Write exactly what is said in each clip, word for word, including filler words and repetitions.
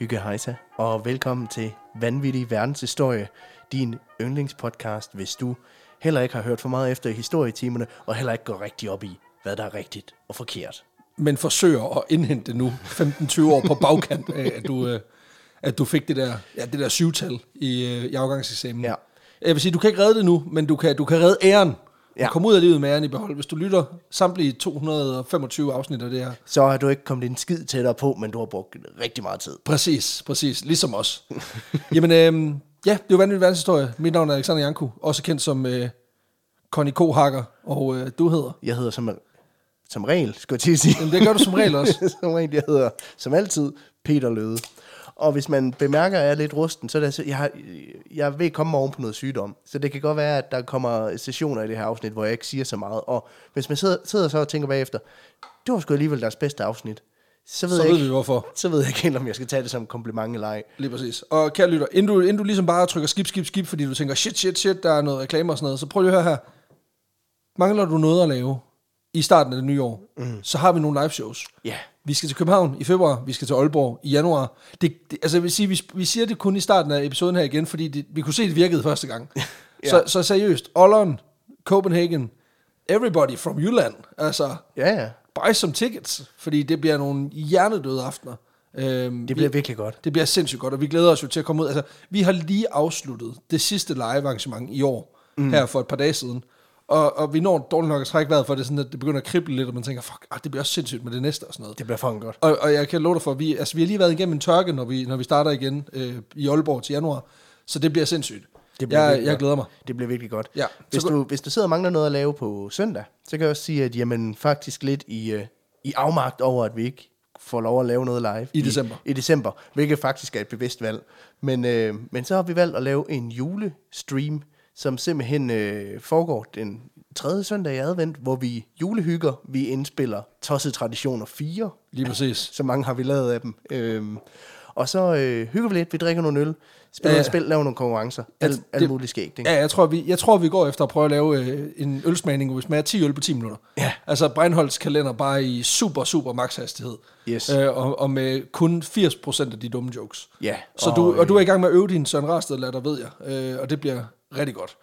Hygge hejsa, og velkommen til Vanvittig Verdenshistorie, din yndlingspodcast, hvis du heller ikke har hørt for meget efter i historietimerne, og heller ikke går rigtig op i, hvad der er rigtigt og forkert. Men forsøger at indhente det nu, femten tyve år på bagkant af, at du, øh, at du fik det der, ja, det der syvtal i, øh, i afgangseksamen. Ja. Jeg vil sige, du kan ikke redde det nu, men du kan, du kan redde æren. Ja. Kom ud af livet med æren i behold. Hvis du lytter samtlige to hundrede og femogtyve afsnit af det her. Så har du ikke kommet en skid tættere på, men du har brugt rigtig meget tid. Præcis, præcis. Ligesom os. Jamen, øh, ja, det er jo vanvittig verdenshistorie. Mit navn er Alexander Janku, også kendt som øh, Conny K-hacker, og øh, du hedder? Jeg hedder som, som regel, skulle jeg til at sige. Jamen, det gør du som regel også. som regel, jeg hedder som altid Peter Løde. Og hvis man bemærker, at jeg er lidt rusten, så er det altså, jeg, har, jeg vil komme oven på noget sygdom. Så det kan godt være, at der kommer sessioner i det her afsnit, hvor jeg ikke siger så meget. Og hvis man sidder, sidder så og tænker bagefter, det var sgu alligevel deres bedste afsnit, så ved, så jeg ved ikke, vi hvorfor. Så ved jeg ikke helt, om jeg skal tage det som kompliment eller ej. Lige præcis. Og kære lytter, inden du, inden du ligesom bare trykker skip, skip, skip, fordi du tænker, shit, shit, shit, der er noget reklame og sådan noget, så prøv lige at høre her. Mangler du noget at lave i starten af det nye år, mm. så har vi nogle live shows. Ja. Yeah. Vi skal til København i februar, vi skal til Aalborg i januar. Det, det, altså jeg vil sige, vi, vi siger det kun i starten af episoden her igen, fordi det, vi kunne se, det virkede første gang. ja. så, så seriøst, Aalborg, Copenhagen, everybody from Jylland, altså ja, ja. buy some tickets, fordi det bliver nogle hjernedøde aftener. Øhm, det bliver vi, virkelig godt. Det bliver sindssygt godt, og vi glæder os jo til at komme ud. Altså, vi har lige afsluttet det sidste live arrangement i år, mm. her for et par dage siden. Og, og vi når dårligt nok at trække vejret for det, sådan at det begynder at krible lidt, og man tænker, fuck, ah, det bliver også sindssygt med det næste og sådan noget. Det bliver fucking godt. Og, og jeg kan love dig for, at vi, altså, vi har lige været igennem en tørke, når vi, når vi starter igen øh, i Aalborg til januar, så det bliver sindssygt. Det bliver jeg, jeg glæder mig. Det bliver virkelig godt. Ja. Hvis, du, hvis du sidder og mangler noget at lave på søndag, så kan jeg også sige, at jamen, faktisk lidt i, uh, i afmagt over, at vi ikke får lov at lave noget live. I december. I, i december, hvilket faktisk er et bevidst valg. Men, øh, men så har vi valgt at lave en julestream, som simpelthen øh, foregår den tredje søndag i advent, hvor vi julehygger, vi indspiller Tosset Traditioner fire. Lige præcis. Så mange har vi lavet af dem. Øhm, og så øh, hygger vi lidt, vi drikker nogle øl, spiller ja. spil, laver nogle konkurrencer, alt al muligt skægt. Ja, jeg tror, vi, jeg tror, vi går efter at prøve at lave øh, en ølsmagning, hvor vi smager ti øl på ti minutter. Ja. Altså Breinholts kalender bare i super, super makshastighed. Yes. Øh, og, og med kun firs procent af de dumme jokes. Ja. Så og, du, og du er i gang med at øve din Søren Rasted, der ved jeg. Øh, og det bliver rigtig godt.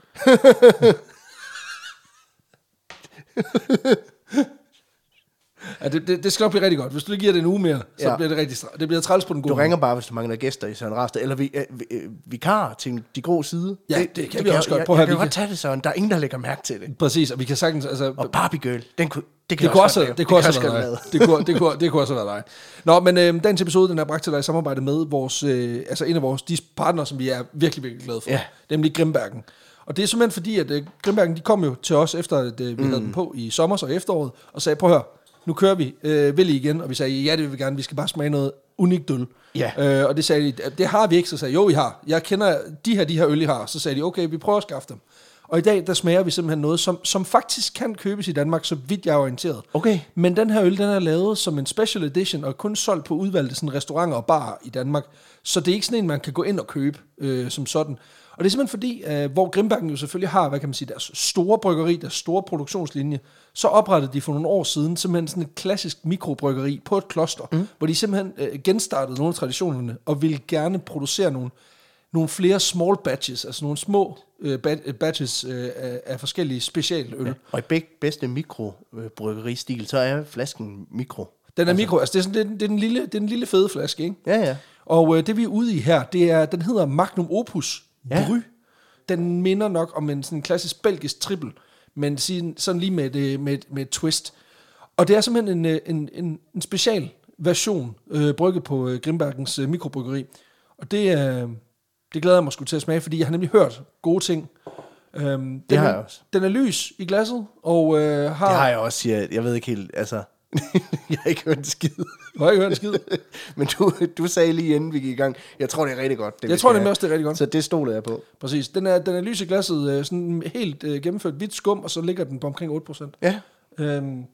Ja, det, det, det skal nok blive rigtig godt. Hvis du lige giver det en uge mere, så ja. bliver det rigtig stræt. Det bliver træls på den gode. Du ringer bare, hvis du mangler gæster i Søren Rasted, eller vi, øh, vi, vikar til de grå side. Ja, det, det kan det vi kan også godt. Jeg, jeg kan godt tage det, Søren. Der er ingen, der lægger mærke til det. Præcis, og vi kan sagtens... Altså, og Barbie Girl, den kunne, det kan det kunne også, også, det kunne også være dig. Det kunne, det, kunne, det kunne også være dig. Nå, men øh, dagens episode, den er bragt til dig i samarbejde med vores, øh, altså en af vores de partnere, som vi er virkelig, virkelig glade for. Ja. Nemlig Grimbergen. Og det er simpelthen fordi, at øh, Grimbergen, de kom jo til os, efter at øh, vi mm. havde den på i sommer og efteråret, og sagde, prøv at høre, nu kører vi, øh, vil I igen? Og vi sagde, ja, det vil vi gerne, vi skal bare smage noget unikt øl. Ja. Øh, og det sagde de, det har vi ikke, så sagde jeg, jo, I har. Jeg kender de her, de her øl, I har. Så sagde de, okay, vi prøver at skaffe dem. Og i dag, der smager vi simpelthen noget, som, som faktisk kan købes i Danmark, så vidt jeg er orienteret. Okay. Men den her øl, den er lavet som en special edition, og kun solgt på udvalgte sådan, restauranter og barer i Danmark. Så det er ikke sådan en, man kan gå ind og købe øh, som sådan. Og det er simpelthen fordi, øh, hvor Grimbergen jo selvfølgelig har, hvad kan man sige, deres store bryggeri, deres store produktionslinje, så oprettede de for nogle år siden simpelthen sådan et klassisk mikrobryggeri på et kloster, mm. hvor de simpelthen øh, genstartede nogle af traditionerne, og ville gerne producere nogle, nogle flere small batches, altså nogle små øh, batches øh, af, af forskellige specialøl. Ja. Og i begge bedste mikrobryggeri-stil, så er flasken mikro. Den er altså. mikro, altså det er, sådan, det, er, det, er den lille, det er den lille fede flaske, ikke? Ja, ja. Og øh, det vi er ude i her, det er, den hedder Magnum Opus ja. Bry. Den minder nok om en sådan klassisk belgisk trippel, men sådan lige med et, med, et, med et twist. Og det er simpelthen en, en, en, en special version, øh, brygget på øh, Grimbergens øh, mikrobryggeri. Og det, øh, det glæder jeg mig sgu til at smage, fordi jeg har nemlig hørt gode ting. Øhm, den, det har jeg også. Den er lys i glasset, og øh, har... Det har jeg også, jeg, jeg ved ikke helt, altså... jeg har ikke hørt en skid. Du har ikke hørt en skid? Men du, du sagde lige inden vi gik i gang, jeg tror det er rigtig godt. Det jeg tror det også det er rigtig godt. Så det stoler jeg på. Præcis. Den er, den er lys i glasset, sådan helt øh, gennemført hvidt skum, og så ligger den på omkring otte procent. Ja. Øhm,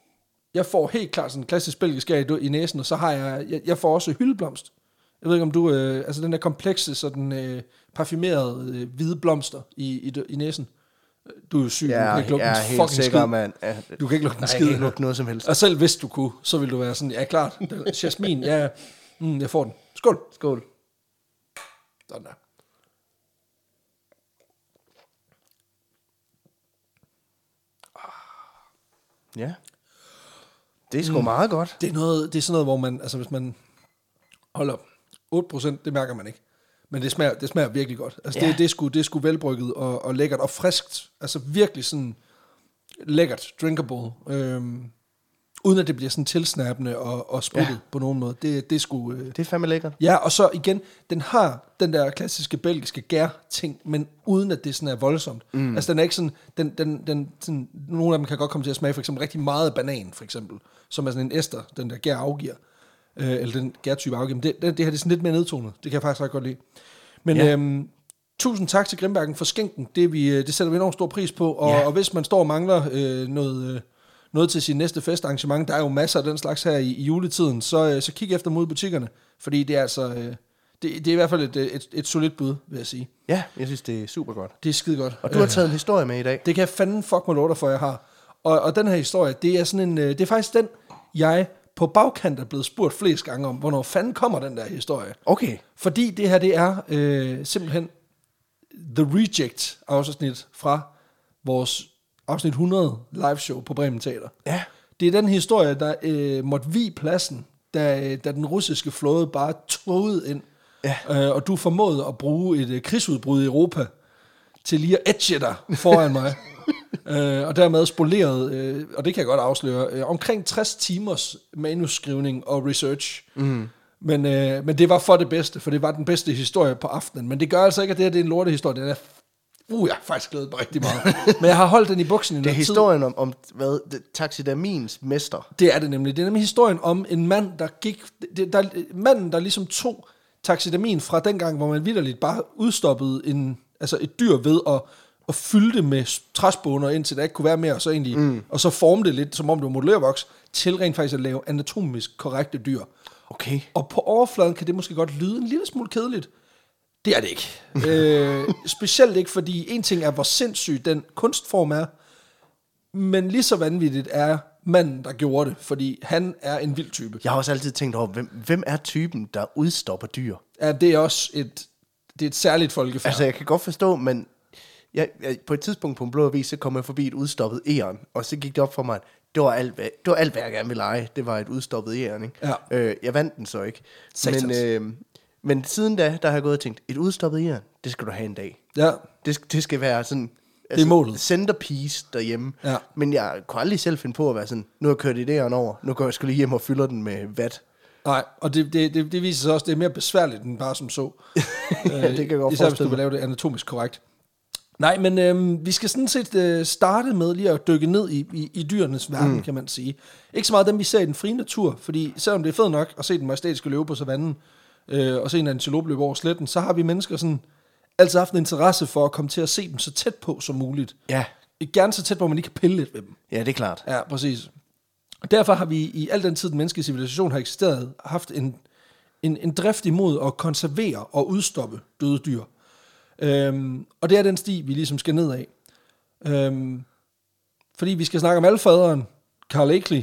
jeg får helt klart sådan en klassisk belgisk i, i næsen, og så har jeg, jeg, jeg får også hyldeblomst. Jeg ved ikke om du, øh, altså den der komplekse, sådan øh, parfumerede øh, hvide blomster i, i, i næsen. Du er jo syg, ja, du kan ikke lugte en fucking sikker, skid. Man. Ja, du kan ikke lugte en skid. Jeg kan ikke lugte noget som helst. Og selv hvis du kunne, så ville du være sådan, ja klart, jasmin, ja. Mm, jeg får den. Skål. Skål. Sådan der. Ja. Det er sgu mm. meget godt. Det er, noget, det er sådan noget, hvor man, altså hvis man holder otte procent, det mærker man ikke. Men det smager, det smager virkelig godt. Altså ja. det, det, er sgu, det er sgu velbrygget og, og lækkert og friskt. Altså virkelig sådan lækkert, drinkable. Øhm, uden at det bliver sådan tilsnappende og, og spruttet ja. på nogen måde. Det, det er sgu... Øh, det er fandme lækkert. Ja, og så igen, den har den der klassiske belgiske gær-ting, men uden at det sådan er voldsomt. Mm. Altså den er ikke sådan, den, den, den, sådan, nogle af dem kan godt komme til at smage for eksempel rigtig meget banan, for eksempel, som er sådan en ester, den der gær afgiver, øh, eller den gærtype afgiver. Men det, det, det her det er sådan lidt mere nedtonet. Det kan jeg faktisk ret godt lide. Men ja. øhm, tusind tak til Grimbergen for skænken. Det, vi, det sætter vi enormt stor pris på. Og, ja. og hvis man står og mangler øh, noget... Øh, noget til sin næste festarrangement, der er jo masser af den slags her i, i juletiden, så, så kig efter mod butikkerne, fordi det er altså, det, det er i hvert fald et, et, et solidt bud, vil jeg sige. Ja, jeg synes, det er super godt. Det er skide godt. Og du har taget en historie med i dag. Det kan jeg fandme fuck mig lov dig for, jeg har. Og, og den her historie, det er sådan en, det er faktisk den, jeg på bagkant er blevet spurgt flest gange om, hvornår fanden kommer den der historie. Okay. Fordi det her, det er øh, simpelthen The Reject afsnit fra vores afsnit hundrede live show på Bremen Teater. Ja. Det er den historie, der øh, måtte vige pladsen, da, da den russiske flåde bare togede ind, ja. øh, og du formåede at bruge et øh, krigsudbrud i Europa til lige at etche dig foran mig, øh, og dermed spoleret, øh, og det kan jeg godt afsløre, øh, omkring tres timers manuskrivning og research. Mm. Men, øh, men det var for det bedste, for det var den bedste historie på aftenen. Men det gør altså ikke, at det her det er en lortehistorie. Den er Uh, jeg har faktisk glædet mig rigtig meget. Men jeg har holdt den i buksen i noget tid. Det er historien om, om hvad, det, taxidermiens mester. Det er det nemlig. Det er nemlig historien om en mand, der gik... Det, der, manden, der ligesom tog taxidermien fra dengang, hvor man vitterligt bare udstoppede en, altså et dyr ved at, at fylde det med træsboner, indtil der ikke kunne være mere, og så, egentlig, mm. og så forme det lidt, som om det var modellervoks, til rent faktisk at lave anatomisk korrekte dyr. Okay. Og på overfladen kan det måske godt lyde en lille smule kedeligt. Det er det ikke. øh, specielt ikke, fordi en ting er, hvor sindssyg den kunstform er, men lige så vanvittigt er manden, der gjorde det, fordi han er en vild type. Jeg har også altid tænkt over, hvem, hvem er typen, der udstopper dyr? Ja, det er også et, det er et særligt folkefærd. Altså, jeg kan godt forstå, men jeg, jeg, på et tidspunkt på en blå avis, så kom jeg forbi et udstoppet æren, og så gik det op for mig, det var alt, det var alt hvad jeg gerne ville lege. Det var et udstoppet æren, ikke? Ja. Øh, jeg vandt den så ikke. Satans. Men... Øh, Men siden da, der har jeg gået og tænkt, et udstoppet æren, det skal du have en dag. Ja. Det, det skal være sådan, altså, det er målet. Centerpiece derhjemme. Ja. Men jeg kunne aldrig selv finde på at være sådan, nu har jeg kørt idéerne over, nu går jeg skulle lige hjem og fylder den med vat. Nej, og det, det, det, det viser sig også, det er mere besværligt end bare som så. Ja, det kan jeg godt især hvis du vil lave det anatomisk korrekt. Nej, men øhm, vi skal sådan set øh, starte med lige at dykke ned i, i, i dyrenes verden, mm. kan man sige. Ikke så meget dem, vi ser i den frie natur, fordi selvom det er fedt nok at se den majestætiske løve på savannen, øh, og se en antilope løbe over sletten, så har vi mennesker sådan altid haft en interesse for at komme til at se dem så tæt på som muligt. Ja. Gerne så tæt på, at man ikke kan pille lidt ved dem. Ja, det er klart. Ja, præcis. Og derfor har vi i al den tid, den menneskelige civilisation har eksisteret, haft en, en, en drift imod at konservere og udstoppe døde dyr. Øhm, og det er den sti, vi ligesom skal ned af. Øhm, fordi vi skal snakke om alfaderen, Carl Akeley,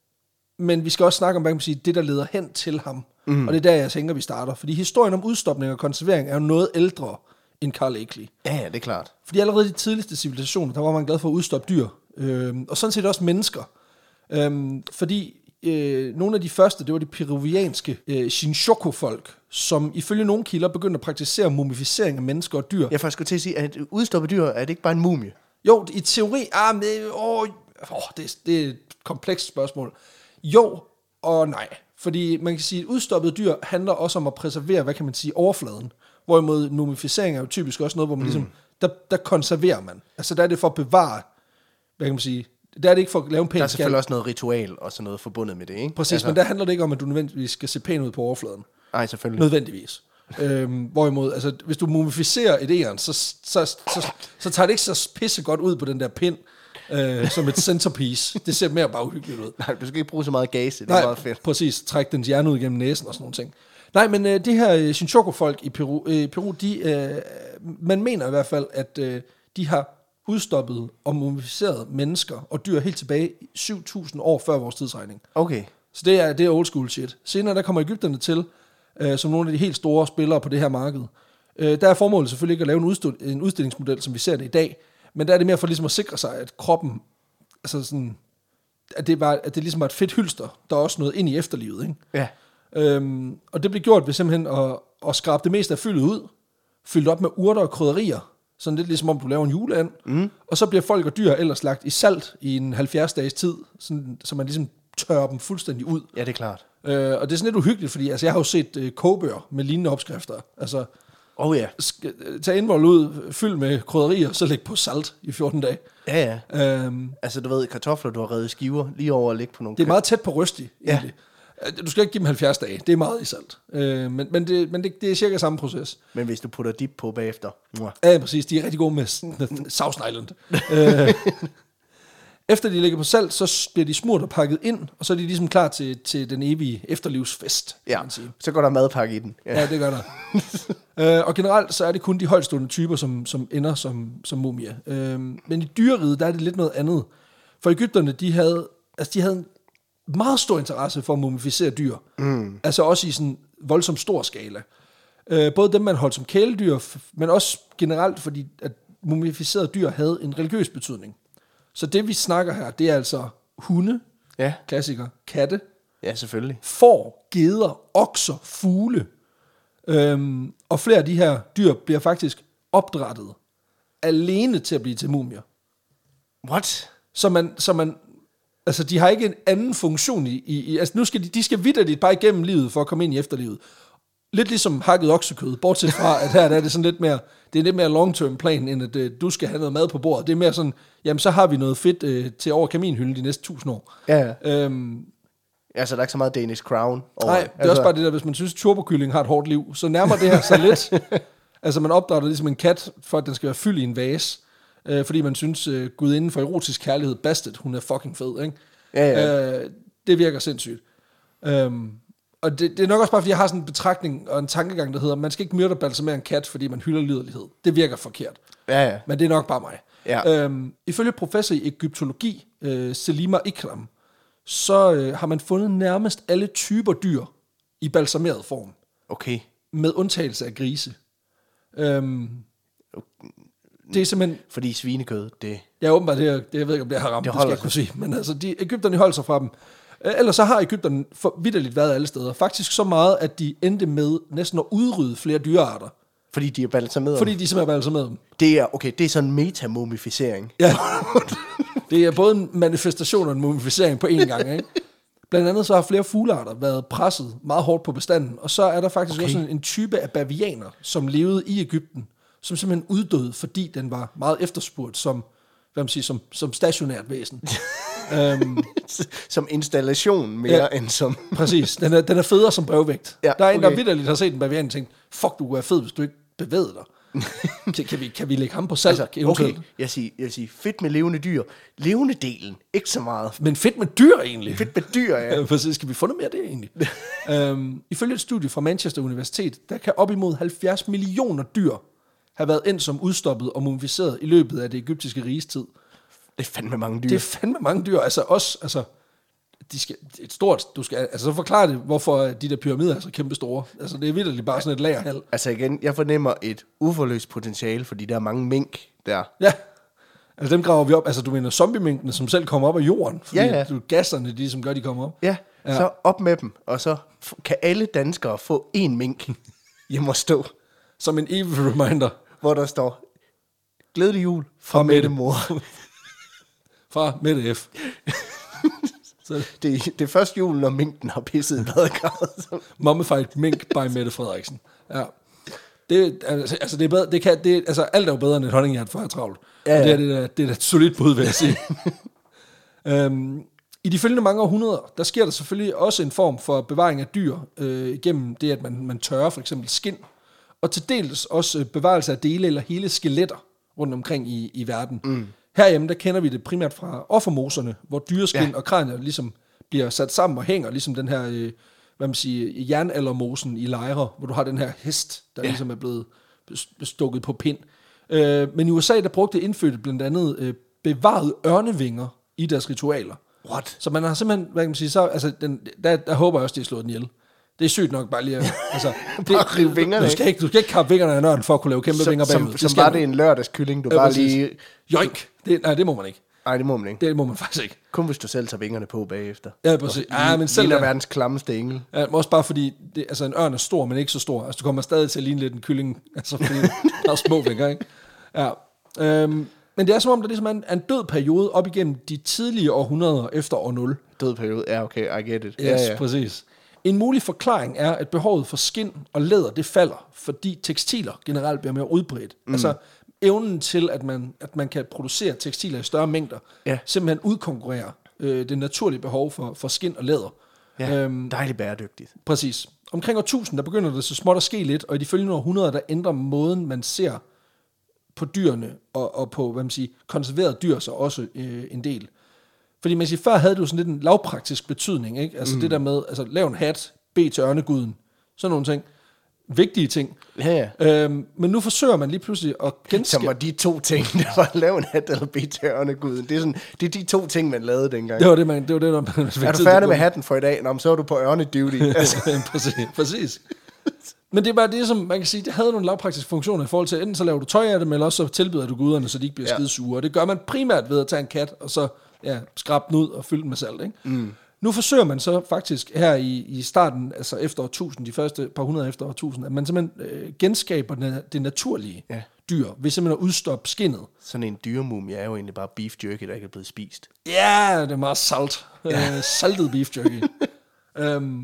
men vi skal også snakke om, hvad kan man sige, det, der leder hen til ham. Mm. Og det er der, jeg tænker, vi starter. Fordi historien om udstopning og konservering er jo noget ældre end Carl Akeley. Ja, ja, det er klart. Fordi allerede i de tidligste civilisationer, der var man glad for at udstoppe dyr. Øhm, og sådan set også mennesker. Øhm, fordi øh, nogle af de første, det var de peruvianske øh, Shinshoko-folk, som ifølge nogle kilder begyndte at praktisere mumificering af mennesker og dyr. Jeg faktisk skulle til at sige, at udstoppe dyr, er det ikke bare en mumie? Jo, i teori, ah, men, åh, åh, det, det er et komplekst spørgsmål. Jo og nej. Fordi man kan sige, at udstoppet dyr handler også om at preservere, hvad kan man sige, overfladen. Hvorimod mumificering er jo typisk også noget, hvor man mm. ligesom, der, der konserverer man. Altså der er det for at bevare, hvad kan man sige, der er det ikke for at lave en pæn Der er selvfølgelig skal. også noget ritual og sådan noget forbundet med det, ikke? Præcis, altså. Men der handler det ikke om, at du nødvendigvis skal se pæn ud på overfladen. Nej, selvfølgelig. Nødvendigvis. øhm, hvorimod, altså hvis du mumificerer et æren, så, så, så, så, så tager det ikke så pisse godt ud på den der pind, øh, som et centerpiece. Det ser mere bare uhyggeligt ud. Nej, du skal ikke bruge så meget gase, det Nej, er meget fedt. Præcis, træk dens hjerne ud gennem næsen og sådan nogle ting. Nej, men øh, det her øh, Shinshoko-folk i Peru, øh, Peru de, øh, man mener i hvert fald, at øh, de har udstoppet og mumificeret mennesker og dyr helt tilbage syv tusind år før vores tidsregning. Okay. Så det er, det er old school shit. Senere der kommer Egypterne til, øh, som nogle af de helt store spillere på det her marked. Øh, der er formålet selvfølgelig ikke at lave en, udstil- en udstillingsmodel, som vi ser det i dag, men der er det mere for ligesom at sikre sig, at kroppen, altså sådan, at det, var, at det ligesom var et fedt hylster, der er også noget ind i efterlivet, ikke? Ja. Øhm, og det blev gjort ved simpelthen at, at skrabe det meste af fyldet ud, fyldt op med urter og krydderier, sådan lidt ligesom om du laver en juleand, mm. og så bliver folk og dyr ellers lagt i salt i en halvfjerds dages tid, sådan, så man ligesom tørrer dem fuldstændig ud. Ja, det er klart. Øh, og det er sådan lidt uhyggeligt, fordi altså, jeg har jo set øh, kogebøger med lignende opskrifter. Altså, oh ja. Sk- tag indvold ud, fyld med krydderier, så læg på salt i fjorten dage. Ja, ja. Øhm, altså, du ved, kartofler, du har revet skiver lige over og lægge på nogle... Det er meget tæt på røstig, ja. egentlig. Du skal ikke give dem halvfjerds dage, det er meget i salt. Øh, men men, det, men det, det er cirka samme proces. Men hvis du putter dip på bagefter... Mwah. Ja, præcis. De er rigtig gode med, med South Island. øh, efter de ligger på salt, så bliver de smurt og pakket ind, og så er de ligesom klar til, til den evige efterlivsfest, kan ja, man sige. Så går der madpakke i den. Ja, ja det gør der. øh, og generelt så er det kun de højtstående typer, som, som ender som, som mumie. Øh, men i dyreriget, der er det lidt noget andet. For Egypterne, de havde, altså de havde en meget stor interesse for at mumificere dyr. Mm. Altså også i sådan voldsomt stor skala. Øh, både dem, man holdt som kæledyr, men også generelt, fordi at mumificerede dyr havde en religiøs betydning. Så det, vi snakker her, det er altså hunde, ja. klassiker, katte, ja, selvfølgelig, får, geder, okser, fugle. Øhm, og flere af de her dyr bliver faktisk opdrættet alene til at blive til mumier. What? Så man, så man altså de har ikke en anden funktion i, i, i altså nu skal de, de skal vitterligt bare igennem livet for at komme ind i efterlivet. Lidt ligesom hakket oksekød, bortset fra, at her der er det sådan lidt mere, det er lidt mere long-term plan, end at uh, du skal have noget mad på bordet. Det er mere sådan, jamen så har vi noget fedt uh, til over kaminhylden de næste tusind år. Ja, ja. Øhm, altså, der er ikke så meget Danish Crown over. Nej, det er altså. også bare det der, hvis man synes, turbokylling har et hårdt liv, så nærmer det her så lidt. Altså, man opdrætter ligesom en kat, for at den skal være fyldt i en vase, øh, fordi man synes, uh, Gud inden for erotisk kærlighed, Bastet, hun er fucking fed, ikke? Ja, ja. Øh, det virker sindssygt. Øhm, og det, det er nok også bare, fordi jeg har sådan en betragtning og en tankegang, der hedder, man skal ikke myrde og balsamere en kat, fordi man hylder liderlighed. Det virker forkert. Ja, ja. Men det er nok bare mig. Ja. Øhm, ifølge professor i egyptologi, øh, Selima Ikram, så øh, har man fundet nærmest alle typer dyr i balsameret form. Okay. Med undtagelse af grise. Øhm, det er simpelthen... Fordi svinekød, det... Ja, åbenbart, det, er, det jeg ved ikke, om det er haram, det, det skal jeg kunne sige. Men altså, de, Egypterne holder sig fra dem. Ellers så har Egypterne vitterligt været alle steder. Faktisk så meget, at de endte med næsten at udrydde flere dyrearter. Fordi de er balsameret? Fordi de simpelthen er balsameret dem. Det er, okay, det er sådan en metamumificering. Ja, det er både en manifestation og en mumificering på én gang, ikke? Blandt andet så har flere fuglearter været presset meget hårdt på bestanden, og så er der faktisk okay. også en, en type af bavianer, som levede i Egypten, som simpelthen uddøde, fordi den var meget efterspurgt som, hvad man siger, som, som stationært væsen. um, som installation mere ja, end som... præcis, den er, den er federe som brevvægt. Ja, der er en, okay. der vitterligt har set en bavian og tænkt, fuck, du kunne være fed, hvis du ikke bevægede dig. kan, kan, vi, kan vi lægge ham på salg? Altså, okay, jeg siger, jeg siger fedt med levende dyr. Levende delen, ikke så meget. Men fedt med dyr egentlig. Fedt med dyr, ja. Præcis, skal vi få noget mere af det egentlig? um, ifølge et studie fra Manchester Universitet, der kan op imod halvfjerds millioner dyr have været endt som udstoppet og mumificeret i løbet af det egyptiske rigestid. Det er fandme mange dyr. Det er fandme mange dyr. Altså også, altså, de skal, et stort, du skal, altså så forklare det, hvorfor de der pyramider er så kæmpe store. Altså det er vitterligt bare sådan et lagerhal. Altså igen, jeg fornemmer et uforløst potentiale, fordi der er mange mink der. Ja, altså dem graver vi op. Altså du mener zombieminkene, som selv kommer op af jorden, fordi ja, ja. Du, gasserne, de som gør, de kommer op. Ja, ja, så op med dem, og så kan alle danskere få én mink hjemme at stå. Som en evig reminder. Hvor der står, glædelig jul fra, fra Mette mor. Fra Mette F. Så. Det, det er først jul, når minken har pisset i badekarret. Mummified mink by Mette Frederiksen. Ja. Det, altså, det er bedre, det kan, det, altså, alt er jo bedre end et honninghjert for at have travlt. Ja, ja. Og det er det, det er et solidt bud, vil jeg sige. um, I de følgende mange århundreder, der sker der selvfølgelig også en form for bevaring af dyr, øh, gennem det, at man, man tørrer for eksempel skind, og til dels også bevarelse af dele eller hele skeletter rundt omkring i, i verden. Mm. Herhjemme, der kender vi det primært fra offermoserne, hvor dyreskind ja. og kranier ligesom bliver sat sammen og hænger, ligesom den her, øh, hvad man siger, jernaldermosen i lejre, hvor du har den her hest, der ja. ligesom er blevet stukket på pind. Øh, men i U S A, der brugte indfødte blandt andet øh, bevarede ørnevinger i deres ritualer. What? Så man har simpelthen, hvad kan man sige, så, altså, den, der, der håber jeg også, de har slået den ihjel. Det er sygt nok bare lige at... Altså, det, bare rive vingerne du skal ikke, du skal ikke kappe vingerne af nørden for at kunne lave kæmpe som, vinger bagud. Som, som var det en lørdagskylling, du ja, bare præcis. lige... Joink! Det, nej, det må man ikke. Nej, det må man ikke. Det må man faktisk ikke. Kun hvis du selv tager vingerne på bagefter. Ja, præcis. Ja, men selv ligner verdens klammeste engel. Ja, også bare fordi, det, altså en ørn er stor, men ikke så stor. Altså du kommer stadig til at ligne lidt en kylling, altså fordi der er små vinger, ikke? Ja. Øhm, men det er som om, der ligesom er en, en død periode op igennem de tidlige århundreder efter år nul. Død periode, ja okay, I get it. Yes, ja, ja. præcis. En mulig forklaring er, at behovet for skind og læder, det falder, fordi tekstiler generelt bliver mere udbredt. Mm. Altså evnen til, at man, at man kan producere tekstiler i større mængder, ja. simpelthen udkonkurrerer øh, det naturlige behov for, for skind og læder. Ja, øhm, dejligt bæredygtigt. Præcis. Omkring år tusind, der begynder det så småt at ske lidt, og i de følgende århundreder, der ændrer måden, man ser på dyrene, og, og på, hvad man siger, konserverede dyr, så også øh, en del. Fordi man siger, før havde det jo sådan lidt en lavpraktisk betydning, ikke? Altså mm. det der med, altså lav en hat, bed til ørneguden, sådan nogle ting. Vigtige ting. Ja, ja. Øhm, men nu forsøger man lige pludselig at genskabe... Som var de to ting, der var lav en hat eller bed til ørneguden. Det er, sådan, det er de to ting, man lavede dengang. Det var det, man... Det var det, der, man er du færdig med hatten for i dag? Nå, så er du på ørneduty. Altså. præcis, præcis. Men det er bare det, som man kan sige, det havde nogle lavpraktiske funktioner i forhold til, enten så laver du tøj af dem, eller også så tilbyder du guderne, så de ikke bliver ja. skidesure. Og det gør man primært ved at tage en kat, og så ja, skrabe den ud og fylde den med salt, ikke? Mm. Nu forsøger man så faktisk her i, i starten, altså efter årtusind, de første par hundrede efter årtusind, at man simpelthen øh, genskaber den, det naturlige ja. dyr, ved simpelthen at udstoppe skinnet. Sådan en dyremumie er jo egentlig bare beef jerky, der ikke er blevet spist. Ja, det er meget salt. Ja. Øh, saltet beef jerky. um,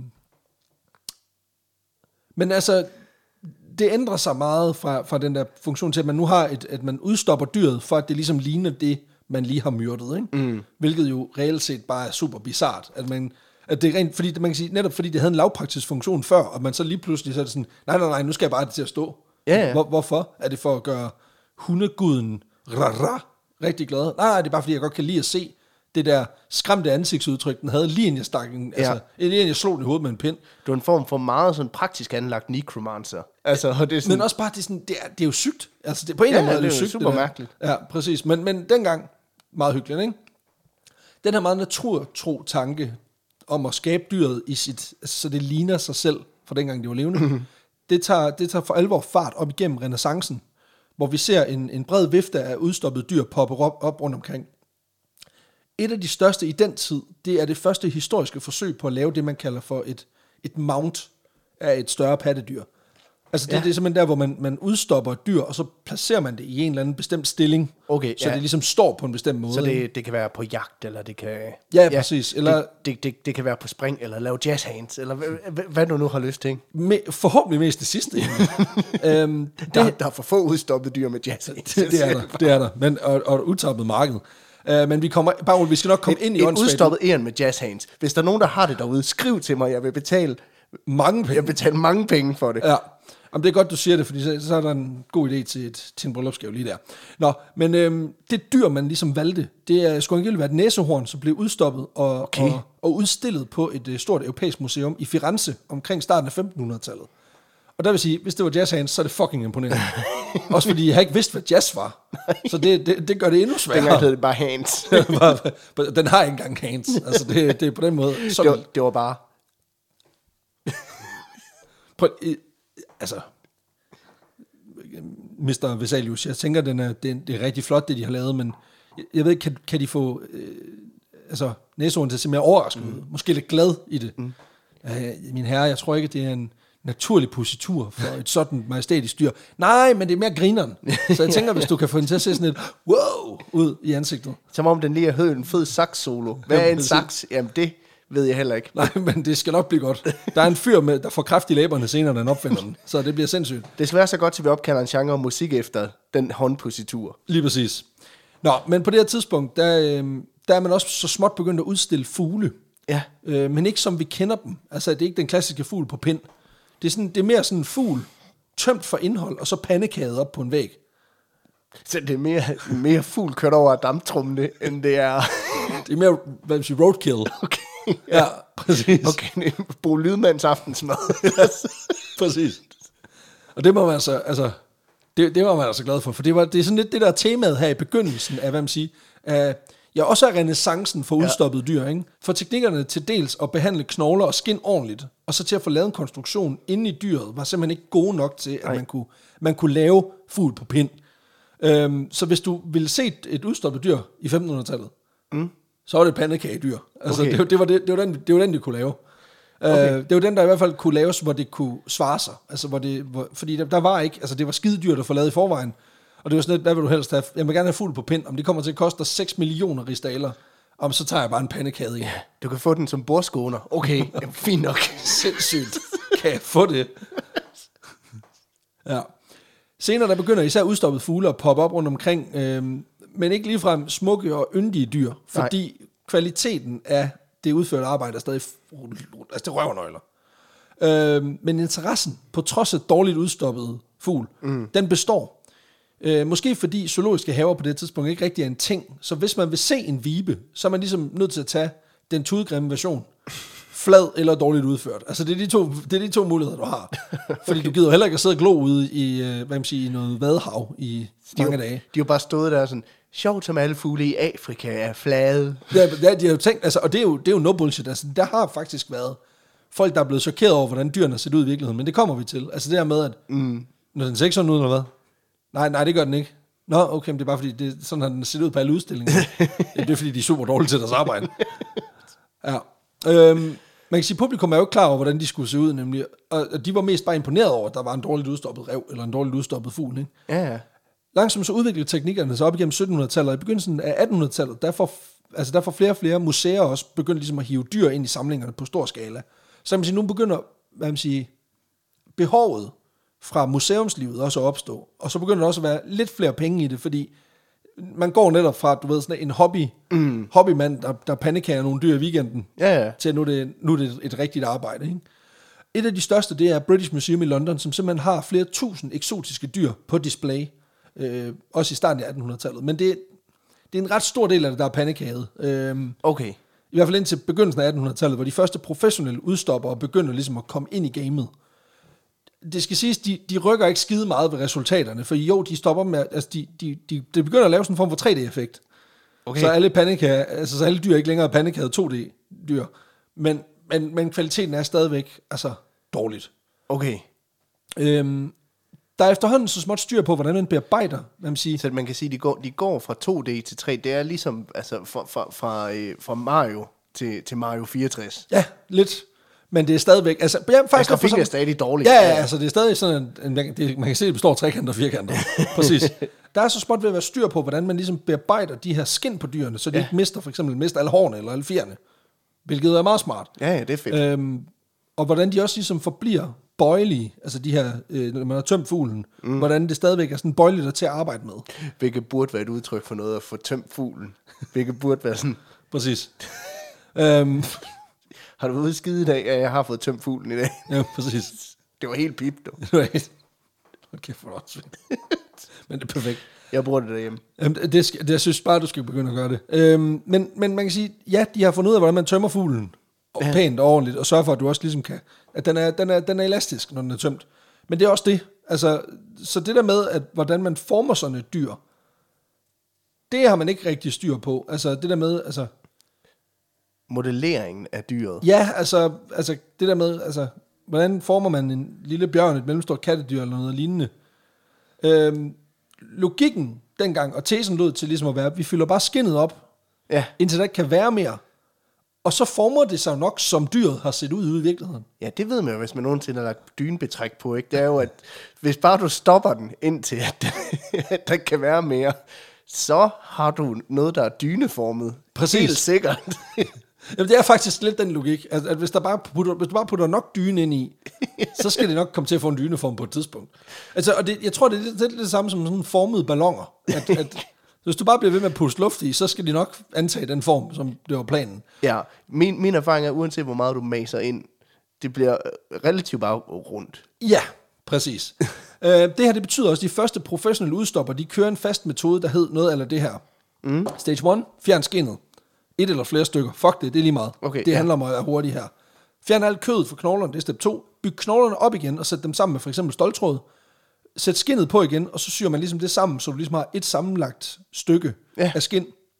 men altså, det ændrer sig meget fra, fra den der funktion til, at man nu har et, at man udstopper dyret, for at det ligesom ligner det, man lige har myrdet, ikke? Mm. Hvilket jo reelt set bare er super bizart, at man, at det er rent, fordi man kan sige, netop fordi det havde en lavpraktisk funktion før, og man så lige pludselig så er det sådan, nej, nej, nej, nu skal jeg bare have det til at stå. Ja, ja. Hvor, hvorfor? Er det for at gøre hundeguden ra-ra rigtig glad? Nej, nej, det er bare fordi, jeg godt kan lide at se det der skræmte ansigtsudtryk, den havde lige inden jeg stak den, ja. altså, lige inden jeg slog den i hovedet med en pind. Det var en form for meget sådan praktisk anlagt necromancer. Altså, og det er sådan, men også bare, det er, sådan, det er, det er jo sygt. Altså, det, på en eller anden måde er det jo sygt. super det mærkeligt. Ja, præcis. Men, men dengang, meget hyggeligt, ikke? Den her meget naturtro tanke om at skabe dyret i sit, altså, så det ligner sig selv fra dengang det var levende, mm-hmm. det, tager, det tager for alvor fart op igennem renæssancen, hvor vi ser en, en bred vifte af udstoppede dyr poppe op, op rundt omkring. Et af de største i den tid, det er det første historiske forsøg på at lave det, man kalder for et, et mount af et større pattedyr. Altså det, ja. det er simpelthen der, hvor man, man udstopper et dyr, og så placerer man det i en eller anden bestemt stilling, okay, så ja. det ligesom står på en bestemt måde. Så det, det kan være på jagt, eller det kan... Ja, ja præcis. Eller, det, det, det, det kan være på spring, eller lave jazz hands, eller hvad, hvad du nu har lyst til, ikke? Med, forhåbentlig mest det sidste. øhm, det, der, der er for få udstoppede dyr med jazz hands. Det, det er der, det er der. Men, og, og et udtoppet marked. Uh, men vi kommer bare, vi skal nok komme et, ind i et åndssvagt. udstoppet æren med jazz hands. Hvis der er nogen, der har det derude, skriv til mig, jeg vil betale mange penge. Jeg vil betale mange penge for det. Ja. Jamen, det er godt, du siger det, fordi så, så er der en god idé til, et, til en bryllupsgave lige der. Nå, men øhm, det dyr, man ligesom valgte, det er, skulle angiveligt være et næsehorn, som blev udstoppet og, okay. og, og udstillet på et uh, stort europæisk museum i Firenze omkring starten af femtenhundredetallet. Og der vil sige, hvis det var jazz hands, så er det fucking imponerende. Også fordi jeg har ikke vidst, hvad jazz var. Så det, det, det gør det endnu sværere. Dengang hed det bare hands. Den har ikke engang hands. Altså det, det er på den måde. Det var, det var bare... Prøv, altså... mister Vesalius, jeg tænker, den er, det, det er rigtig flot, det de har lavet, men jeg, jeg ved ikke, kan, kan de få øh, altså, næsehorn til at se mere overrasket ud? Mm. Måske lidt glad i det. Mm. Øh, min herre, jeg tror ikke, det er en naturlig positur for et sådan majestætisk dyr. Nej, men det er mere grineren. Så jeg tænker, hvis du kan få den til at se sådan et wow ud i ansigtet. Som om den lige har hørt en fed sax-solo. Hvad er en sax? Jamen det ved jeg heller ikke. Nej, men det skal nok blive godt. Der er en fyr, med, der får kraft i læberne senere, når den opfinder den. Så det bliver sindssygt. Det skal være så godt, til vi opkalder en genre musik efter den håndpositur. Lige præcis. Nå, men på det her tidspunkt, der, øh, der er man også så småt begyndt at udstille fugle. Ja. Øh, men ikke som vi kender dem. Altså, det er ikke den klassiske fugl på pind. Det er, sådan, det er mere sådan en fugl, tømt for indhold, og så pandekaget op på en væg. Så det er mere, mere fugl kørt over damptrumle, end det er... Det er mere, hvad vil sige, roadkill. Okay. Ja, ja, præcis. Okay, Bo Lydmans aftensmad. Præcis. Og det må man altså, altså det, det var man altså glad for, for det, var, det er sådan lidt det der temaet her i begyndelsen af, hvad man siger, af, Ja, også er renaissancen for udstoppede ja. dyr, ikke? For teknikkerne til dels at behandle knogler og skin ordentligt, og så til at få lavet en konstruktion inde i dyret, var simpelthen ikke gode nok til, at man kunne, man kunne lave fugl på pind. Øhm, så hvis du ville se et, et udstoppet dyr i femtenhundredetallet, mm. så var det et pandekagedyr. Altså, okay. det, det, var det, det, var den, det var den, de kunne lave. Okay. Øh, det var den, der i hvert fald kunne laves, hvor det kunne svare sig. Altså, hvor det, hvor, fordi der, der var ikke, altså det var skide dyrt at få lavet i forvejen. Og det var sådan lidt, hvad vil du helst have? Jeg vil gerne have fugl på pind. Om det kommer til at koste seks millioner rigsdaler, om så tager jeg bare en pandekage. Ja, du kan få den som bordskåner. Okay, jamen, fint nok. Sindssygt. Kan jeg få det? Ja. Senere der begynder især udstoppede fugle at poppe op rundt omkring, øhm, men ikke ligefrem smukke og yndige dyr, fordi Nej. kvaliteten af det udførte arbejde er stadig, altså det røvernøgler. Øhm, men interessen, på trods af dårligt udstoppet fugl, mm. den består. Øh, måske fordi zoologiske haver på det tidspunkt ikke rigtig er en ting, så hvis man vil se en vibe, så er man ligesom nødt til at tage den tudegrimme version. Flad eller dårligt udført. Altså det er de to, det er de to muligheder, du har. Fordi du gider heller ikke at sidde og glo ude i, hvad man siger, i noget vadehav i mange de dage. De har jo bare stået der sådan, sjovt som alle fugle i Afrika er flade. Ja, de har jo tænkt, altså, og det er jo, det er jo no bullshit. Altså, der har faktisk været folk, der er blevet chokeret over, hvordan dyrene har set ud i virkeligheden. Men det kommer vi til. Altså det her med, at mm. når den ser ikke sådan ud, eller hvad? Nej, nej, det gør den ikke. Nå, okay, men det er bare fordi, det, sådan har den set ud på alle udstillinger. Det er fordi, de er super dårlige til deres arbejde. Ja. Øhm, man kan sige, at publikum er jo ikke klar over, hvordan de skulle se ud, nemlig. Og de var mest bare imponeret over, at der var en dårligt udstoppet rev, eller en dårligt udstoppet fugl, ikke? Ja, ja. Langsomt så udviklede teknikkerne sig op igennem syttenhundredetallet, og i begyndelsen af attenhundredetallet, der får, altså der får flere og flere museer også begyndt ligesom at hive dyr ind i samlingerne på stor skala. Så man siger, nu begynder, hvad man siger, behovet fra museumslivet også at opstå, og så begynder der også at være lidt flere penge i det, fordi man går netop fra, du ved, sådan en hobby, mm. hobbymand, der, der pandekager nogle dyr i weekenden, ja, ja. til at nu er det, nu er det et rigtigt arbejde, ikke? Et af de største, det er British Museum i London, som simpelthen har flere tusind eksotiske dyr på display, øh, også i starten af attenhundredetallet. Men det, det er en ret stor del af det, der er pandekaget. Øh, okay. I hvert fald indtil begyndelsen af attenhundredetallet, hvor de første professionelle udstoppere begynder ligesom at komme ind i gamet. Det skal siges, de, de rykker ikke skide meget ved resultaterne, for jo, de stopper med, altså de, de, de, de begynder at lave sådan en form for tre D-effekt. Okay. Så alle pandekager, altså så alle dyr er ikke længere pandekaget to D-dyr. Men, men, men kvaliteten er stadigvæk altså dårligt. Okay. Øhm, der er efterhånden så småt styr på, hvordan man bearbejder, hvad man siger. Så man kan sige, de går, de går fra to D til tre D. Det er ligesom altså fra, fra, fra, fra Mario til, til Mario fireogtres. Ja, lidt. Men det er stadigvæk, altså, ja, faktisk grafikken er, er stadig dårligt. Ja, ja, altså det er stadig sådan, en, en, det, man kan se, det består af trekanter og firkanter. Præcis. Der er så småt ved at være styr på, hvordan man ligesom bearbejder de her skin på dyrene, så de ja. ikke mister, for eksempel mister alle hårene eller alle fjerne. Hvilket er meget smart. Ja, ja, det er fedt. Øhm, og hvordan de også ligesom forbliver bøjelige, altså de her, øh, når man har tømt fuglen, mm. hvordan det stadigvæk er sådan bøjeligt til at arbejde med. Hvilket burde være et udtryk for noget at få tømt fuglen. Hvilket burde være sådan. Præcis. øhm, Har du været ude skide i dag? Ja, jeg har fået tømt fuglen i dag. Ja, præcis. Det var helt pip, du. Det var helt... Okay, for også. Men det er perfekt. Jeg bruger det derhjemme. Jamen, det, skal, det, jeg synes bare, du skal begynde at gøre det. Øhm, men, men man kan sige, ja, de har fundet ud af, hvordan man tømmer fuglen. Og ja. Pænt og ordentligt, og sørger for, at du også ligesom kan... At den er, den, er, den er elastisk, når den er tømt. Men det er også det. Altså, så det der med, at hvordan man former sådan et dyr, det har man ikke rigtig styr på. Altså, det der med... altså modelleringen af dyret. Ja, altså, altså det der med, altså, hvordan former man en lille bjørn, et mellemstort kattedyr eller noget lignende. Øhm, logikken dengang, og tesen lød til ligesom at være, at vi fylder bare skindet op, ja. Indtil der ikke kan være mere. Og så former det sig nok, som dyret har set ud ude i virkeligheden. Ja, det ved man jo, hvis man nogensinde har lagt dynebetræk på, ikke? Det er jo, at hvis bare du stopper den, indtil at, at der kan være mere, så har du noget, der er dyneformet. Præcis. Helt sikkert. Jamen, det er faktisk lidt den logik, at, at hvis, der bare putter, hvis du bare putter nok dyne ind i, så skal det nok komme til at få en dyneform på et tidspunkt. Altså, og det, jeg tror, det er lidt det, det samme som sådan formede balloner. At, at hvis du bare bliver ved med at puste luft i, så skal de nok antage den form, som det var planen. Ja, min, min erfaring er, uanset hvor meget du maser ind, det bliver relativt bare rundt. Ja, præcis. uh, det her, det betyder også, at de første professionelle udstopper, de kører en fast metode, der hed noget eller det her. Mm. Stage one, fjern skinnet. Et eller flere stykker. Fuck det, det er lige meget. Okay, det ja. handler om at være hurtig her. Fjern alt kødet fra knoglerne, det er step to. Byg knoglerne op igen og sæt dem sammen med for eksempel ståltråd. Sæt skinnet på igen, og så syr man ligesom det sammen, så du ligesom har et sammenlagt stykke ja. af skin.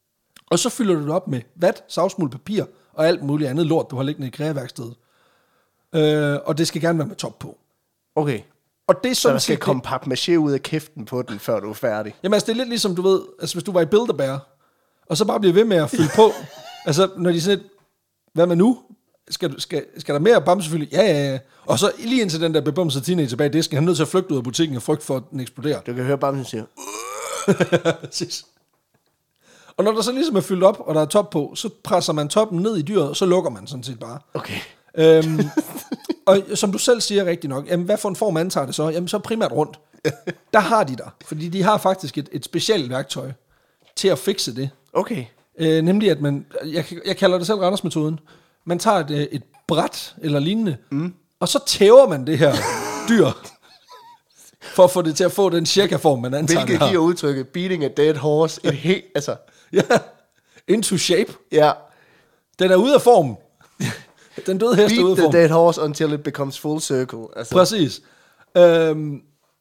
Og så fylder du det op med vat, savsmuld, papir og alt muligt andet lort, du har liggende i kreaværkstedet. Øh, og det skal gerne være med top på. Okay. Og det er Så der sådan skal set komme papmaché ud af kæften på den, før du er færdig. Jamen altså, det er lidt ligesom, du ved, altså hvis du var i Build-A-Bear, og så bare bliver ved med at fylde på. Altså, når de sådan lidt, hvad med nu? Skal, du- skal, skal der mere bamsefylde? Ja, ja, ja. Og så lige indtil den der bebumsede teenager tilbage i disken, han er nødt til at flygte ud af butikken og frygt for, at den eksploderer. Du kan høre Bamsen sige, Præcis. Og når der så ligesom er fyldt op, og der er top på, så presser man toppen ned i dyret, og så lukker man sådan set bare. okay. øhm, og som du selv siger rigtig nok, jamen hvad for en form antager det så? Jamen så primært rundt. Der har de der, fordi de har faktisk et, et specielt værktøj til at fikse det. Okay. Øh, nemlig at man, jeg, jeg kalder det selv Randers-metoden, man tager et, et bræt eller lignende, mm. og så tæver man det her dyr, for at få det til at få den cirka form, man antager Hvilket det har. giver udtrykket, beating a dead horse, et helt, altså, Ja, into shape. ja, Den er ude af form. Den døde hest er ude beat af form. the dead horse until it becomes full circle. Altså, Præcis. Øhm,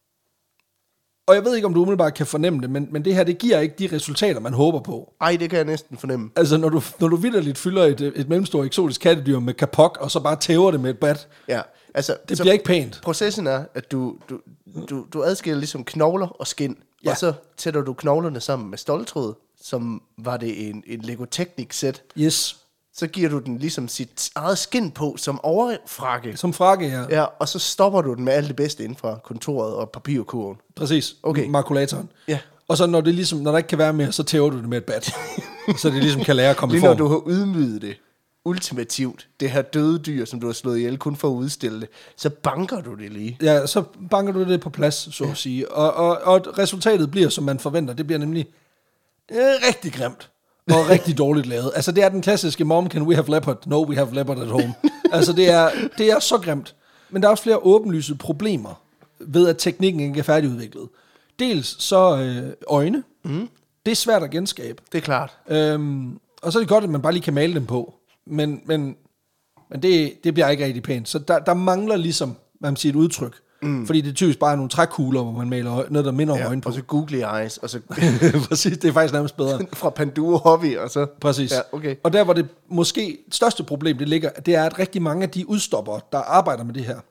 og jeg ved ikke, om du umiddelbart kan fornemme det, men, men det her, det giver ikke de resultater, man håber på. ej, det kan jeg næsten fornemme. Altså, når du, når du vitterligt fylder et, et mellemstort eksotisk kattedyr med kapok, og så bare tæver det med et bat, Ja, altså, det så bliver ikke pænt. processen er, at du, du, du, du adskiller ligesom knogler og skin, Ja. og så sætter du knoglerne sammen med ståltråd, som var det en, en Lego Technic-sæt. Yes. Så giver du den ligesom sit eget skin på som overfrakke. Som frakke, ja. Ja, og så stopper du den med alt det bedste inden fra kontoret og papirkurven. Præcis. Okay. Makulatoren. Ja. Og så når, det ligesom, når der ikke kan være mere, så tæver du det med et bat. Så det ligesom kan lære at komme Lige i når form. du har ydmyget det ultimativt, det her døde dyr, som du har slået ihjel kun for at udstille det, så banker du det lige. Ja, så banker du det på plads, så at sige. Og, og, og resultatet bliver, som man forventer, det bliver nemlig øh, rigtig grimt. Og rigtig dårligt lavet. Altså, det er den klassiske, mom, can we have leopard? No, we have leopard at home. Altså, det er, det er så grimt. Men der er også flere åbenlyse problemer ved, at teknikken ikke er færdigudviklet. Dels så øh, øjne. Mm. Det er svært at genskabe. Det er klart. Øhm, og så er det godt, at man bare lige kan male dem på. Men, men, men det, det bliver ikke rigtig pænt. Så der, der mangler ligesom, hvad man siger, et udtryk. Mm. Fordi det er typisk bare nogle trækugler, hvor man maler øje, noget, der minder om Ja, øjne på. og så googly eyes, og så Præcis, det er faktisk nærmest bedre. fra Panduro Hobby, og så... Præcis. Ja, okay. Og der, hvor det måske største problem, det ligger, det er, at rigtig mange af de udstopper, der arbejder med det her,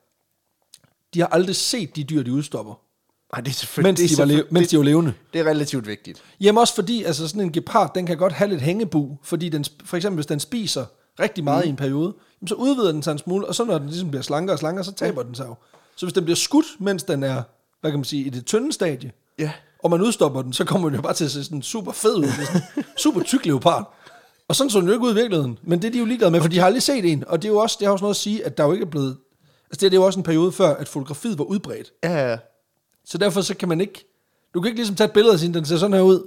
de har aldrig set de dyr, de udstopper, Ej, det er selvfølgelig... mens, det er de, var le- selvfølgelig- mens de var levende. Det er relativt vigtigt. Jamen også fordi, altså sådan en gepard, den kan godt have lidt hængebu, fordi den, for eksempel hvis den spiser rigtig meget mm. i en periode, jamen, så udvider den sig en smule, og så når den ligesom bliver slankere og slankere, så taber ja. den sig jo. Så hvis den bliver skudt, mens den er, hvad kan man sige, i det tynde stadie, Ja. og man udstopper den, så kommer den jo bare til at se sådan super fed ud, sådan en super tyk leopard. Og sådan så den jo ikke ud i virkeligheden, men det er de jo ligeglade med, for de har aldrig set en, og det er jo også, det har også noget at sige, at der jo ikke er blevet, altså det er, det er jo også en periode før, at fotografiet var udbredt. Ja, ja. Så derfor så kan man ikke, du kan ikke ligesom tage et billede og sige, den ser sådan her ud.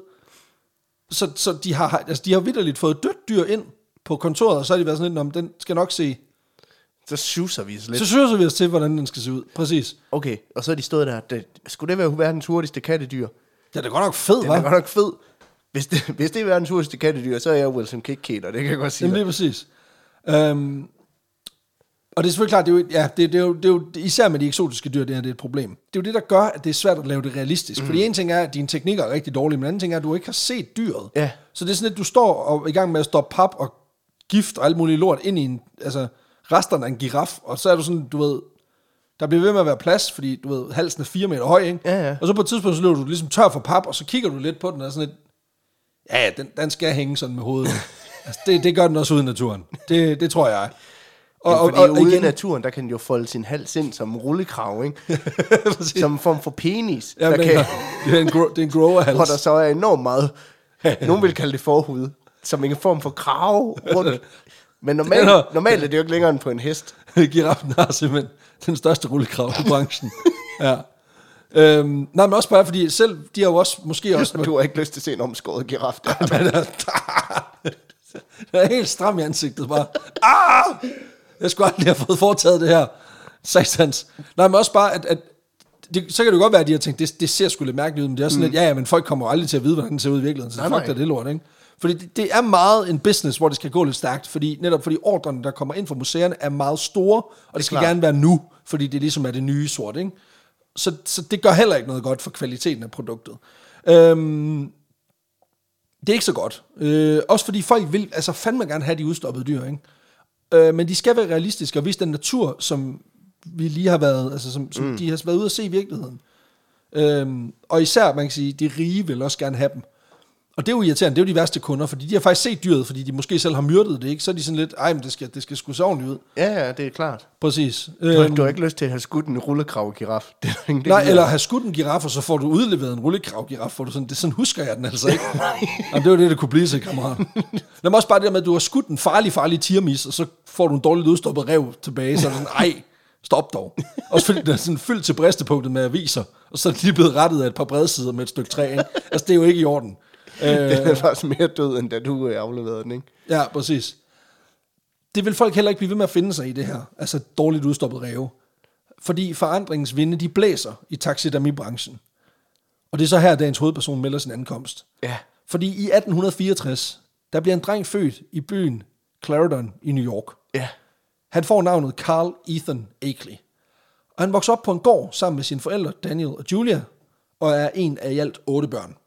Så, så de har, altså de har vitterligt fået dødt dyr ind på kontoret, og så har de været sådan lidt, om den skal nok se. Så suser vi os lidt. Så synes vi os til, hvordan den skal se ud. Præcis. Okay, og så er de stået der. Det, skulle det være verdens hurtigste kattedyr? Det er da godt nok fed, Den er hva'? godt nok fed. Hvis det, hvis det er verdens hurtigste kattedyr, så er jeg Wilson Kick-Kater, det kan jeg godt sige. Jamen det er præcis. Um, og det er selvfølgelig klart, det er jo, ja, det, det, er jo, det er jo, især med de eksotiske dyr, det her det er et problem. Det er jo det, der gør, at det er svært at lave det realistisk. Mm. Fordi en ting er, at dine teknikker er rigtig dårlige, men anden ting er, at du ikke har set dyret. Ja. Så det er sådan, at du står og er i gang med at stoppe pap og gift og alt muligt lort ind i en, altså resterne af en giraf, og så er du sådan, du ved, der bliver ved med at være plads, fordi du ved, halsen er fire meter høj, ikke? Ja, ja. Og så på et tidspunkt, så løber du ligesom tør for pap, og så kigger du lidt på den, og sådan lidt, ja, ja, den, den skal hænge sådan med hovedet. Altså, det, det gør den også ude i naturen. Det, det tror jeg. Og, og, fordi og, og ude igen, i naturen, der kan den jo folde sin hals ind som en rullekrav, ikke? Som en form for penis. Ja, der men, kan, det er en, gro- det er en growerhals. hvor der så er enormt meget, nogen vil kalde det forhud, som en form for krave rundt. Men normalt, normalt er det jo ikke længere end på en hest. Giraffen har simpelthen den største rullekrav i branchen. Ja. Øhm, nej, men også bare fordi selv, de har jo også, måske også... Du har ikke lyst til at se en omskåret giraf der. Det er helt stram i ansigtet bare. Ah! Jeg skulle aldrig have fået foretaget det her. Satans. Nej, men også bare, at, at det, så kan det godt være, at de har tænkt, det, det ser sgu lidt mærkeligt ud, men det er sådan mm. lidt, ja, ja, men folk kommer jo aldrig til at vide, hvordan det ser ud i virkeligheden, så nej, fuck det, det lort, ikke? Fordi det, det er meget en business, hvor det skal gå lidt stærkt, fordi netop fordi ordrene, der kommer ind fra museerne, er meget store, og det, det skal klar. gerne være nu, fordi det ligesom er det nye sort, ikke? Så, så det gør heller ikke noget godt for kvaliteten af produktet. Øhm, Det er ikke så godt. Øh, også fordi folk vil altså fandme gerne have de udstoppede dyr, ikke? Øh, men de skal være realistiske og vise den natur, som vi lige har været, altså som, som mm. de har været ude at se i virkeligheden. Øh, og især, man kan sige, de rige vil også gerne have dem. Og det er jo irriterende, det er jo de værste kunder, fordi de har faktisk set dyret, fordi de måske selv har myrdet det, ikke? Så er de sådan lidt, ej, men det skal, det skal sgu så ordentligt ud. Ja, ja, det er klart. Præcis. Du har, du har ikke lyst til at have skudt en rullekrav-giraf. Det er det, Nej, eller have skudt en giraf, og så får du udleveret en rullekrav-giraf, for du sådan, det sådan husker jeg den altså ikke. Jamen, det var det, det kunne blive til, kammerat. Lad mig også bare det med, at du har skudt en farlig, farlig tiermis, og så får du en dårligt udstoppet rev tilbage, så er det sådan, ej, stop dog. Også fordi det er sådan fyldt til bristepunktet med aviser, og så er det lige blevet rettet af et par bredsider med et stykke træ, ikke? Altså, det er jo ikke i orden. Det er faktisk mere død, end da du afleverede den, ikke? Ja, præcis. Det vil folk heller ikke blive ved med at finde sig i det her. Altså dårligt udstoppet ræve. Fordi forandringens vinde, de blæser i taxidermibranchen. Og det er så her, dagens hovedperson melder sin ankomst. Ja. Fordi i atten fireogtres, der bliver en dreng født i byen Clarendon i New York. Ja. Han får navnet Carl Ethan Akeley. Og han vokser op på en gård sammen med sine forældre, Daniel og Julia, og er en af i alt otte børn.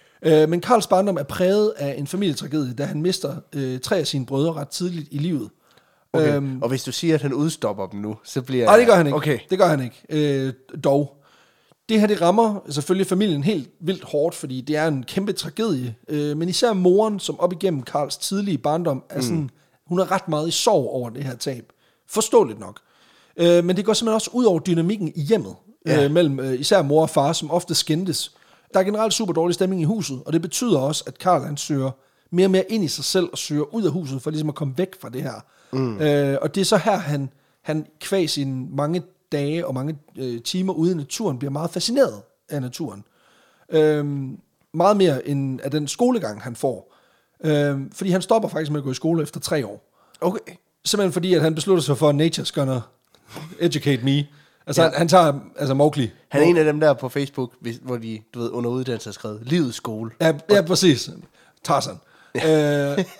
Men Karls barndom er præget af en familietragedie, da han mister øh, tre af sine brødre ret tidligt i livet. Okay. Øhm, og hvis du siger, at han udstopper dem nu, så bliver... Nej, det gør han ikke. Okay. Det gør han ikke. Øh, dog. Det her, det rammer selvfølgelig familien helt vildt hårdt, fordi det er en kæmpe tragedie. Øh, men især moren, som op igennem Karls tidlige barndom, er sådan, mm. hun er ret meget i sorg over det her tab. Forståeligt nok. Øh, men det går simpelthen også ud over dynamikken i hjemmet, ja. øh, mellem øh, især mor og far, som ofte skændtes. Der er generelt super dårlig stemning i huset, og det betyder også, at Karl han søger mere og mere ind i sig selv og søger ud af huset for ligesom at komme væk fra det her. Mm. Øh, og det er så her, han, han kvæg sine mange dage og mange øh, timer ude i naturen, bliver meget fascineret af naturen. Øh, meget mere end af den skolegang, han får. Øh, fordi han stopper faktisk med at gå i skole efter tre år. Okay. Simpelthen fordi, at han beslutter sig for, at nature's gonna educate me. Altså, ja. han, han tager, altså Mowgli. Han er en af dem der på Facebook, hvor de, du ved, under uddannelse har skrevet, livets skole. Ja, ja præcis. Tarzan. Ja. Øh,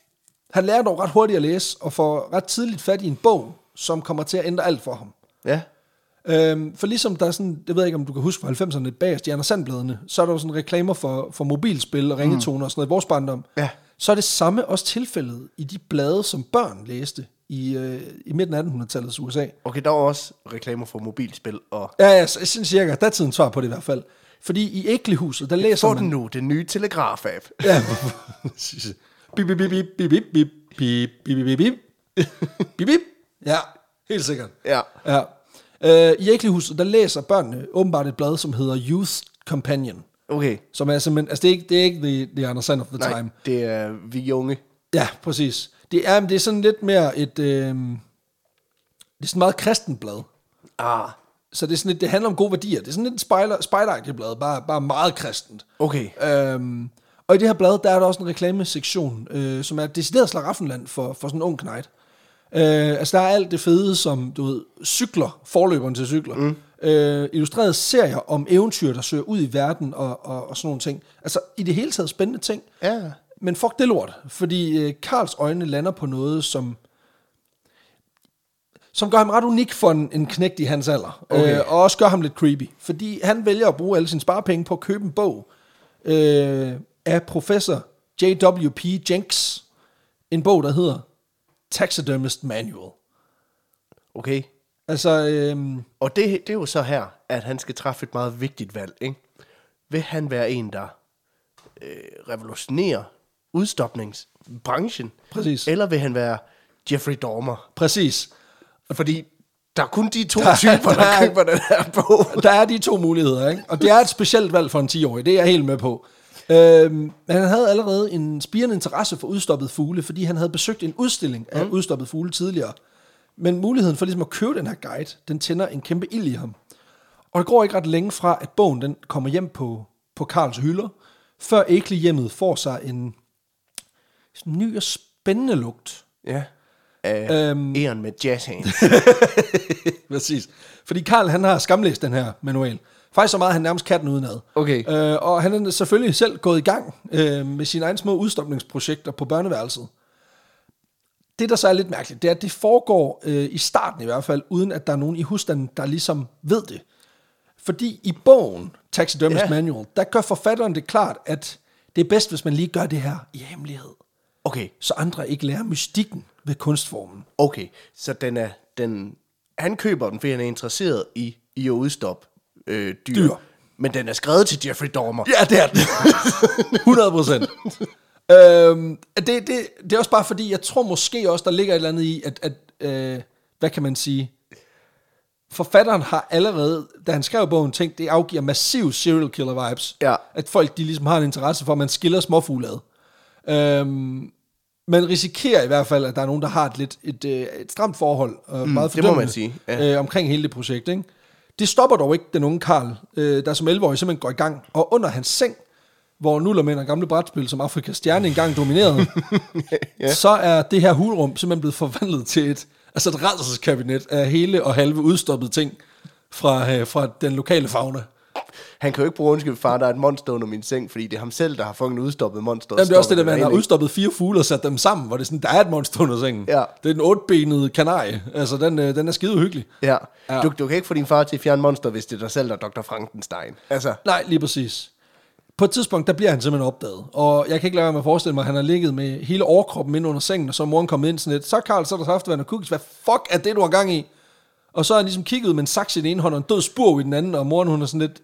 han lærer dog ret hurtigt at læse, og får ret tidligt fat i en bog, som kommer til at ændre alt for ham. Ja. Øh, for ligesom der er sådan, jeg ved ikke, om du kan huske fra halvfemserne, bagerst i Anders Sandbladene, så er der jo sådan reklamer for, for mobilspil og ringetoner mm. og sådan noget i vores barndom. Ja. Så er det samme også tilfældet i de blade, som børn læste i, øh, i midten af attenhundredetallets U S A. Okay, der var også reklamer for mobilspil og... Ja, ja, sådan cirka. Der er tiden svar på det i hvert fald. Fordi i Æglehuset, der læser man... Få den nu, den nye telegraf-app. Ja, bip, bip, bip, bip, bip, bip, bip, bip, bip, bip, bip, bip. Ja, helt sikkert. Ja. Ja. Øh, I Æglehuset, der læser børnene åbenbart et blad, som hedder Youth Companion. Okay. Som er simpelthen... Altså, det er ikke, det er ikke the, the Anderson of the Nej, time. det er vi unge. Ja, præcis. Det er, det er sådan lidt mere et... Øh, det er sådan meget kristent blad. Ah. Så det er sådan lidt, det handler om gode værdier. Det er sådan lidt et spejder, spejderagtigt blad, bare, bare meget kristent. Okay. Øhm, og i det her blad, der er der også en reklamesektion, øh, som er decideret slaraffenland for, for sådan en ung knejt. Øh, altså der er alt det fede, som du ved, cykler, forløberen til cykler. Mm. Øh, illustrerede serier om eventyr, der søger ud i verden og, og, og sådan nogle ting. Altså i det hele taget spændende ting. Ja. Men fuck det lort, fordi øh, Karls øjne lander på noget, som... som gør ham ret unik for en, en knægt i hans alder, okay. øh, og også gør ham lidt creepy, fordi han vælger at bruge alle sine sparepenge på at købe en bog øh, af professor J W P Jenks, en bog, der hedder Taxidermist Manual. Okay. Altså, øh, og det, det er jo så her, at han skal træffe et meget vigtigt valg, ikke? Vil han være en, der øh, revolutionerer udstopningsbranchen? Præcis. Eller vil han være Jeffrey Dahmer? Præcis. Fordi der er kun de to der, typer, der, der køber den her bog. Der er de to muligheder, ikke? Og det er et specielt valg for en ti-årig, det er jeg helt med på. Øhm, men han havde allerede en spirende interesse for udstoppede fugle, fordi han havde besøgt en udstilling af mm. udstoppede fugle tidligere. Men muligheden for ligesom at købe den her guide, den tænder en kæmpe ild i ham. Og det går ikke ret længe fra, at bogen den kommer hjem på, på Karls hylder, før Akeley hjemmet får sig en sådan ny og spændende lugt. Ja. Uh, øhm, Eon med jazz hands. Præcis. Fordi Karl, han har skamlæst den her manual. Faktisk så meget, han nærmest kan den udenad. Okay. Øh, og han er selvfølgelig selv gået i gang øh, med sine egne små udstopningsprojekter på børneværelset. Det, der så er lidt mærkeligt, det er, at det foregår øh, i starten i hvert fald, uden at der er nogen i husstanden, der ligesom ved det. Fordi i bogen, Taxidermist yeah. Manual, der gør forfatteren det klart, at det er bedst, hvis man lige gør det her i hemmelighed. Okay. Så andre ikke lærer mystikken ved kunstformen. Okay, så den er, den, han køber den, fordi han er interesseret i, i at udstoppe øh, dyr. dyr. Men den er skrevet til Jeffrey Dahmer. Ja, det er den. hundrede procent. øhm, det, det, det er også bare fordi, jeg tror måske også, der ligger et eller andet i, at, at øh, hvad kan man sige, forfatteren har allerede, da han skrev bogen, tænkt, det afgiver massiv serial killer vibes. Ja. At folk, de ligesom har en interesse for, at man skiller småfugle ad. Øhm, man risikerer i hvert fald, at der er nogen, der har et lidt et, et, et stramt forhold, og mm, meget det må man sige. Ja. Øh, omkring hele det projekt, ikke? Det stopper dog ikke den unge Karl, øh, der som elleve-årig simpelthen går i gang, og under hans seng, hvor nullermænd og gamle brætspil, som Afrikas Stjerne engang dominerede, ja. Så er det her hulrum simpelthen blevet forvandlet til et, altså et rædselskabinet af hele og halve udstoppede ting fra, øh, fra den lokale fauna. Han kan jo ikke bruge undskyld, far, der er et monster under min seng, fordi det er ham selv, der har fucking udstoppet monster. Jamen, det er også det der, man har udstoppet fire fugle og sat dem sammen, hvor det er sådan, der er et monster under sengen. Ja. Det er den otbenede kanarie. Altså, den, den er skide hyggelig. Ja. ja. Du, du kan ikke få din far til at fjerne monster, hvis det er dig selv, der er doktor Frankenstein. Altså. Nej, lige præcis. På et tidspunkt, der bliver han simpelthen opdaget. Og jeg kan ikke lade være med at forestille mig, at han har ligget med hele overkroppen ind under sengen, og så er moren kommet ind sådan lidt, så Karl, så er der saftevand og cookies. Hvad fuck er det, du har gang i? Og så har han ligesom kigget med en saks i den ene hånd og en død spurv i den anden, og moren hun er sådan lidt,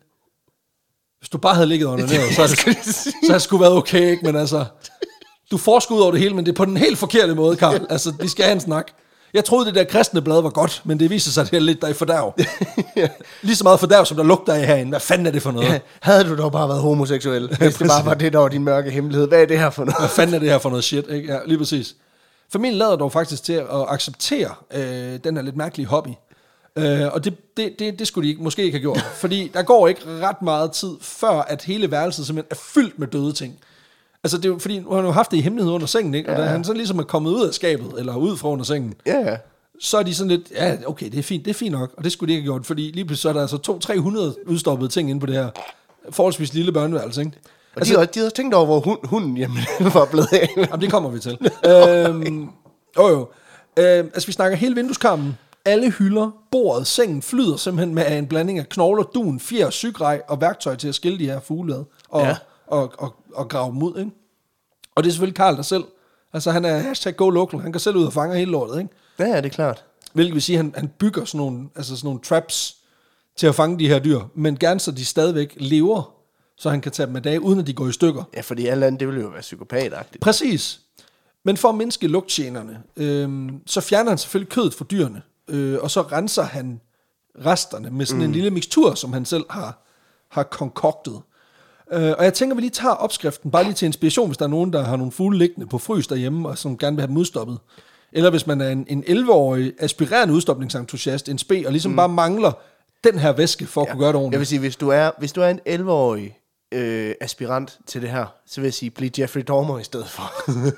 hvis du bare havde ligget under ned, så havde det, så havde det sgu været okay, ikke? Men altså, du får skud over det hele, men det er på den helt forkerte måde, Karl. Altså, vi skal have en snak. Jeg troede, det der kristne blad var godt, men det viser sig, at det er lidt der i fordærv. ja. Lige så meget fordærv, som der lugter af herinde. Hvad fanden er det for noget? Ja, havde du dog bare været homoseksuel, hvis det bare var det, der var din mørke hemmelighed. Hvad er det her for noget? Hvad fanden er det her for noget shit? Ikke? Ja, lige præcis. Familien lader dog faktisk til at acceptere øh, den her lidt mærkelige hobby. Øh, og det, det, det, det skulle de ikke, måske ikke have gjort. Fordi der går ikke ret meget tid, før at hele værelset simpelthen er fyldt med døde ting. Altså, det er jo, fordi nu har han jo haft det i hemmelighed under sengen, ikke? Og ja. Da han så ligesom er kommet ud af skabet, eller ud fra under sengen, ja, ja. Så er de sådan lidt, ja, okay, det er fint, det er fint nok, og det skulle de ikke have gjort, fordi lige pludselig så er der altså to til tre hundrede udstoppede ting inde på det her forholdsvis lille børneværelse, ikke? Og altså, de, har, de har tænkt over, hvor hun, hunden jamen, var blevet af. Jamen, det kommer vi til. øhm, jo jo. Øhm, altså, vi snakker hele vindueskarmen, alle hylder, bordet, sengen flyder simpelthen med en blanding af knogler, dun, fjer, sygrej og værktøj til at skille de her fugle ad, og, ja. og, og, og, og grave dem ud, ikke? Og det er selvfølgelig Karl der selv. Altså, han er hashtag go local. Han går selv ud og fanger hele lortet, ikke? Ja, ja, det er klart. Hvilket vil sige, at han, han bygger sådan nogle, altså sådan nogle traps til at fange de her dyr, men gerne så de stadigvæk lever, så han kan tage dem med dage, uden at de går i stykker. Ja, fordi alle andre, det ville jo være psykopatagtigt. Præcis. Men for at mindske lugtgenerne, øh, så fjerner han selvfølgelig kødet fra dyrene, øh, og så renser han resterne med sådan mm. en lille mixtur, som han selv har, har konkoktet. Uh, og jeg tænker, vi lige tager opskriften, bare lige til inspiration, hvis der er nogen, der har nogle fugle liggende på frys derhjemme, og som gerne vil have dem udstoppet. Eller hvis man er en, en elleve-årig aspirerende udstopningsentusiast, en spe, og ligesom mm. bare mangler den her væske for at ja. kunne gøre det ordentligt. Jeg vil sige, hvis du er, hvis du er en elleve-årig øh, aspirant til det her, så vil jeg sige, bliv Jeffrey Dahmer i stedet for.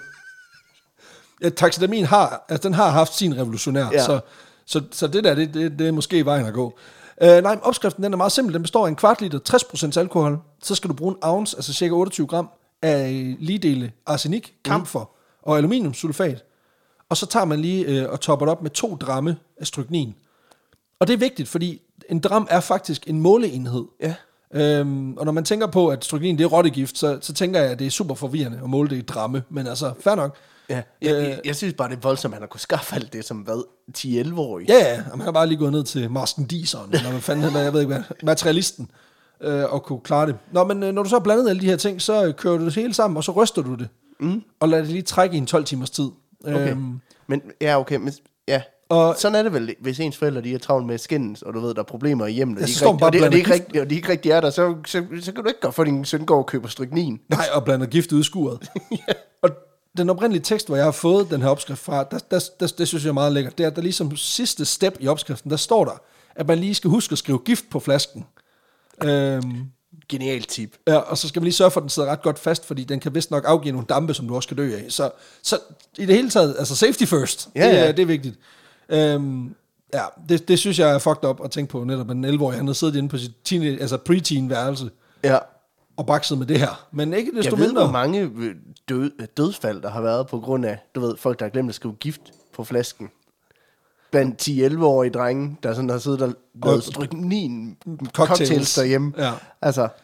ja, taxidermien har, altså den har haft sin revolutionær, ja. så, så, så det der, det, det, det er måske vejen at gå. Uh, nej, opskriften den er meget simpel. Den består af en kvart liter, tres procent alkohol. Så skal du bruge en ounce, altså cirka otteogtyve gram, af lige dele arsenik, kamfer mm. og aluminiumsulfat. Og så tager man lige uh, og topper det op med to dramme af stryknin. Og det er vigtigt, fordi en dram er faktisk en måleenhed. Ja. Um, og når man tænker på, at stryknin det er rottegift, så, så tænker jeg, at det er super forvirrende at måle det i dramme. Men altså, fair nok. Ja, jeg, jeg, jeg synes bare, det er voldsomt, at han har kunnet skaffe alt det som, hvad, ti til elleve-årig. Ja, ja, han har bare lige gået ned til Marston Dison, eller hvad fanden, jeg ved ikke hvad, materialisten, øh, og kunne klare det. Nå, men øh, når du så har blandet alle de her ting, så kører du det hele sammen, og så ryster du det, mm. og lader det lige trække i en tolv timers tid. Okay, øhm, men ja, okay, men ja. Og sådan er det vel, hvis ens forældre de er travlt med skændes, og du ved, der er problemer i hjemmet, og, de ikke, og, det, og, det ikke rigtig, og de ikke rigtig er der, så, så, så kan du ikke gå for din søn går og køber stryknin. Nej, og blander gift ud i skuret. ja. Og den oprindelige tekst, hvor jeg har fået den her opskrift fra, der, der, der, det synes jeg er meget lækkert. Det er, der ligesom sidste step i opskriften, der står der, at man lige skal huske at skrive gift på flasken. Øhm, Genialt tip. Ja, og så skal man lige sørge for, at den sidder ret godt fast, fordi den kan vist nok afgive nogle dampe, som du også skal dø af. Så, så i det hele taget, altså safety first, ja, det, ja. det er vigtigt. Øhm, ja, det, det synes jeg er fucked up at tænke på netop, at en elleve-årig, han havde siddet inde på sit teen, altså pre-teen værelse. Ja. Og bakset med det her. Men ikke desto mindre. Jeg ved, mindre. hvor mange død, dødsfald, der har været på grund af, du ved, folk, der har glemt at skrive gift på flasken. Blandt ti til elleve-årige drenge, der sådan har siddet og lavet stryknin cocktails. cocktails derhjemme. Ja. Altså.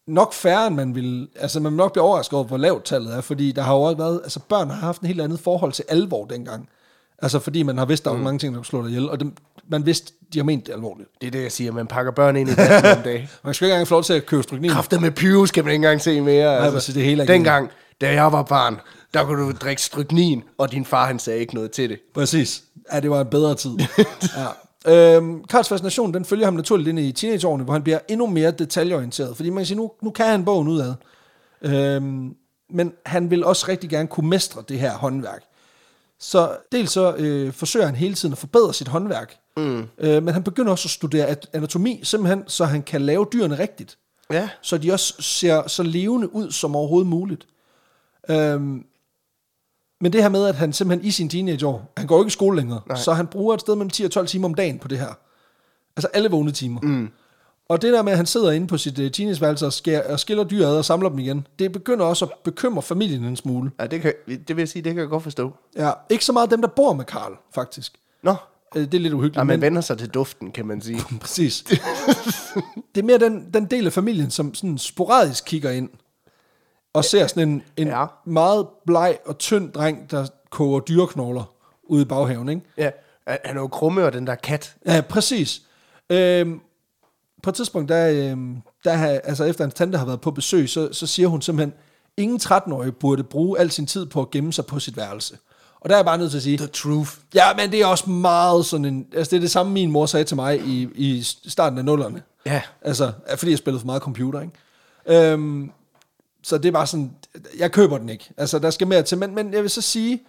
nok færre, end man vil, altså man vil nok blive overrasket over, hvor lavt tallet er, fordi der har jo også været, altså børn har haft en helt andet forhold til alvor dengang. Altså fordi man har vidst, der var mm. mange ting, der kunne slå dig ihjel, og dem, man vidste, de har ment det alvorligt. Det er det, jeg siger, man pakker børn ind i dagen om dag. Man skal ikke engang få lov til at købe stryknin. Kræfter med pyro skal man ikke engang se mere. Nej, altså. det hele dengang, da jeg var barn, der kunne du drikke stryknin, og din far, han sagde ikke noget til det. Præcis. Ja, det var en bedre tid. Ja. Øhm, Karls fascination, den følger ham naturligt ind i teenageårene, hvor han bliver endnu mere detaljeorienteret, fordi man kan sige, nu, nu kan han bogen udad. Øhm, men han vil også rigtig gerne kunne mestre det her håndværk. Så dels så øh, forsøger han hele tiden at forbedre sit håndværk, mm. øh, men han begynder også at studere anatomi, simpelthen så han kan lave dyrene rigtigt. Ja. Så de også ser så levende ud som overhovedet muligt. Øhm, Men det her med, at han simpelthen i sin teenageår, han går jo ikke i skole længere, Nej. så han bruger et sted mellem ti og tolv timer om dagen på det her. Altså alle vågne timer. Mm. Og det der med, at han sidder inde på sit uh, teenageværelse og, skær, og skiller dyr ad og samler dem igen, det begynder også at bekymre familien en smule. Ja, det, kan, det vil jeg sige, det kan jeg godt forstå. Ja, ikke så meget dem, der bor med Karl, faktisk. Nå. Det er lidt uhyggeligt. Ja, man vender sig til duften, kan man sige. Præcis. Det er mere den, den del af familien, som sådan sporadisk kigger ind og ser sådan en, en ja. meget bleg og tynd dreng, der koger dyreknogler ude i baghaven, ikke? Ja, han er jo krumme og den der kat. Ja, præcis. Øhm, på et tidspunkt, der, øhm, der har, altså efter hans tante har været på besøg, så, så siger hun simpelthen, ingen tretten-årig burde bruge al sin tid på at gemme sig på sit værelse. Og der er jeg bare nødt til at sige... The truth. Ja, men det er også meget sådan en... Altså, det er det samme, min mor sagde til mig i, i starten af nullerne. Ja. Altså, fordi jeg spillede for meget computer, ikke? Øhm, så det er bare sådan... Jeg køber den ikke. Altså, der skal mere til. Men, men jeg vil så sige...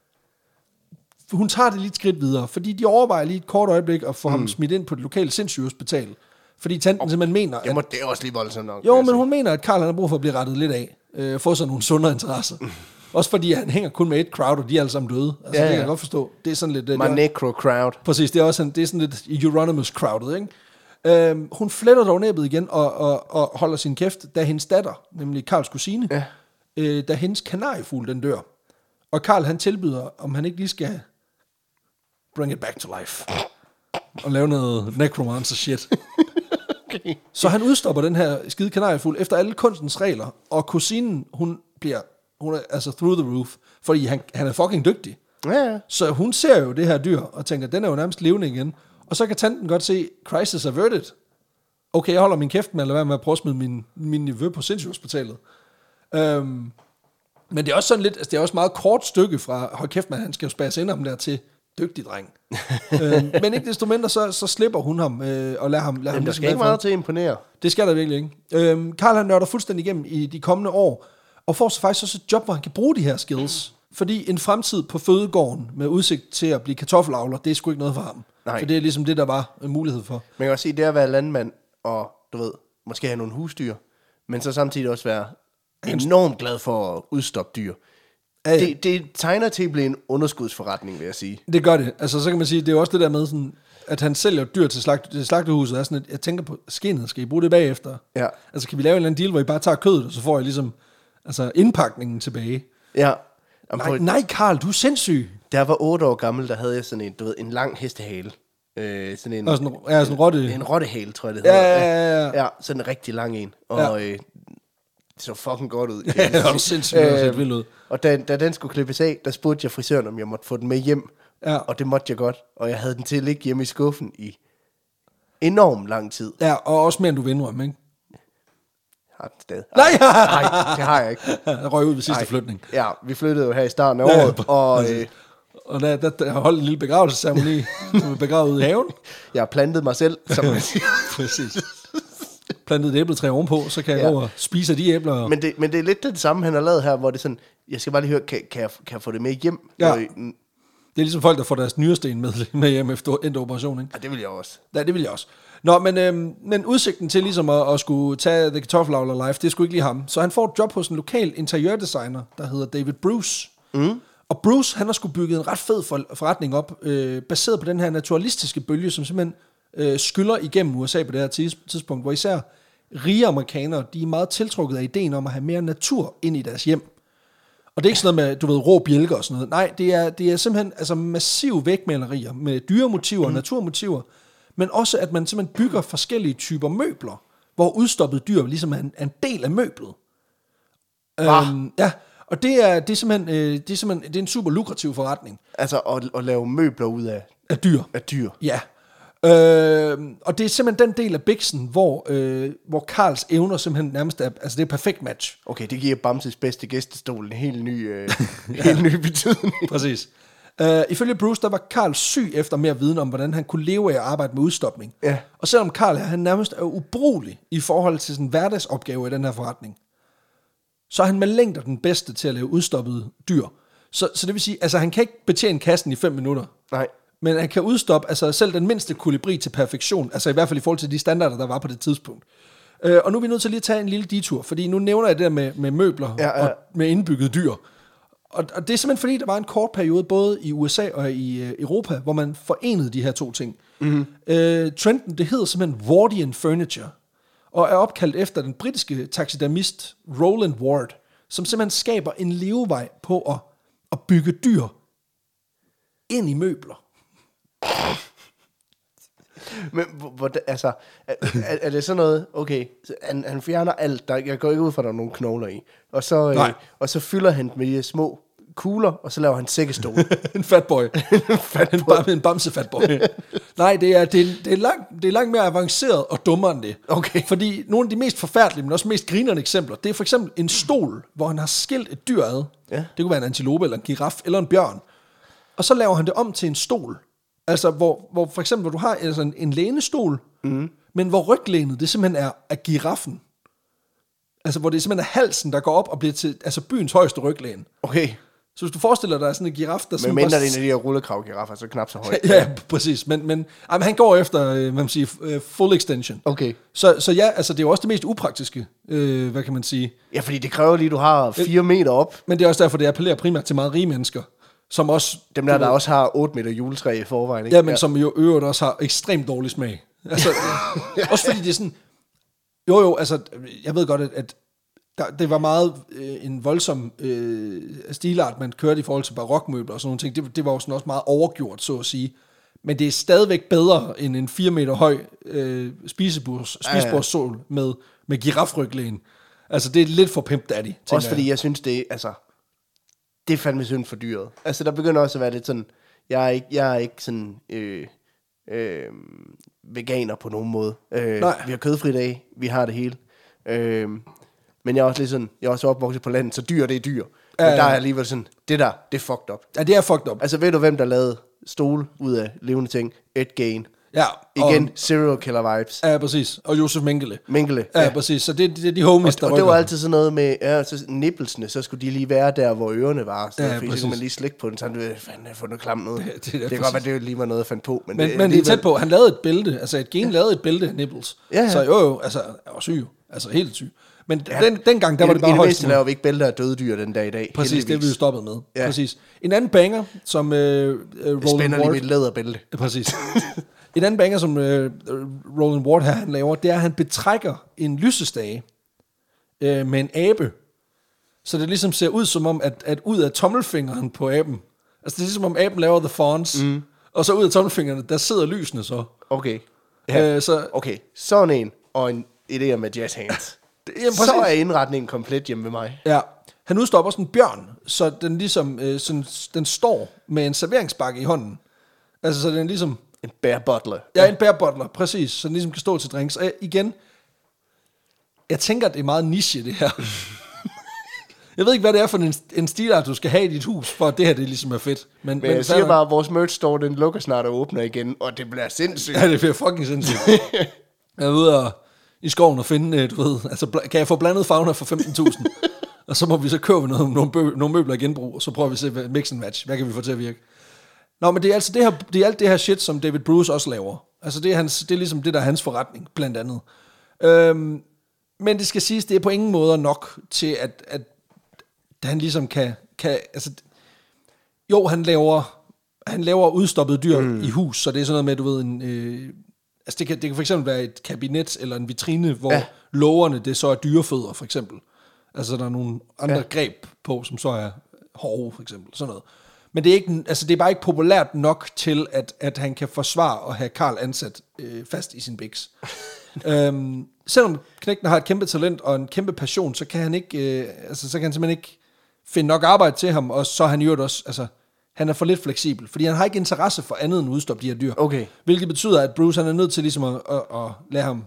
Hun tager det lige et skridt videre, fordi de overvejer lige et kort øjeblik at få mm. ham smidt ind på det lokale sindssygehospital. Fordi tanten oh, simpelthen mener... Jeg må, det er også lige voldsomt nok. Jo, men hun mener, at Karl har brug for at blive rettet lidt af. Øh, få sådan nogle sundere interesser. Mm. Også fordi han hænger kun med et crowd, og de er alle sammen døde. Altså, ja, ja. Det kan jeg godt forstå. Det er sådan lidt... My necro crowd. Præcis, det er også en, det er sådan lidt Euronymous crowded, ikke? Øhm, hun fletter dog næbet igen og, og, og holder sin kæft, da hendes datter, nemlig Karls kusine, ja. øh, da hendes kanariefugl, den dør. Og Karl, han tilbyder, om han ikke lige skal bring it back to life. Og lave noget necromancer shit. Okay. Så han udstopper den her skide kanariefugl efter alle kunstens regler, og kusinen, hun bliver... Hun er altså through the roof, fordi han, han er fucking dygtig. Ja, ja. Så hun ser jo det her dyr, og tænker, den er jo nærmest levende igen. Og så kan tanten godt se, crisis averted. Okay, jeg holder min kæft med at lade være med at prøve at smide min, min niveau på sindssygehospitalet. Øhm, men det er også sådan lidt, altså det er også meget kort stykke fra, hold kæft man, han skal jo spæres ind om der til dygtig dreng. øhm, men ikke desto mindre, så, så slipper hun ham, øh, og lader ham... Lader Jamen, ham der skal ikke meget til at imponere. Det skal der virkelig ikke. Øhm, Karl han nørder fuldstændig igennem i de kommende år, og får så faktisk også et job, hvor han kan bruge de her skills. Fordi en fremtid på fødegården med udsigt til at blive kartoffelavler, det er sgu ikke noget for ham. Nej. For det er ligesom det, der var en mulighed for. Man kan også sige, det er at være landmand, og du ved, måske have nogle husdyr, men så samtidig også være enormt glad for at udstoppe dyr. Ja, ja. Det, det tegner til at blive en underskudsforretning, vil jeg sige. Det gør det. Altså, så kan man sige, det er jo også det der med, sådan, at han sælger dyr til, slagt, til slagtehuset. Er sådan, at jeg tænker på skinnet, skal I bruge det bagefter? Ja. Altså, kan vi lave en eller anden deal, hvor I bare tager kødet, og så får I ligesom altså, indpakningen tilbage? Ja. Nej, nej, Karl, du er sindssyg. Da jeg var otte år gammel, der havde jeg sådan en, du ved, en lang hestehale. Øh, sådan en, og sådan, ja, sådan en rotte. En rottehale, tror jeg, det hedder. Ja, ja, ja. Ja, sådan en rigtig lang en. Og ja. øh, det så fucking godt ud. Ja, det var sindssygt øh, vildt ud. Og da, da den skulle klippes af, der spurgte jeg frisøren, om jeg måtte få den med hjem. Ja. Og det måtte jeg godt. Og jeg havde den til at ligge hjemme i skuffen i enormt lang tid. Ja, og også mere, end du vil indrømme, ikke? Jeg har den stadig. Nej, Nej, det har jeg ikke. Jeg røg ud ved sidste Ej. flytning. Ja, vi flyttede jo her i starten af året. Ja, og øh, og der, der, der holdt en lille begravelsesceremoni, som vi begravet ude i haven. Jeg har plantet mig selv, som man siger. Præcis. Plantet et æbletræ ovenpå, så kan jeg ja. gå og spise af de æbler. Men det, men det er lidt det samme, han har lavet her, hvor det er sådan, jeg skal bare lige høre, kan, kan, jeg, kan jeg få det med hjem? Ja. Jeg, det er ligesom folk, der får deres nyresten med, med hjem efter endt operation, ikke? Ja, det vil jeg også. Ja, det vil jeg også. Nå, men, øhm, men udsigten til ligesom at, at skulle tage The Kartoffelavler Life, det skulle ikke lige ham. Så han får et job hos en lokal interiørdesigner, der hedder David Bruce. Mm. Og Bruce, han har sgu bygget en ret fed forretning op, øh, baseret på den her naturalistiske bølge, som simpelthen øh, skyller igennem U S A på det her tidspunkt, hvor især rige amerikanere, de er meget tiltrukket af ideen om at have mere natur ind i deres hjem. Og det er ikke sådan noget med, du ved, rå bjælker og sådan noget. Nej, det er, det er simpelthen altså, massive vægmalerier med dyremotiver og mm. naturmotiver, men også at man simpelthen bygger forskellige typer møbler hvor udstoppet dyr ligesom er en, er en del af møblet. Øhm, ja, og det er, det er simpelthen, øh, det er simpelthen det er en super lukrativ forretning. Altså at, at lave møbler ud af, af dyr. Af dyr. Ja. Øh, og det er simpelthen den del af biksen, hvor, øh, hvor Karls evner simpelthen nærmest er, altså det er perfekt match. Okay, det giver Bamses bedste gæstestol en helt ny, øh, ja. helt ny betydning. Præcis. Uh, ifølge Bruce, der var Karl syg efter mere viden om, hvordan han kunne leve af at arbejde med udstopning. Ja. Og selvom Karl her, han nærmest er ubrugelig i forhold til sin hverdagsopgave i den her forretning, så er han med længder den bedste til at lave udstoppede dyr. Så, så det vil sige, altså han kan ikke betjene kassen i fem minutter. Nej. Men han kan udstoppe altså selv den mindste kolibri til perfektion, altså i hvert fald i forhold til de standarder, der var på det tidspunkt. Uh, og nu er vi nødt til lige at tage en lille detur, fordi nu nævner jeg det der med, med møbler ja, ja. og med indbygget dyr. Og, og det er simpelthen fordi, der var en kort periode, både i U S A og i øh, Europa, hvor man forenede de her to ting. Mm-hmm. Øh, trenden, det hedder simpelthen Wardian Furniture, og er opkaldt efter den britiske taxidermist Roland Ward, som simpelthen skaber en levevej på at, at bygge dyr ind i møbler. Men hvor, altså, er, er, er det sådan noget, okay, han, han fjerner alt, der, jeg går ikke ud fra, at der er nogle knogler i, og så, øh, og så fylder han med de små kugler, og så laver han sækkestol. En fatboy. fat en, bam, en bamse fatboy. Nej, det er, det, er, det, er langt, det er langt mere avanceret og dummere end det. Okay. Fordi nogle af de mest forfærdelige, men også mest grinerende eksempler, det er for eksempel en stol, hvor han har skilt et dyr ad. Ja. Det kunne være en antilope, eller en giraf, eller en bjørn. Og så laver han det om til en stol. Altså, hvor, hvor for eksempel, hvor du har altså en, en lænestol, mm. men hvor ryglænet, det simpelthen er af giraffen. Altså, hvor det simpelthen er halsen, der går op og bliver til altså byens højeste ryglæn. Okay. Så hvis du forestiller dig sådan en giraf, der... Men mindre det er en af de her rullekravgiraffer, så knap så højt. Ja, præcis. Men, men jamen, han går efter, hvad man siger, full extension. Okay. Så, så ja, altså det er jo også det mest upraktiske, øh, hvad kan man sige. Ja, fordi det kræver lige, at du har fire meter op. Men det er også derfor, det appellerer primært til meget rige mennesker. Som også... Dem der, der ved, også har otte meter juletræ i forvejen, ikke? Ja, men ja. Som jo øvrigt også har ekstremt dårlig smag. Altså, også fordi det er sådan... Jo, jo, altså, jeg ved godt, at, at der, det var meget øh, en voldsom øh, stilart, man kørte i forhold til barokmøbler og sådan nogle ting. Det, det var jo sådan også meget overgjort, så at sige. Men det er stadigvæk bedre end en fire meter høj øh, spisebords, spisebordsstol med, med girafryglæn. Altså, det er lidt for pimp daddy. Også fordi jeg, jeg synes, det er... Altså, det er fandme synd for dyret. Altså, der begynder også at være lidt sådan... Jeg er ikke, jeg er ikke sådan... Øh, øh, veganer på nogen måde. Øh, vi har kødfri dag. Vi har det hele. Øh, men jeg er også lidt sådan... Jeg er også opvokset på landet, så dyr, det er dyr. Men ja, ja. Der er alligevel sådan... Det der, det er fucked up. Ja, det er fucked up. Altså, ved du, hvem der lavede stole ud af levende ting? Ed Gein. Ja. Igen, serial killer vibes. Ja, præcis. Og Josef Mengele. Mengele. Ja, ja, præcis. Så det, det er de homies, og, der og rykker. det var altid sådan noget med, ja, så nippelsene, så skulle de lige være der, hvor ørerne var. Så, ja, så kunne man lige slikke på den, så du ved, fanden, jeg har fundet klamt noget. Det, det, det, det kan godt være, det lige var noget, jeg fandt på. Men, men, det, men det er tæt på. Han lavede et bælte. Altså, et gen ja. lavede et bælte af nipples. Ja, ja. Så jo, jo, altså, jeg var syg jo. Altså, helt syg. Men ja. den, dengang, der var det bare højst. I det laver vi ikke bælter af døde dyr den dag i dag. Præcis, det er vi jo stoppet med. Ja. Præcis. En anden banger, som uh, Roland Ward... spænder lige mit læderbælte. Præcis. En anden banger, som uh, Roland Ward her, han laver, det er, at han betrækker en lysestage uh, med en abe. Så det ligesom ser ud som om, at, at ud af tommelfingeren på aben, altså det er ligesom om aben laver the fawns, mm. og så ud af tommelfingrene, der sidder lysene så. Okay. Ja. Uh, så, okay, sådan en, og en idé med jazz hands. Jamen, så er indretningen komplet hjemme ved mig. Ja. Han udstopper også en bjørn, så den ligesom øh, sådan, den står med en serveringsbakke i hånden. Altså så den ligesom en bear butler. Ja, en bear butler, præcis, så den ligesom kan stå til drinks. Og igen, jeg tænker, at det er meget niche det her. Jeg ved ikke, hvad det er for en, en stilart, du skal have i dit hus, for at det her det ligesom er fedt. Men, men jeg siger bare, at vores merch store, den lukker snart og åbner igen, og det bliver sindssygt. Ja, det bliver fucking sindssygt. Jeg er ude og i skoven og finde, du ved, altså kan jeg få blandet fauna for femten tusind? Og så må vi så købe noget, nogle, bø, nogle møbler i genbrug, og så prøver vi at se mix and match. Hvad kan vi få til at virke? Nå, men det er altså det her, det er alt det her shit, som David Bruce også laver. Altså det er, hans, det er ligesom det, der er hans forretning, blandt andet. Øhm, men det skal siges, det er på ingen måde nok til, at, at han ligesom kan, kan altså, jo, han laver, han laver udstoppede dyr mm. i hus, så det er sådan noget med, du ved, en... Øh, altså det kan, det kan for eksempel være et kabinet eller en vitrine, hvor ja. lågerne, det så er dyrefødder, for eksempel. Altså der er nogle andre ja. greb på, som så er hårde, for eksempel. Sådan noget. Men det er, ikke, altså det er bare ikke populært nok til, at, at han kan forsvare at have Karl ansat øh, fast i sin biks. øhm, selvom knægten har et kæmpe talent og en kæmpe passion, så kan han ikke, øh, altså så kan han simpelthen ikke finde nok arbejde til ham, og så er han jo også, altså, han er for lidt fleksibel, fordi han har ikke interesse for andet end at udstoppe de her dyr. Okay. Hvilket betyder, at Bruce han er nødt til ligesom at, at, at lade ham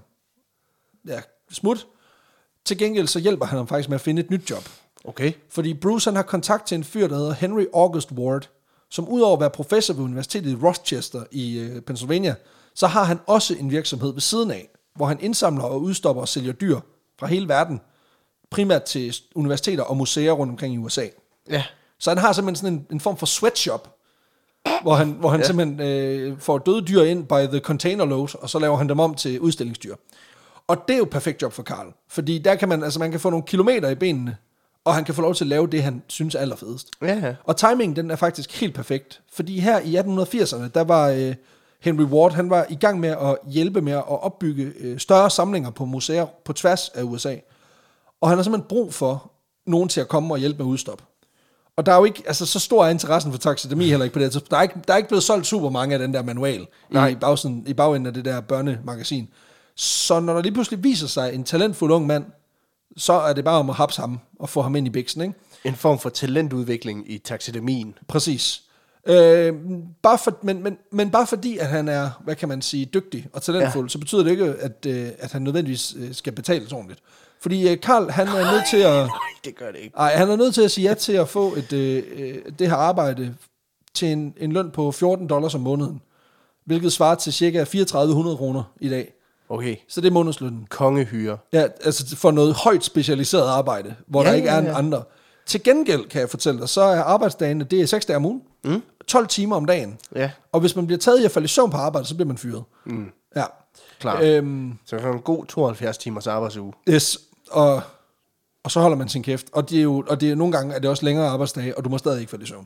ja, smut. Til gengæld så hjælper han ham faktisk med at finde et nyt job. Okay. Fordi Bruce han har kontakt til en fyr, der hedder Henry August Ward, som udover at være professor ved Universitetet i Rochester i øh, Pennsylvania, så har han også en virksomhed ved siden af, hvor han indsamler og udstopper og sælger dyr fra hele verden, primært til universiteter og museer rundt omkring i U S A. Ja. Så han har simpelthen sådan en, en form for sweatshop, hvor han, hvor han ja. simpelthen øh, får døde dyr ind by the container load, og så laver han dem om til udstillingsdyr. Og det er jo et perfekt job for Carl, fordi der kan man, altså man kan få nogle kilometer i benene, og han kan få lov til at lave det, han synes er allerfedest. Ja, ja. Og timingen, den er faktisk helt perfekt, fordi her i atten firserne, der var øh, Henry Ward, han var i gang med at hjælpe med at opbygge øh, større samlinger på museer på tværs af U S A. Og han har simpelthen brug for nogen til at komme og hjælpe med at udstoppe. Og der er jo ikke, altså så stor er interessen for taxidermi heller ikke på det. Der er ikke, der er ikke blevet solgt super mange af den der manual i, bagsiden, i bagenden af det der børnemagasin. Så når der lige pludselig viser sig en talentfuld ung mand, så er det bare om at hapse ham og få ham ind i biksen, ikke? En form for talentudvikling i taxidermien. Præcis. Øh, bare for, men, men, men bare fordi, at han er, hvad kan man sige, dygtig og talentfuld, ja. Så betyder det ikke, at, at han nødvendigvis skal betales ordentligt. Fordi Carl, han er nødt til at... Nej, det gør det ikke. Ej, han er nødt til at sige ja til at få et, øh, det her arbejde til en, en løn på fjorten dollars om måneden, hvilket svarer til cirka fireogtredive hundrede kroner i dag. Okay. Så det er månedslønnen. Kongehyre. Ja, altså for noget højt specialiseret arbejde, hvor ja, der ikke er en ja, ja. andre. Til gengæld, kan jeg fortælle dig, så er arbejdsdagene, det er seks dage om ugen, mm. tolv timer om dagen. Ja. Og hvis man bliver taget i at falde i søvn på arbejde, så bliver man fyret. Mm. Ja. Klar. Øhm, så man får en god tooghalvfjerds timers arbejdsuge. Yes, og, og så holder man sin kæft. Og, det er jo, og det er, nogle gange er det også længere arbejdsdage, og du må stadig ikke falde i søvn.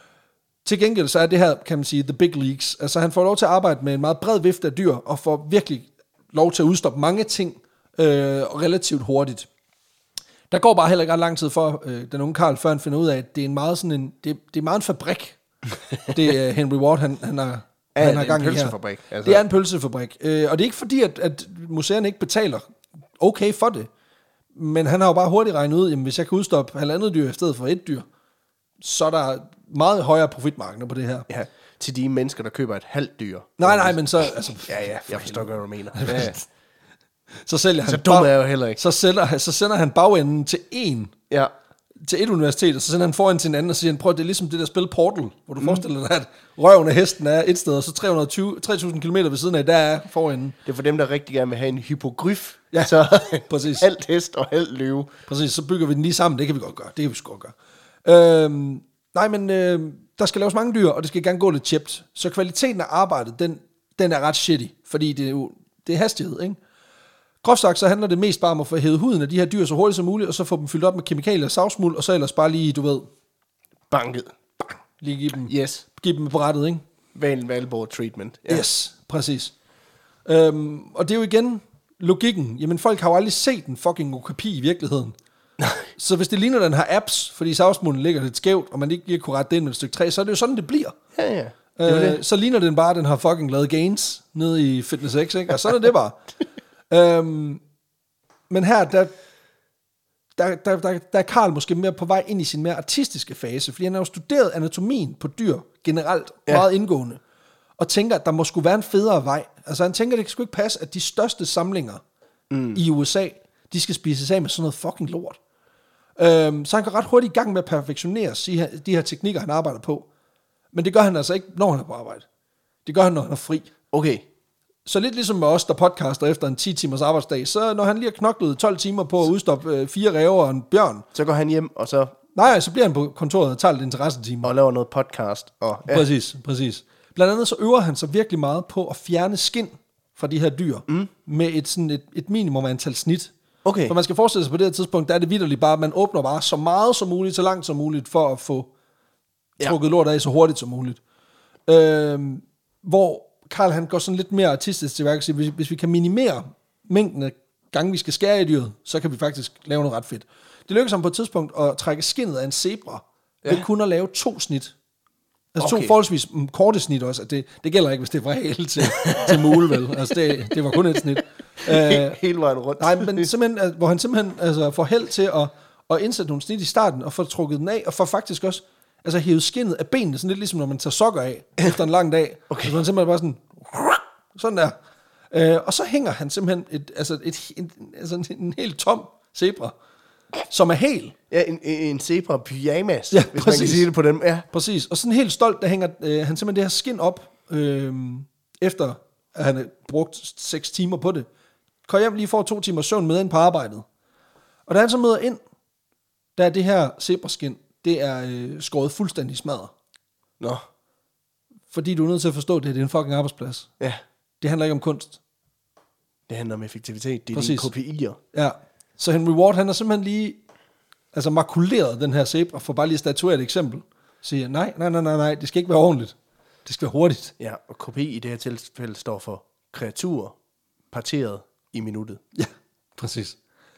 Til gengæld, så er det her, kan man sige, the big leagues. Altså han får lov til at arbejde med en meget bred vifte af dyr, og får virkelig lov til at udstoppe mange ting øh, relativt hurtigt. Der går bare heller ikke ret lang tid for øh, den unge Carl, før han finder ud af, at det er en meget sådan en, det, det er meget en fabrik. Det er Henry Ward, han, han har, ja, han har gang i her. Altså. Det er en pølsefabrik. Øh, og det er ikke fordi, at, at museerne ikke betaler okay for det. Men han har jo bare hurtigt regnet ud, jamen hvis jeg kan udstoppe halvandet dyr i stedet for et dyr, så er der meget højere profitmarkeder på det her. Ja, til de mennesker, der køber et halvt dyr. Nej, nej, men så... Altså, ja, ja, jeg forstår godt, hvad du mener. Ja, ja. Så sælger han så dum er jeg jo heller ikke. Så, sælger, så sender han bagenden til en, ja. til et universitet, og så sender han foran til en anden, og så siger han, prøv, det er ligesom det der spil Portal, hvor du mm. forestiller dig, at røven af hesten er et sted, og så tre hundrede og tyve, tre tusind kilometer ved siden af, der er forenden. Det er for dem, der rigtig gerne vil have en hypogryf. Ja, så præcis. Halvt hest og halvt løve. Præcis, så bygger vi den lige sammen, det kan vi godt gøre, det kan vi sgu godt gøre. Øhm, nej, men øh, der skal laves mange dyr, og det skal gerne gå lidt chipt, så kvaliteten af arbejdet, den, den er ret shitty, fordi det er jo, det er hastighed, ikke? Groft sagt, så handler det mest bare om at få hævet huden af de her dyr så hurtigt som muligt, og så få dem fyldt op med kemikalier og savsmuld, og så ellers bare lige, du ved... Banket. Bang. Lige give dem, yes. give dem på rettet, ikke? Val, valbord treatment. Ja. Yes, præcis. Øhm, og det er jo igen logikken. Jamen, folk har jo aldrig set en fucking okapi i virkeligheden. Så hvis det ligner, den har apps, fordi savsmulden ligger lidt skævt, og man ikke lige kunne rette det ind med et stykke træ, så er det jo sådan, det bliver. Ja, ja. Det øh, det. Så ligner den bare, at den har fucking lavet gains nede i Fitness X, ikke? Og sådan er det bare. Øhm, men her, der, der, der, der, der er Carl måske mere på vej ind i sin mere artistiske fase, fordi han har jo studeret anatomien på dyr generelt, ja. Meget indgående, og tænker, at der må skulle være en federe vej. Altså han tænker, at det skulle ikke passe, at de største samlinger mm. i U S A, de skal spises af med sådan noget fucking lort. Øhm, så han går ret hurtigt i gang med at perfektionere de her, de her teknikker, han arbejder på. Men det gør han altså ikke, når han er på arbejde. Det gør han, når han er fri. Okay. Så lidt ligesom med os, der podcaster efter en ti timers arbejdsdag, så når han lige har knoklet tolv timer på at udstoppe øh, fire ræver og en bjørn, så går han hjem, og så... Nej, så bliver han på kontoret og tager lidt interessetimer. Og laver noget podcast. Og, ja. Præcis, præcis. Blandt andet så øver han sig virkelig meget på at fjerne skin fra de her dyr, mm. med et, sådan et, et minimum antal snit. Okay. For man skal forestille sig på det her tidspunkt, der er det vitterligt bare, at man åbner bare så meget som muligt, så langt som muligt, for at få trukket ja. lort af så hurtigt som muligt. Øhm, hvor Carl han går sådan lidt mere artistisk til værk, hvis, hvis vi kan minimere mængden af gange, vi skal skære i dyret, så kan vi faktisk lave noget ret fedt. Det lykkes ham på et tidspunkt at trække skindet af en zebra, ja. ved kun at lave to snit. Altså okay. to forholdsvis korte snit også. Det, det gælder ikke, hvis det er fra hæl til, til mule, vel. Altså det, det var kun et snit. øh, Hele vejen rundt. Nej, men simpelthen, hvor han simpelthen altså, får held til at, at indsætte nogle snit i starten, og få trukket den af, og får faktisk også altså, hævet skinnet af benene, sådan lidt ligesom når man tager sokker af, efter en lang dag. Okay. Så han simpelthen bare sådan, sådan der. Øh, og så hænger han simpelthen et, altså, et, en, altså en, en helt tom zebra, som er hel. Ja, en, en zebra pyjamas, ja, hvis præcis. man kan sige det på dem. Ja. Præcis, og sådan helt stolt, der hænger øh, han simpelthen det her skin op, øh, efter at han har brugt seks timer på det. Kom hjem lige får to timer søvn med ind på arbejdet. Og da han så møder ind, der er det her zebraskin, det er øh, skåret fuldstændig smadret. Nå. Fordi du er nødt til at forstå, at det er en fucking arbejdsplads. Ja. Det handler ikke om kunst. Det handler om effektivitet. Det er Præcis. dine K P I'er. Ja. Så Henry Ward, han har simpelthen lige altså makuleret den her zebra, for bare lige at statuere et eksempel. Siger, nej, nej, nej, nej, nej, det skal ikke være ordentligt. Det skal være hurtigt. Ja, og K P I i det her tilfælde står for kreatur parteret i minuttet. Ja, præcis.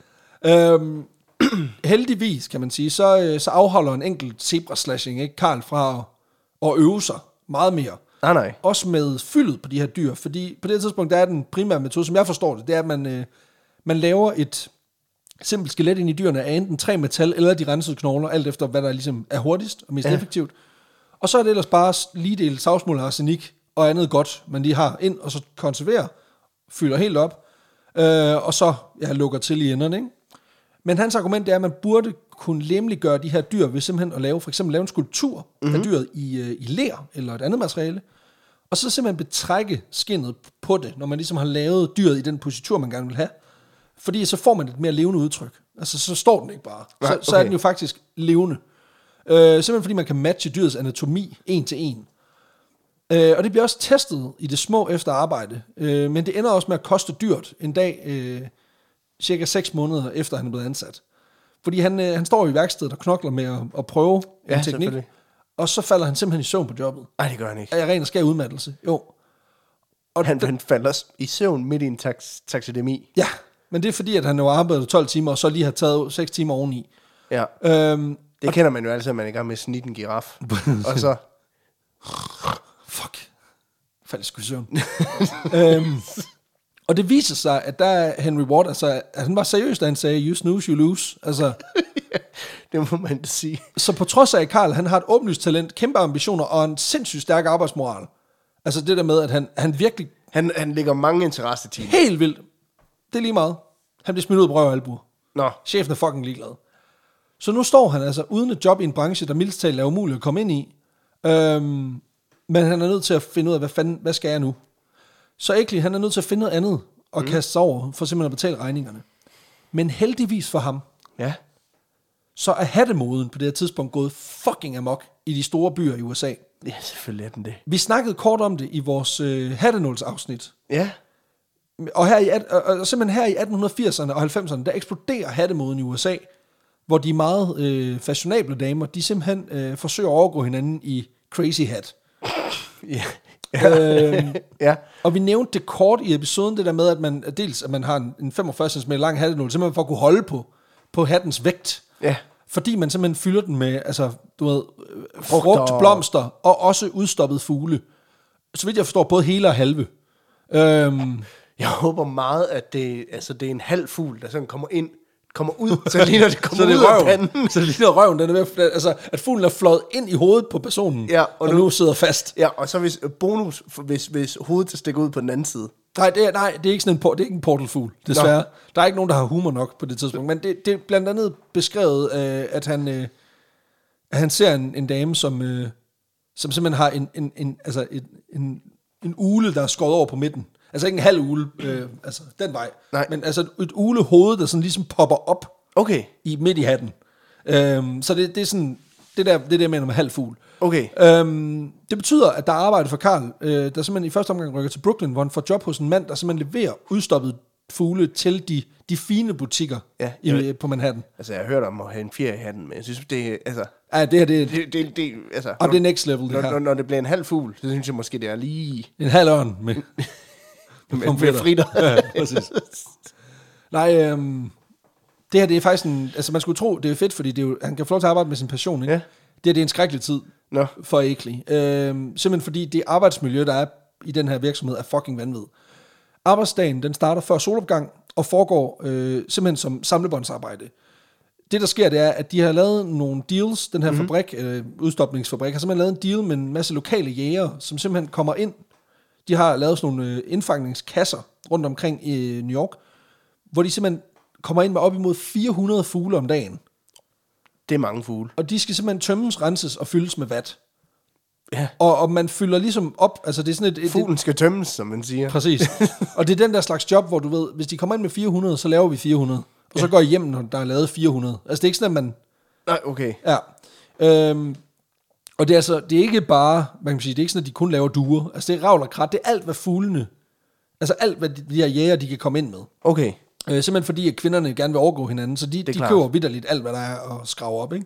Øhm, heldigvis, kan man sige, så, så afholder en enkelt zebra-slashing ikke Karl fra at, at øve sig meget mere. Nej, nej. Også med fyldet på de her dyr, fordi på det tidspunkt, der er den primære metode, som jeg forstår det, det er, at man, øh, man laver et simpelt skelet ind i dyrene af enten træ, metal eller de rensede knogler, alt efter hvad der ligesom er hurtigst og mest ja. effektivt. Og så er det ellers bare lige del savsmuld og arsenik og andet godt, man lige har ind, og så konserverer, fylder helt op, øh, og så ja, lukker til i enderne, ikke? Men hans argument er, at man burde kunne lemliggøre de her dyr ved simpelthen at lave, for eksempel lave en skulptur mm-hmm. af dyret i, øh, i ler eller et andet materiale, og så simpelthen betrække skindet på det, når man ligesom har lavet dyret i den positur, man gerne vil have. Fordi så får man et mere levende udtryk. Altså, så står den ikke bare. Så, okay. så er den jo faktisk levende. Øh, simpelthen fordi man kan matche dyrets anatomi en til en. Øh, og det bliver også testet i det små efter arbejde. Øh, men det ender også med at koste dyrt en dag, øh, cirka seks måneder efter han er blevet ansat. Fordi han, øh, han står i værkstedet og knokler med at, at prøve ja, en teknik. Og så falder han simpelthen i søvn på jobbet. Nej, det gør han ikke. Af ren og skær udmattelse. Jo. Og han, den, han falder i søvn midt i en tax, taxidemi. Ja, men det er fordi, at han jo arbejdet tolv timer, og så lige har taget seks timer oveni. Ja. Øhm, det og kender man jo altid, at man er i gang med at snitte en giraf. Og så... Fuck. Faldt sgu i søvn. øhm, og det viser sig, at der er Henry Ward, altså, at han var seriøs, da han sagde, you snooze, you lose. Altså, ja, det må man da sige. Så på trods af, at Karl, han har et åbenlyst talent, kæmpe ambitioner og en sindssygt stærk arbejdsmoral. Altså det der med, at han, han virkelig... Han, han lægger mange interessetimer. Helt vildt. Det er lige meget. Han bliver smidt ud af brød og albuer. Nå. Chefen er fucking ligeglad. Så nu står han altså uden et job i en branche, der mildest talt er umuligt at komme ind i. Øhm, men han er nødt til at finde ud af, hvad fanden, hvad skal jeg nu? Så egentlig, han er nødt til at finde noget andet og mm. kaste sig over, for simpelthen at betale regningerne. Men heldigvis for ham, ja. så er hattemoden på det her tidspunkt gået fucking amok i de store byer i U S A. Ja, selvfølgelig er den det. Vi snakkede kort om det i vores øh, hattenålsafsnit. Ja. Og, her i, og simpelthen her i atten firserne og halvfemserne, der eksploderer hattemoden i U S A, hvor de meget øh, fashionable damer, de simpelthen øh, forsøger at overgå hinanden i crazy hat. Ja. øhm, ja. Og vi nævnte det kort i episoden, det der med, at man dels at man har en, en femogfyrre centimeter lang hattenål, simpelthen for at kunne holde på, på hattens vægt. Ja. Fordi man simpelthen fylder den med, altså, du ved, frugt, blomster og også udstoppet fugle. Så vidt jeg forstår, både hele og halve. Øhm, jeg håber meget, at det, altså, det er en halv fugl, der sådan kommer ind, kommer ud, så ligner det kommer det ud af panden. Så det ligner røven, den er ved, altså, at fuglen er fløjet ind i hovedet på personen, ja, og, og nu, nu sidder fast. Ja, og så hvis bonus, hvis, hvis hovedet stikker ud på den anden side. Nej, det er, nej, det er ikke sådan en, det er ikke en portalfugl, desværre. Nå. Der er ikke nogen, der har humor nok på det tidspunkt. Men det, det er blandt andet beskrevet, øh, at, han, øh, at han ser en, en dame, som, øh, som simpelthen har en, en, en, altså en, en, en ule, der er skåret over på midten. Altså ikke en halv ule, øh, altså den vej. Nej. Men altså et, et ulehoved, der sådan ligesom popper op okay. i, midt i hatten. Øhm, så det, det er sådan, det der, det der mener med halv fugl. Okay. Øhm, det betyder, at der er arbejde for Karl, øh, der simpelthen i første omgang rykker til Brooklyn, hvor han får job hos en mand, der simpelthen leverer udstoppet fugle til de, de fine butikker ja, i, på Manhattan. Altså jeg har hørt om at have en fjer i hatten, men jeg synes, det er, altså... Ja, det her, det er... Det, det, det, altså, og det er next level, det når, her. Når, når det bliver en halv fugl, så synes jeg måske, det er lige... En halv ørn med... med, med fritter. Ja, præcis. Nej, øhm, det her, det er faktisk en... Altså man skulle tro, det er fedt, fordi det er jo, han kan få lov til at arbejde med sin passion, ikke? Ja. Det her, det er en skrækkelig tid no. for Akeley. Øhm, simpelthen fordi det arbejdsmiljø, der er i den her virksomhed, er fucking vanvid. Arbejdsdagen, den starter før solopgang, og foregår øh, simpelthen som samlebåndsarbejde. Det, der sker, det er, at de har lavet nogle deals, den her mm-hmm. fabrik, øh, udstopningsfabrik, har simpelthen lavet en deal med en masse lokale jæger, som simpelthen kommer ind. De har lavet sådan nogle øh, indfangningskasser rundt omkring i New York, hvor de simpelthen kommer ind med op imod fire hundrede fugle om dagen. Det er mange fugle. Og de skal simpelthen tømmes, renses og fyldes med vat. Ja. Og, og man fylder ligesom op, altså det er sådan et... et Fuglen skal tømmes, som man siger. Præcis. Og det er den der slags job, hvor du ved, hvis de kommer ind med fire hundrede, så laver vi fire hundrede. Og så går I hjem, når der er lavet fire hundrede. Altså det er ikke sådan, at man... Nej, okay. Ja. Øhm, og det er altså, det er ikke bare, man kan sige, det er ikke sådan, at de kun laver duer. Altså det er ravl og krat, det er alt, hvad fuglene... Altså alt, hvad de, de her jæger, de kan komme ind med. Okay. Øh, simpelthen fordi, at kvinderne gerne vil overgå hinanden, så de, de køber vitterligt alt, hvad der er, og skraver op, ikke?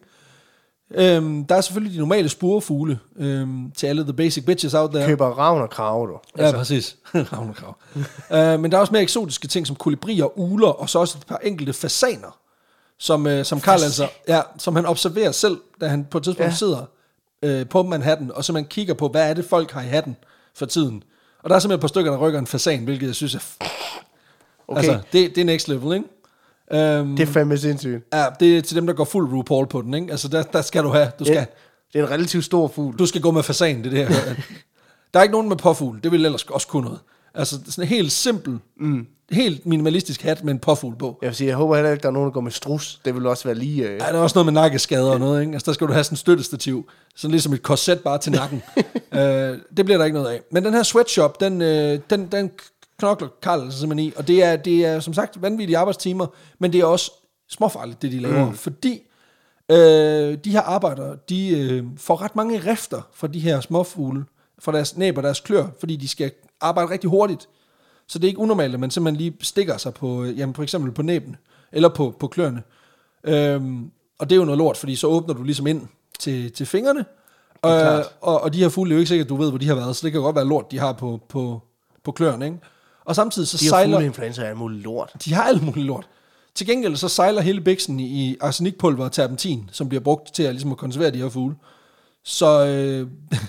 Øhm, der er selvfølgelig de normale sporefugle øhm, til alle the basic bitches out there. Køber ravn og krave, du. Altså. Ja, præcis. Ravn og krave. øh, men der er også mere eksotiske ting, som kolibrier, ugler, og så også et par enkelte fasaner, som, øh, som Carl altså, ja, som han observerer selv, da han på et tidspunkt ja. sidder øh, på Manhattan, og så man kigger på, hvad er det, folk har i hatten for tiden. Og der er simpelthen et par stykker, der rykker en fasan, hvilket jeg synes er... F- okay. Altså, det, det er next level, ikke? Um, det er fandme sindssygt. Ja, det er til dem, der går fuld RuPaul på den, ikke? Altså, der, der skal du have. Du skal, ja, det er en relativt stor fugl. Du skal gå med fasan, det der. Der er ikke nogen med påfugl. Det vil ellers også kunne noget. Altså, sådan en helt simpel, mm. helt minimalistisk hat med en påfugl på. Jeg vil sige, jeg håber heller ikke, der er nogen, der går med strus. Det vil også være lige... Øh... Ja, der er også noget med nakkeskader og noget, ikke? Altså, der skal du have sådan en støttestativ. Sådan ligesom et korset bare til nakken. uh, det bliver der ikke noget af. Men den her sweatshop, den... Øh, den, den knokler Carl altså simpelthen i, og det er, det er som sagt vanvittige arbejdstimer, men det er også småfarligt, det de laver, mm. fordi øh, de her arbejdere, de øh, får ret mange rifter fra de her småfugle, fra deres næb og deres klør, fordi de skal arbejde rigtig hurtigt, så det er ikke unormalt, at man simpelthen lige stikker sig på, jamen for eksempel på næben, eller på, på kløerne, øhm, og det er jo noget lort, fordi så åbner du ligesom ind til, til fingrene, og, og, og de her fugle er jo ikke sikkert, at du ved, hvor de har været, så det kan godt være lort, de har på, på, på kløerne, ikke? Og samtidig så de sejler... De har fugleinfluenza og alt muligt lort. De har alt muligt lort. Til gengæld så sejler hele biksen i arsenikpulver og terpentin, som bliver brugt til at, ligesom at konservere de her fugle. Så, øh,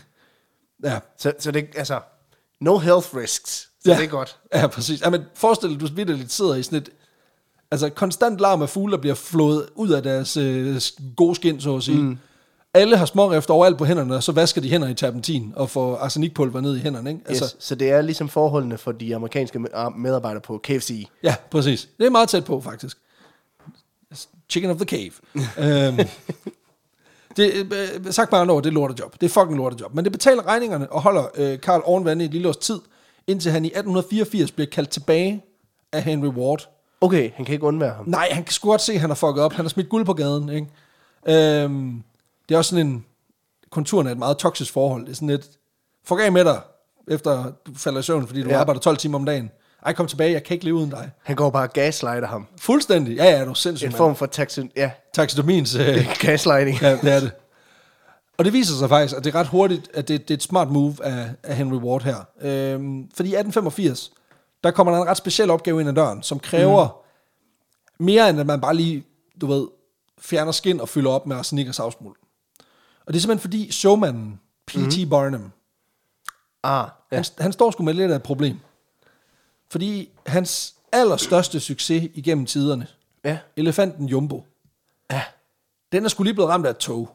ja. Så, så det, altså, no health risks. Så ja. Det er godt. Ja, præcis. Ja, men forestil dig, du vitterligt sidder i sådan et, altså konstant larm af fugle, der bliver flået ud af deres øh, gode skin, så at sige. Mm. Alle har smårifter overalt på hænderne, og så vasker de hænder i terpentin og får arsenikpulver ned i hænderne, ikke? Altså, yes, så det er ligesom forholdene for de amerikanske medarbejdere på K F C. Ja, præcis. Det er meget tæt på, faktisk. Chicken of the cave. um, det, øh, sagt bare noget, det er lortejob. Det er fucking lortejob. Men det betaler regningerne og holder øh, Carl ovenvande i et lille års tid, indtil han i atten fireogfirs bliver kaldt tilbage af Henry Ward. Okay, han kan ikke undvære ham. Nej, han kan sgu godt se, at han har fucket op. Han har smidt guld på gaden, ikke? Um, det er også sådan en... Konturen af et meget toksisk forhold. Det er sådan lidt... Fuck af med dig, efter du falder i søvn, fordi du ja. arbejder tolv timer om dagen. Ej, kom tilbage, jeg kan ikke leve uden dig. Han går bare og gaslighter ham. Fuldstændig. Ja, ja, du er sindssygt, en form for taxi... Ja. taxidermiens... Øh, gaslighting. Ja, det er det. Og det viser sig faktisk, at det er ret hurtigt, at det, det er et smart move af, af Henry Ward her. Øhm, fordi i atten femogfirs, der kommer der en ret speciel opgave ind ad døren, som kræver mm. mere end at man bare lige, du ved, fjerner skin og fylder op med arsenik og savsmuld. Og det er simpelthen fordi showmanden P T Mm. Barnum, ah, ja. han, han står sgu med lidt af et problem. Fordi hans allerstørste succes igennem tiderne, ja. elefanten Jumbo, ja. den er sgu lige blevet ramt af et tog.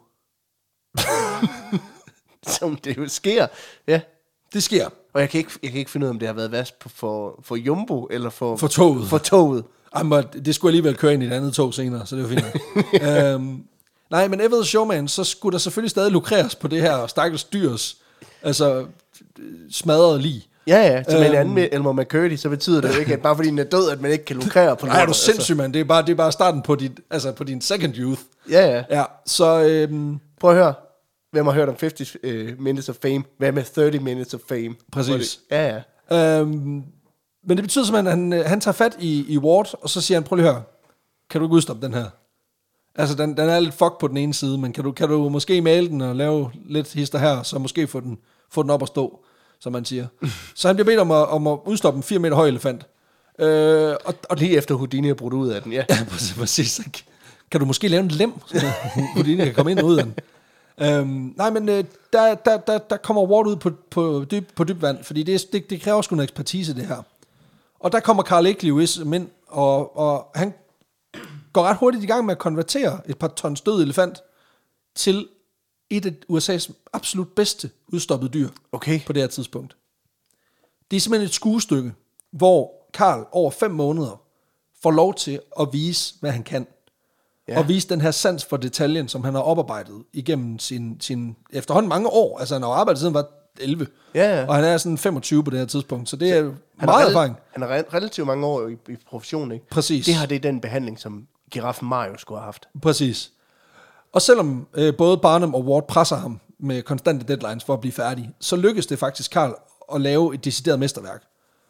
Som det jo sker. Ja. Det sker. Og jeg kan ikke, jeg kan ikke finde ud af, om det har været værst for, for Jumbo, eller for, for toget. For toget. Jamen, det skulle alligevel køre ind i et andet tog senere, så det var fint. øhm, nej, men Ever the Showman, så skulle der selvfølgelig stadig lukreres på det her stakkels dyrs, altså smadrede lig. Ja, ja, som øhm, en anden med Elmer McCurdy, så betyder det jo ikke, at bare fordi den er død, at man ikke kan lukrere på noget. Nej, er du sindssyg, mand. Det er bare, det er bare starten på din, altså på din second youth. Ja, ja. Ja, så... Øhm, prøv at høre. Hvem har hørt om halvtreds uh, minutes of fame? Hvad med tredive minutes of fame? Præcis. Ja, ja. Øhm, men det betyder simpelthen, at han, han tager fat i, i Ward, og så siger han, prøv lige at høre, kan du ikke udstoppe den her? Altså, den, den er lidt fuck på den ene side, men kan du, kan du måske male den og lave lidt hister her, så måske få den, få den op at stå, som man siger. Så han bliver bedt om at, om at udstoppe en fire meter høj elefant. Øh, og, og lige efter Houdini er brudt ud af den, ja. Ja, præcis. Kan du måske lave en lem, så Houdini kan komme ind og ud af den? Øhm, nej, men øh, der, der, der, der kommer Ward ud på, på, dyb, på dyb vand, fordi det, det, det kræver sgu en ekspertise, det her. Og der kommer Carl Lewis ind, og, og han går ret hurtigt i gang med at konvertere et par tons død elefant til et af U S A's absolut bedste udstoppede dyr Okay. på det her tidspunkt. Det er simpelthen et skuestykke, hvor Carl over fem måneder får lov til at vise, hvad han kan. Ja. Og vise den her sans for detaljen, som han har oparbejdet igennem sin, sin efterhånden mange år. Altså han har arbejdet siden han var elleve, Ja, ja. og han er sådan femogtyve på det her tidspunkt, så det er Han meget har erfaring. Han har re- relativt mange år i, i professionen, ikke? Præcis. Det her, det er den behandling, som giraffen Mario skulle have haft. Præcis. Og selvom øh, både Barnum og Ward presser ham med konstante deadlines for at blive færdig, så lykkes det faktisk Carl at lave et decideret mesterværk.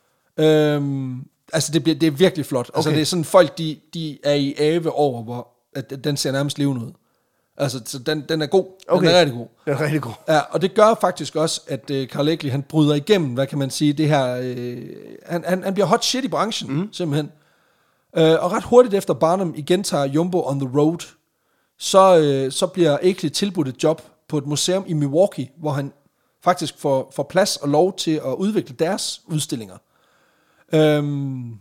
Øhm, altså det, bliver, det er virkelig flot. Okay. Altså det er sådan, folk de, de er i ave over, hvor at den ser nærmest levende ud. Altså så den, den er god. Okay. Den er rigtig god. Den er rigtig god. Ja, og det gør faktisk også, at øh, Carl Egley, han bryder igennem, hvad kan man sige, det her, øh, han, han, han bliver hot shit i branchen, mm. simpelthen. Øh, og ret hurtigt efter Barnum igen tager Jumbo on the road, så, øh, så bliver Egley tilbudt et job på et museum i Milwaukee, hvor han faktisk får, får plads og lov til at udvikle deres udstillinger. Øhm,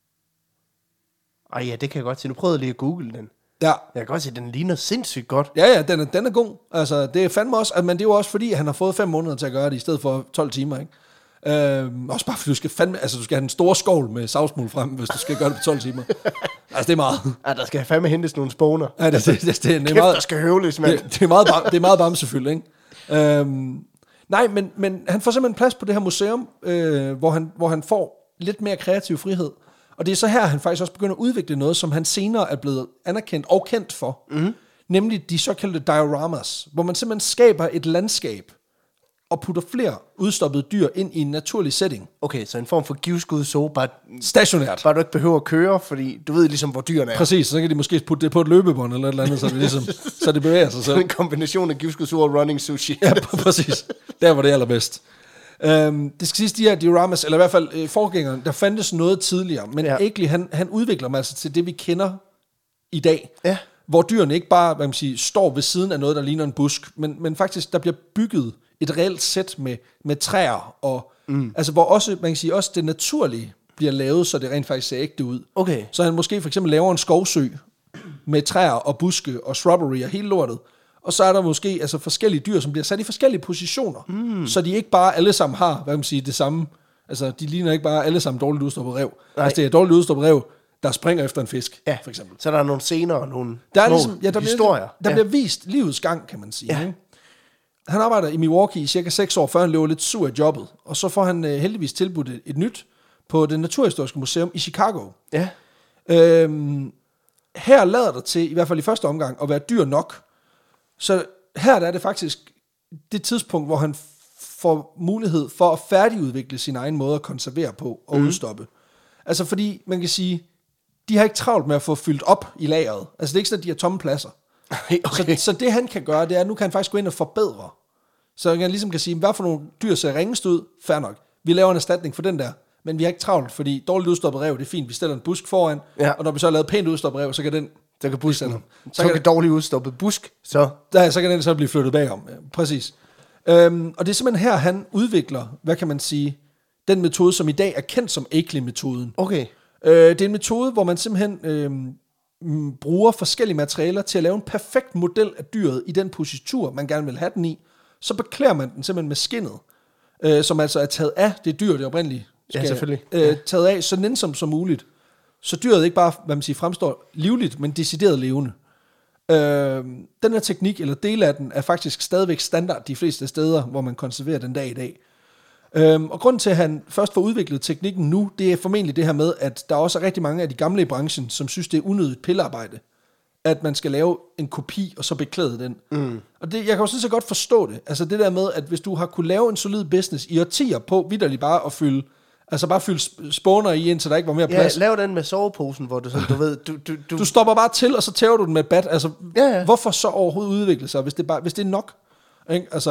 Ej ja, det kan jeg godt se. Nu prøvede jeg lige at google den. ja, Jeg kan godt se, at den ligner sindssygt godt. ja, ja, den er, den er god. Altså, det er fandme også, men det er jo også fordi, han har fået fem måneder til at gøre det, i stedet for tolv timer, ikke? Øhm, også bare fordi du skal fandme, altså du skal have en stor skål med savsmuld frem, hvis du skal gøre det på tolv timer. Altså det er meget. Ja, der skal fandme hentes nogle spåner. Ja, det, det, det, det, det er Kæft, meget, der skal høvles, mand. det, det er meget, bam, det er meget bamsefyldt, ikke? Øhm, nej, men, men han får simpelthen plads på det her museum, øh, hvor, han, hvor han får lidt mere kreativ frihed. Og det er så her, han faktisk også begynder at udvikle noget, som han senere er blevet anerkendt og kendt for. Mm-hmm. Nemlig de såkaldte dioramas, hvor man simpelthen skaber et landskab og putter flere udstoppede dyr ind i en naturlig setting. Okay, så en form for givskud så, bare, Stationært. bare du ikke behøver at køre, fordi du ved ligesom, hvor dyrene er. Præcis, så kan de måske putte det på et løbebånd eller et eller andet, så det, ligesom, så det bevæger sig selv. Så en kombination af givskud så og running sushi. Ja, præcis. Der var det allerbedst. Um, det skal siges, de her dioramas, eller i hvert fald øh, forgængeren, der fandtes noget tidligere, men ja. Egley, han, han udvikler dem altså til det, vi kender i dag. Ja. Hvor dyrene ikke bare, hvad man siger, står ved siden af noget, der ligner en busk, men, men faktisk, der bliver bygget et reelt sæt med, med træer, og mm. altså hvor også, man kan sige, også det naturlige bliver lavet, så det rent faktisk ser ægte ud. Okay. Så han måske for eksempel laver en skovsø med træer og buske og shrubbery og hele lortet, og så er der måske altså forskellige dyr, som bliver sat i forskellige positioner, mm. så de ikke bare alle sammen har, hvad kan man sige, det samme, altså de ligner ikke bare alle sammen dårligt udstoppet rev. Nej. Altså det er dårligt udstoppet rev, der springer efter en fisk, Ja, for eksempel. Så der er nogle scener og nogle Der er små ligesom, ja, der historier. Bliver, der ja. bliver vist livets gang, kan man sige. Ja. Ikke? Han arbejder i Milwaukee i cirka seks år, før han løber lidt sur i jobbet, og så får han øh, heldigvis tilbudt et, et nyt på det Naturhistoriske Museum i Chicago. Ja. Øhm, her lader der til, i hvert fald i første omgang, at være dyr nok. Så her der er det faktisk det tidspunkt, hvor han får mulighed for at færdigudvikle sin egen måde at konservere på og mm. udstoppe. Altså fordi, man kan sige, de har ikke travlt med at få fyldt op i lageret. Altså det er ikke sådan, at de har tomme pladser. Okay. Så, så det han kan gøre, det er, at nu kan han faktisk gå ind og forbedre. Så han ligesom kan sige, hvad for nogle dyr ser ringest ud? Fair nok. Vi laver en erstatning for den der, men vi har ikke travlt, fordi dårligt udstoppet rev, det er fint, vi stiller en busk foran, Ja. og når vi så har lavet pænt udstoppet rev, så kan den, Så kan busken, så, Så kan kan det dårligt udstoppet busk, så... der, så kan den så blive flyttet bagom. Ja, præcis. Øhm, og det er simpelthen her, han udvikler, hvad kan man sige, den metode, som i dag er kendt som Egley-metoden. Okay. Øh, det er en metode, hvor man simpelthen øh, m, bruger forskellige materialer til at lave en perfekt model af dyret i den positur, man gerne vil have den i. Så beklæder man den simpelthen med skindet, øh, som altså er taget af det dyr, det oprindelige skal, Ja, selvfølgelig. Øh, Ja. taget af så nænsomt som muligt. Så dyret ikke bare, hvad man siger, fremstår livligt, men decideret levende. Øh, den her teknik, eller del af den, er faktisk stadigvæk standard de fleste steder, hvor man konserverer den dag i dag. Øhm, og grunden til, at han først får udviklet teknikken nu, det er formentlig det her med, at der også er rigtig mange af de gamle i branchen, som synes, det er unødigt pillearbejde, at man skal lave en kopi, og så beklæde den. Mm. Og det, jeg kan jo sådan set godt forstå det. Altså det der med, at hvis du har kunne lave en solid business i årtier på, vitterligt bare at fylde, altså bare fylde spåner i, indtil der ikke var mere Ja, plads. lav den med soveposen, hvor du sådan, du ved, du... du, du Du stopper bare til, og så tæver du den med et bat. Altså, Ja, ja. hvorfor så overhovedet udvikle sig, hvis det, bare, hvis det er nok? Ikke? Altså,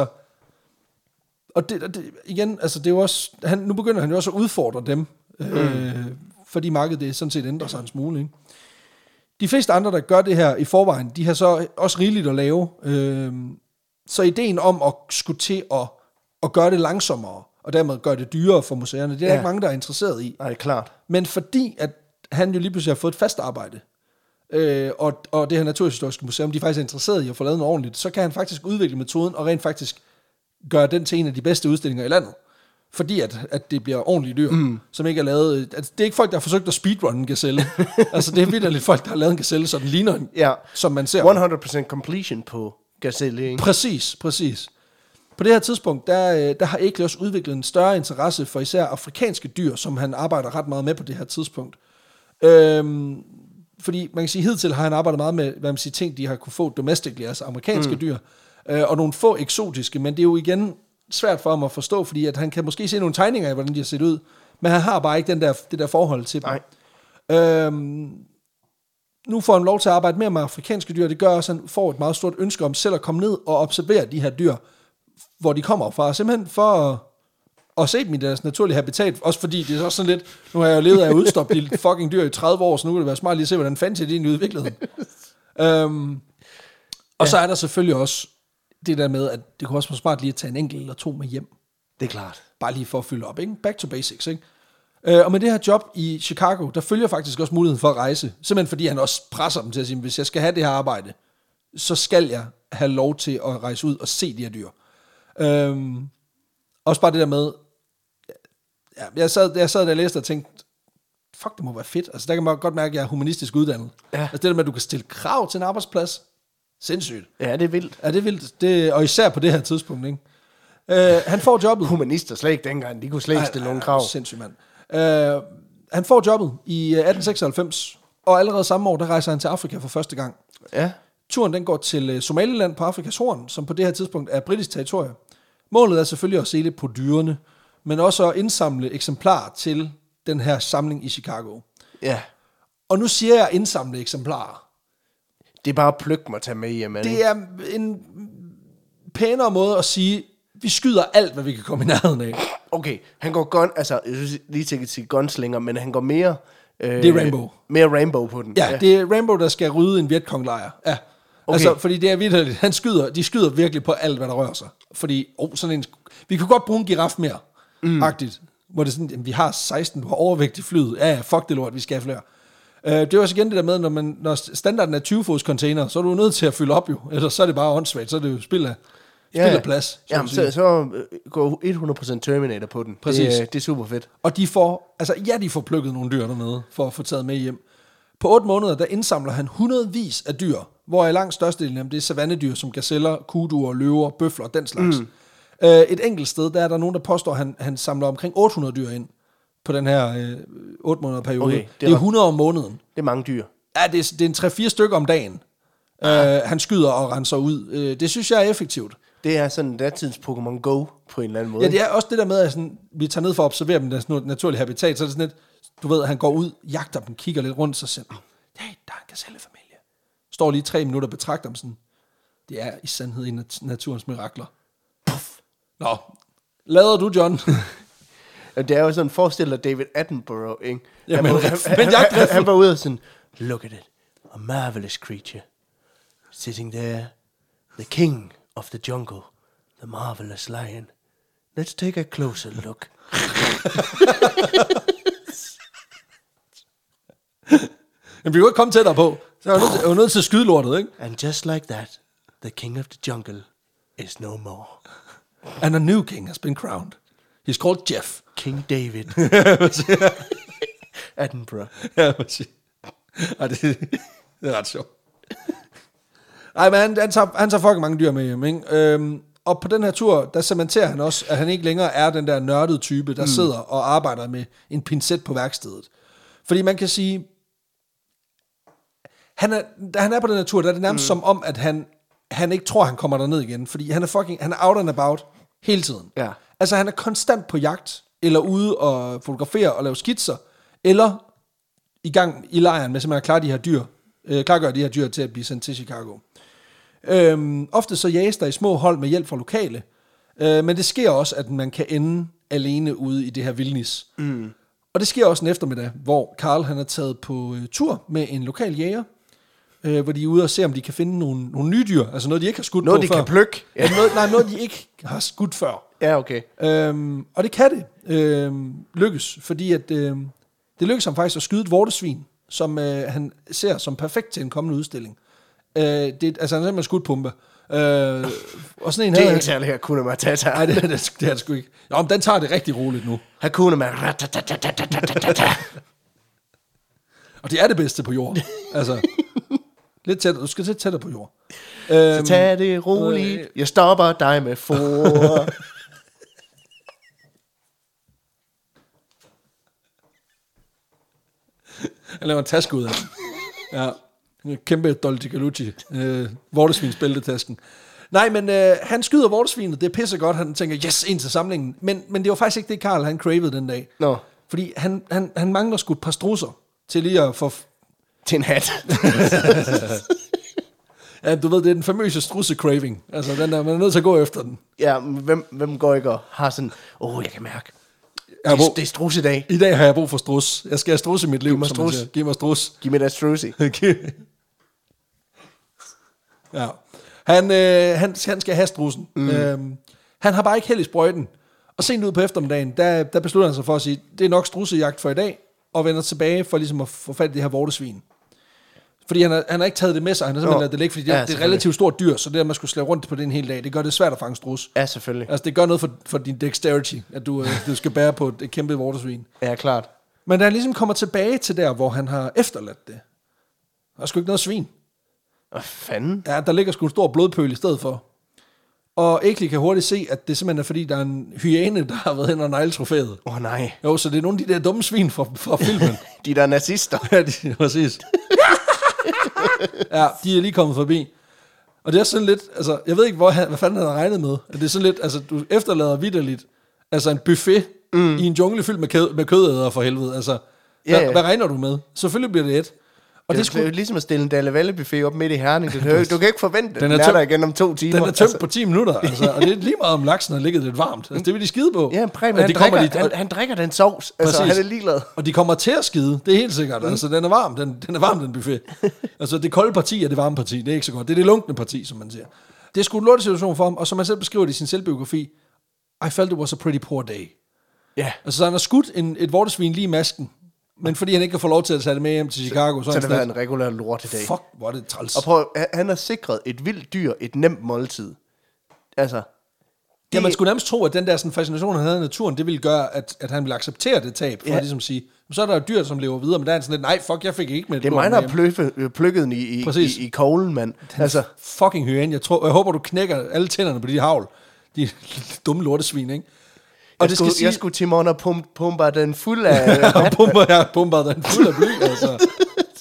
og det, det, igen, altså det er jo også, han, nu begynder han jo også at udfordre dem, mm. øh, fordi markedet det sådan set ændrer sig en smule. Ikke? De fleste andre, der gør det her i forvejen, de har så også rigeligt at lave. Øh, så ideen om at skulle til at, at gøre det langsommere, og dermed gør det dyrere for museerne. Det er ja. ikke mange, der er interesseret i. Nej, klart. Men fordi, at han jo lige pludselig har fået et fast arbejde, øh, og, og det her Naturhistoriske Museum, de er faktisk interesseret i at få lavet noget ordentligt, så kan han faktisk udvikle metoden, og rent faktisk gøre den til en af de bedste udstillinger i landet. Fordi at, at det bliver ordentligt dyr, mm. som ikke er lavet... Altså, det er ikke folk, der har forsøgt at speedrunne en gazelle. Altså, det er vitterligt folk, der har lavet en gazelle, så den ligner en, ja. som man ser. hundrede procent completion på gazelle, ikke? Præcis, præcis. På det her tidspunkt, der, der har Eklund også udviklet en større interesse for især afrikanske dyr, som han arbejder ret meget med på det her tidspunkt. Øhm, fordi man kan sige, hidtil har han arbejdet meget med, hvad man siger, ting, de har kunne få domestically, altså amerikanske mm. dyr, øh, og nogle få eksotiske, men det er jo igen svært for ham at forstå, fordi at han kan måske se nogle tegninger af, hvordan de har set ud, men han har bare ikke den der, det der forhold til dem. Øhm, nu får han lov til at arbejde mere med afrikanske dyr, det gør også, at han får et meget stort ønske om selv at komme ned og observere de her dyr, hvor de kommer fra, simpelthen for at, at se dem i deres naturlige habitat, også fordi det er også sådan lidt, nu har jeg jo levet af at udstoppe de fucking dyr i tredive år, så nu kan det være smart lige at se, hvordan fanden det egentlig udviklede. øhm, og ja. Så er der selvfølgelig også det der med, at det kunne også være smart lige at tage en enkelt eller to med hjem. Det er klart. Bare lige for at fylde op, ikke? Back to basics, ikke? Øh, og med det her job i Chicago, der følger faktisk også muligheden for at rejse, simpelthen fordi han også presser dem til at sige, hvis jeg skal have det her arbejde, så skal jeg have lov til at rejse ud og se de her dyr. Øhm, også bare det der med, ja, jeg sad, jeg sad der og læste og tænkte, fuck, det må være fedt. Altså der kan man godt mærke, at jeg er humanistisk uddannet. Ja. Altså det der med, at du kan stille krav til en arbejdsplads, sindssygt. Ja, det er vildt. Ja, det er vildt. Det, og især på det her tidspunkt, ikke? Øh, han får jobbet. Humanister slet ikke dengang, de kunne slet ikke stille nogen krav. Sindssygt, mand. Øh, han får jobbet i atten seksoghalvfems, og allerede samme år, der rejser han til Afrika for første gang. Ja. Turen den går til Somaliland på Afrikas Horn, som på det her tidspunkt er britisk territorium. Målet er selvfølgelig at se lidt på dyrene, men også at indsamle eksemplarer til den her samling i Chicago. Ja. Og nu siger jeg indsamle eksemplarer. Det er bare at plukke mig at tage med hjem. Det er en pænere måde at sige, vi skyder alt, hvad vi kan komme i nærheden af. Okay, han går gun, altså jeg synes lige til at sige gunslinger, men han går mere... Øh, det er Rambo. Mere Rambo på den. Ja, ja, det er Rambo, der skal rydde en Vietcong-lejr. Ja. Okay. Altså, fordi det er virkelig, han skyder, de skyder virkelig på alt, hvad der rører sig. Fordi, oh, sådan en, vi kunne godt bruge en giraf mere, mm. agtigt. Hvor det er sådan, jamen, vi har seksten, du har overvægt i flyet. Ja, ja, fuck det lort, vi skal have flere. Uh, det er også igen det der med, når, man, når standarden er tyve fods container, så er du nødt til at fylde op jo. Ellers så er det bare åndssvagt, så er det jo spild af, spild af ja, plads. Så, jamen, så, så går hundrede procent Terminator på den. Præcis. Det, det er super fedt. Og de får, altså ja, de får plukket nogle dyr dernede, for at få taget med hjem. På otte måneder, der indsamler han hundredvis af dyr, hvor i langt størstedelen af det er savannedyr, som gazeller, kuduer, løver, bøfler og den slags. Mm. Uh, et enkelt sted, der er der nogen, der påstår, at han, han samler omkring otte hundrede dyr ind på den her øh, otte måneder periode. Okay, det, det er hundrede om måneden. Det er mange dyr. Ja, det er, det er en tre fire stykker om dagen. Ah. Uh, han skyder og renser ud. Uh, det synes jeg er effektivt. Det er sådan datidens Pokémon Go på en eller anden måde. Ja, det er også det der med, at sådan, vi tager ned for at observere dem, deres naturlige habitat, så er det sådan lidt, du ved, at han går ud, jagter dem, kigger lidt rundt, så siger han, hey, der er en gazellefamilie. Står lige tre minutter og betragter dem sådan. Det er i sandhed en af naturens mirakler. Puff. Nå, lader du, John? Det er jo sådan, forestil dig David Attenborough, ikke? Ja, han, men, han, men han, han, han var ude og sådan, look at it, a marvelous creature, sitting there, the king of the jungle, the marvelous lion. Let's take a closer look. Men vi kan jo ikke komme tættere på, så er jeg jo nødt til at skyde lortet, ikke? And just like that, the king of the jungle is no more. And a new king has been crowned. He's called Jeff. King David. Attenborough. Ja, præcis. Ej, det, det er ret sjovt. Ej, men han, han, tager, han tager fucking mange dyr med hjem, ikke? Øhm, og på den her tur, der cementerer han også, at han ikke længere er den der nørdede type, der mm. sidder og arbejder med en pincet på værkstedet. Fordi man kan sige, han er, da han er på den her tur, der er det nærmest mm. som om, at han, han ikke tror, han kommer derned igen. Fordi han er fucking, han er out and about hele tiden. Ja. Altså han er konstant på jagt, eller ude og fotografere og lave skitser, eller i gang i lejren med simpelthen at klare de her dyr, øh, klargøre de her dyr til at blive sendt til Chicago. Øhm, ofte så jages der i små hold med hjælp fra lokale, øh, men det sker også, at man kan ende alene ude i det her vildnis. Mm. Og det sker også en eftermiddag, hvor Carl han er taget på øh, tur med en lokal jæger, øh, hvor de er ude og se, om de kan finde nogle, nogle nye dyr, altså noget, de ikke har skudt noget, på de før. Noget, de kan plukke. Ja, noget, nej, noget, de ikke har skudt før. Ja, okay. Øhm, og det kan det øhm, lykkes, fordi at, øhm, det lykkes ham faktisk at skyde et vortesvin, som øh, han ser som perfekt til en kommende udstilling. Øh, det, altså han er simpelthen skudt pumpe. Øh, og sådan en Det er havde, ikke særlig Hakuna Matata. nej, det, det, det, det er det sgu ikke. Nå, men den tager det rigtig roligt nu. Hakuna Matata. Og det er det bedste på jord. Altså, lidt tættere. Du skal lidt tættere på jord. Så Øhm, tag det roligt. Jeg stopper dig med for. Jeg laver en taske ud af den. Ja, en kæmpe Dolce Galucci. Øh, vortesvinsbæltetasken. Nej, men øh, han skyder vortesvinet. Det er pissegodt. Han tænker, yes, ind til samlingen. Men, men det var faktisk ikke det, Karl han cravede den dag. Nå. Fordi han, han, han mangler sgu et par strusser til lige at få... Til en hat. Ja, du ved, det er den famøse strusse-craving. Altså, den der, man er nødt til at gå efter den. Ja, men hvem, hvem går ikke og har sådan, åh, oh, jeg kan mærke, Jeg har det, brug, det er strus i dag. I dag har jeg brug for strus. Jeg skal have strus i mit liv. Giv mig som man strus. siger. Giv mig strus. Giv mig that strusy. Ja. Han, øh, han, han skal have strussen. Mm. Øhm, han har bare ikke held i sprøjten. Og sent ud på eftermiddagen, der, der beslutter han sig for at sige, det er nok strussejagt for i dag, og vender tilbage for ligesom at få fat i det her vortesvin. Fordi han har, han har ikke taget det med sig, han har simpelthen ladet det ligge, fordi det, Ja, ja, det er et relativt stort dyr, så det at man skulle slæve rundt på det en hel dag, det gør det svært at fange strus. Ja, selvfølgelig. Altså det gør noget for, for din dexterity, at du, øh, du skal bære på et, et kæmpe vortesvin. Ja, klart. Men da han ligesom kommer tilbage til der, hvor han har efterladt det, der er sgu ikke noget svin. Hvad fanden? Ja, der ligger sgu en stor blodpøl i stedet for. Og Egli kan hurtigt se, at det simpelthen er fordi, der er en hyæne, der har været hen og negle trofæet. Åh oh, nej. Jo, så det er nogle af de der dumme svin fra, fra filmen. De der nazister. Ja, de, præcis. Ja, de er lige kommet forbi. Og det er sådan lidt, altså, jeg ved ikke, hvor han, hvad fanden han har regnet med. At det er sådan lidt, altså, du efterlader vitterligt, altså en buffet mm. i en jungle fyldt med, kød, med kødæder for helvede. Altså, hvad, Ja, ja. hvad regner du med? Selvfølgelig bliver det et. Og Det, det, det er sku, jo ligesom at stille en Dalle Valle buffet op midt i Herning. Du, du kan ikke forvente, den, Den er den er tømt- der igen om to timer. den er tømt på ti minutter, altså, og det er lige meget om laksen har ligget lidt varmt. Altså, det vil de skide på. Ja, Preben, Og han, de kommer drikker, lige- han, han drikker den sovs. Altså, Præcis. han er ligeglad. Og de kommer til at skide, det er helt sikkert. Mm. Altså, den er varm, den, den er varm, den buffet. Altså, det kolde parti er det varme parti, det er ikke så godt. Det er det lunkne parti, som man siger. Det er sgu en lortet situation for ham, og som han selv beskriver det i sin selvbiografi, I felt it was a pretty poor day. Ja, Altså, så han har skudt en, et vortesvin lige i masken, men fordi han ikke kan få lov til at tage det med hjem til Chicago, så, så er det han var sådan en regulær lort i dag. lidt, fuck, hvor er det træls. Og prøv, han- han har sikret et vildt dyr et nemt måltid. Altså, Ja, man skulle nærmest tro, at den der sådan, fascination, han havde af naturen, det ville gøre, at, at han ville acceptere det tab, for Ja. at ligesom sige, så er der jo dyr, som lever videre, men der er han sådan lidt, nej, fuck, jeg fik ikke med det er mig, der har pløffe, øh, plukket den i, i, Præcis. i, i koglen, mand. Altså, Fucking hyæne. Jeg, tror, jeg håber, du knækker alle tænderne på de havl. De dumme lortesvin, ikke? Og jeg, skulle, sige... jeg skulle Timon og pum, pumpe den fuld af... jeg pumper, jeg pumper den fuld af bly, altså.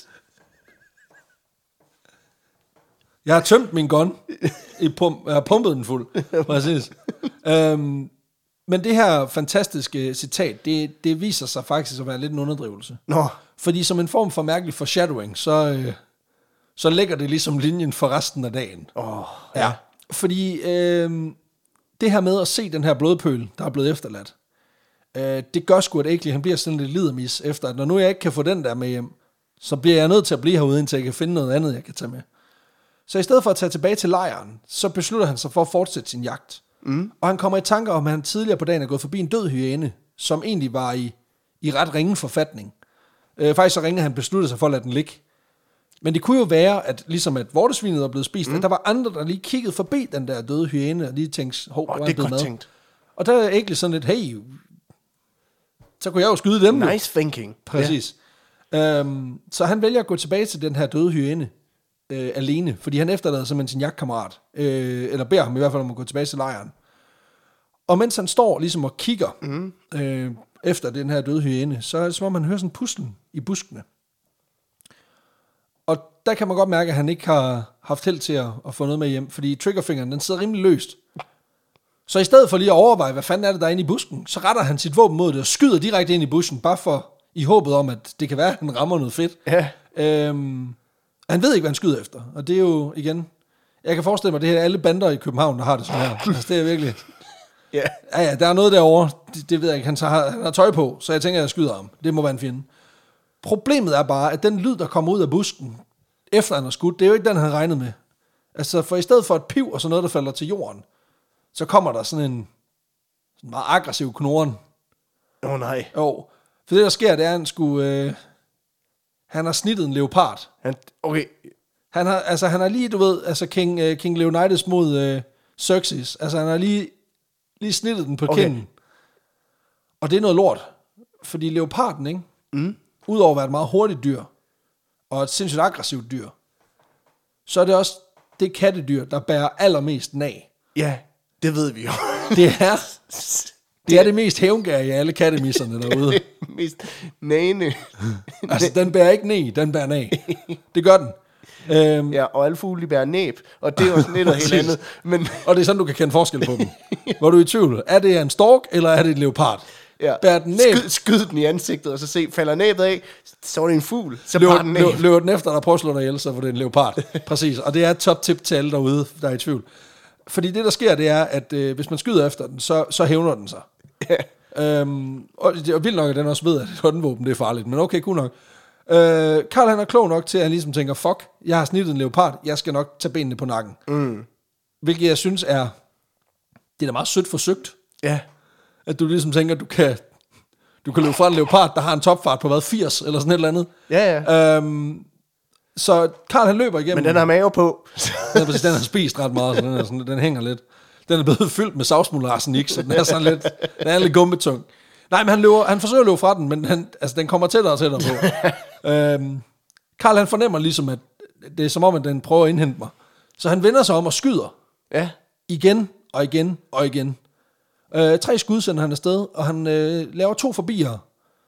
Jeg har tømt min gun. I pump, jeg har pumpet den fuld. Præcis. um, men det her fantastiske citat, det, det viser sig faktisk at være lidt en underdrivelse. Nå, Fordi som en form for mærkelig foreshadowing, så, øh, så lægger det ligesom linjen for resten af dagen. åh, Ja. Fordi øh, det her med at se den her blodpøl, der er blevet efterladt, øh, det gør sgu, at Egli, han bliver sådan lidt lidermis efter, at når nu jeg ikke kan få den der med hjem, så bliver jeg nødt til at blive herude, indtil jeg kan finde noget andet, jeg kan tage med. Så i stedet for at tage tilbage til lejren, så beslutter han sig for at fortsætte sin jagt. Mm. Og han kommer i tanker om, at han tidligere på dagen er gået forbi en død hyæne, som egentlig var i, i ret ringe forfatning. Øh, faktisk så ringe, han besluttede sig for at lade den ligge. Men det kunne jo være, at ligesom at vortesvinet er blevet spist, mm. at der var andre, der lige kiggede forbi den der døde hyæne, og lige tænkte, hov, oh, hvor det er er blevet godt mad. tænkt. Og der er egentlig sådan lidt, hey, så kunne jeg jo skyde dem. jo. Nice thinking. Præcis. Ja. Øhm, så han vælger at gå tilbage til den her døde hyæne øh, alene, fordi han efterlader simpelthen sin jagtkammerat, øh, eller beder ham i hvert fald om at gå tilbage til lejren. Og mens han står ligesom og kigger mm. øh, efter den her døde hyæne, så er det som om han hører sådan en puslen i buskene. Og der kan man godt mærke, at han ikke har haft held til at, at få noget med hjem, fordi triggerfingeren, den sidder rimelig løst. Så i stedet for lige at overveje, hvad fanden er det, der er inde i busken, så retter han sit våben mod det og skyder direkte ind i busken, bare for i håbet om, at det kan være, at han rammer noget fedt. Ja. Øhm, han ved ikke, hvad han skyder efter. Og det er jo, igen, jeg kan forestille mig, det er alle bander i København, der har det sådan her. Altså, det er virkelig... Ja. Ja, ja, der er noget derovre, det, det ved jeg ikke, han, tager, han har tøj på, så jeg tænker, at jeg skyder ham. Det må være en fjende. Problemet er bare, at den lyd, der kommer ud af busken, efter han har skudt, det er jo ikke den, han regnede med. Altså, for i stedet for et piv og sådan noget, der falder til jorden, så kommer der sådan en, Sådan meget aggressiv knoren. Åh oh, nej. Jo, for det der sker, det er, at han skulle... Øh, han har snittet en leopard. Han, okay. Han har, altså, han har lige, du ved, altså King, uh, King Leonidas mod uh, Xerxes. Altså, han har lige, lige snittet den på Okay. kinden. Og det er noget lort. Fordi leoparden, ikke? Mm. Udover at være et meget hurtigt dyr, og et sindssygt aggressivt dyr, så er det også det kattedyr, der bærer allermest nag. Ja, det ved vi jo. Det er det, er det mest hævngærige af alle kattemisserne derude. Det mest næne. Altså, den bærer ikke nag, den bærer nag. Det gør den. Øhm, Ja, og alle fugle, de bærer næb, og det er jo sådan lidt noget helt andet. Men Og det er sådan, du kan kende forskel på dem. Hvor du er i tvivl. Er det en stork, eller er det en leopard? ja, Bærer den næb, skyd, skyd den i ansigtet, og så se, falder næbet af, så er det en fugl, så løber, bare den næb. løber, løber den efter, der prøver at slå dig ihjel, så for det er en leopard. Præcis, og det er et top tip til alle derude, der er i tvivl. Fordi det, der sker, det er, at øh, hvis man skyder efter den, så, så hævner den sig. Ja. Øhm, og det er vildt nok, at den også ved, at et håndvåben det er farligt, men okay, cool nok. Øh, Karl han er klog nok til, at han ligesom tænker, fuck, jeg har snittet en leopard, jeg skal nok tage benene på nakken. Mm. Hvilket jeg synes er, det er da meget sødt forsøgt, Ja. at du ligesom tænker, at du kan, du kan løbe fra en leopard, der har en topfart på hvad, firs eller sådan et eller andet. Ja, ja. Øhm, så Karl han løber igennem. Men den har mave på. Den, er præcis, den har spist ret meget, så den, er sådan, den hænger lidt. Den er blevet fyldt med savsmuldarsenik, så den er sådan lidt, den er lidt gumbetung. Nej, men han, løber, han forsøger at løbe fra den, men han, altså, den kommer tættere og tættere på. øhm, Karl han fornemmer ligesom, at det er som om, at den prøver at indhente mig. Så han vender sig om og skyder. Ja. Igen og igen og igen. Øh, tre skud sender han afsted, og han øh, laver to forbier,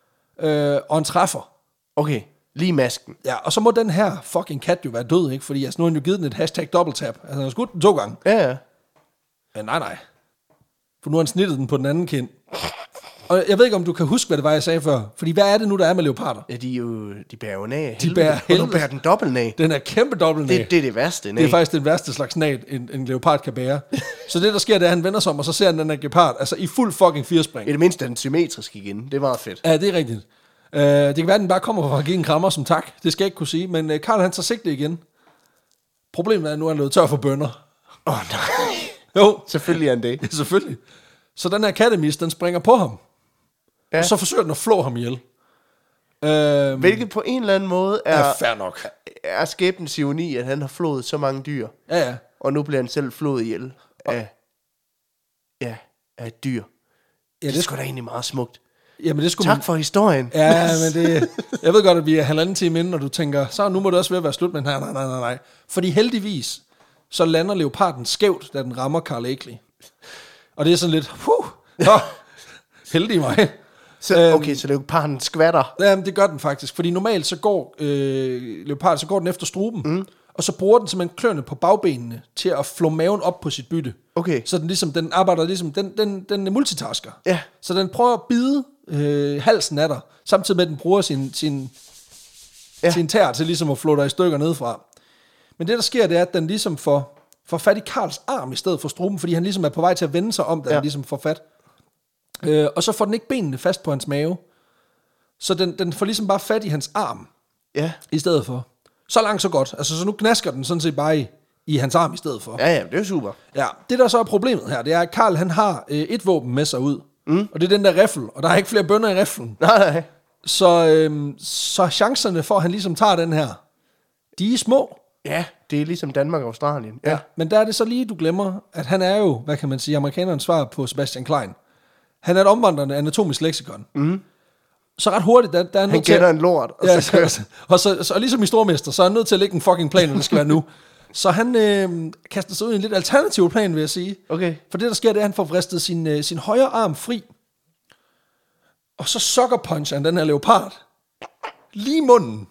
øh, og han træffer. Okay, lige masken. Ja, og så må den her fucking kat jo være død, ikke? Fordi altså, nu har han jo givet den et hashtag double tap. Altså, han har skudt den to gange. Ja, ja. Ja, nej, nej. For nu har han snittet den på den anden kind. Og jeg ved ikke, om du kan huske, hvad det var, jeg sagde før. Fordi hvad er det nu, der er med leoparder? Ja, de er jo, de bærer jo nag. De bærer Og nu helvede. bærer den dobbelt nag. Den er kæmpe dobbelt nag. Det, det er det værste nag. Det er faktisk den værste slags nag, en, en leopard kan bære. Så det, der sker, det er, at han vender sig om, og så ser han den her leopard, altså i fuld fucking firespring. I det mindste er den symmetrisk igen. Det er meget fedt. Ja, det er rigtigt. Uh, det kan være, at den bare kommer for at give en krammer som tak. Det skal jeg ikke kunne sige. Men uh, Karl, han tager sigte igen. Problemet er, at nu er han løbet tør for bønner. Åh, oh, nej. Jo, Selvfølgelig er den det. ja, selvfølgelig. Så den her kattemis, den springer på ham. Ja. Og så forsøger den at flå ham ihjel. Uh, Hvilket på en eller anden måde er, er fair nok. er skæbnens ironi, at han har flået så mange dyr. Ja, ja. Og nu bliver han selv flået ihjel af, ja, af et dyr. Ja, Det det er sgu da egentlig meget smukt. Jamen, det skulle Tak man... for historien. Ja, men det... Jeg ved godt, at vi er halvanden time inde, og du tænker, så nu må det også ved at være slut, men nej, nej, nej, nej, nej. Fordi heldigvis, så lander leoparden skævt, da den rammer Carl Akeley. Og det er sådan lidt, puh, nå, heldig mig. Så, okay, så leoparden skvatter. Jamen, det gør den faktisk, fordi normalt så går øh, leoparden, så går den efter struben, mm. og så bruger den simpelthen kløerne på bagbenene til at flå maven op på sit bytte. Okay. Så den ligesom, den arbejder ligesom, den, den, den er multitasker. Ja. Så den prøver at bide øh, halsen af dig, samtidig med, at den bruger sin, sin, Ja. sin tær til ligesom at flå dig i stykker nedefra. Men det, der sker, det er, at den ligesom får, får fat i Karls arm i stedet for struben, fordi han ligesom er på vej til at vende sig om, da Ja. han ligesom får fat. Øh, og så får den ikke benene fast på hans mave. Så den, den får ligesom bare fat i hans arm Ja. i stedet for. Så langt, så godt. Altså, så nu knasker den sådan set bare i, i hans arm i stedet for. Ja, ja, det er jo super. Ja, det der så er problemet her, det er, at Karl han har øh, et våben med sig ud. Mm. Og det er den der riffel, og der er ikke flere bønner i riflen. Nej, nej. Så, øh, så chancerne for, at han ligesom tager den her, de er små. Ja, det er ligesom Danmark og Australien. Ja. Men der er det så lige, du glemmer, at han er jo, hvad kan man sige, amerikanerens svar på Sebastian Klein. Han er et omvandrende anatomisk leksikon. Mm. Så ret hurtigt, der, der er Han nødt til... kender en lort. Og Ja, så kører. så, og, så, så, og ligesom i Stormester, så er han nødt til at lægge en fucking plan, når det skal være nu. Så han øh, kaster sig ud i en lidt alternativ plan, vil jeg sige. Okay. For det, der sker, det er, at han får vristet sin, øh, sin højre arm fri. Og så sucker puncher han den her leopard. Lige i munden.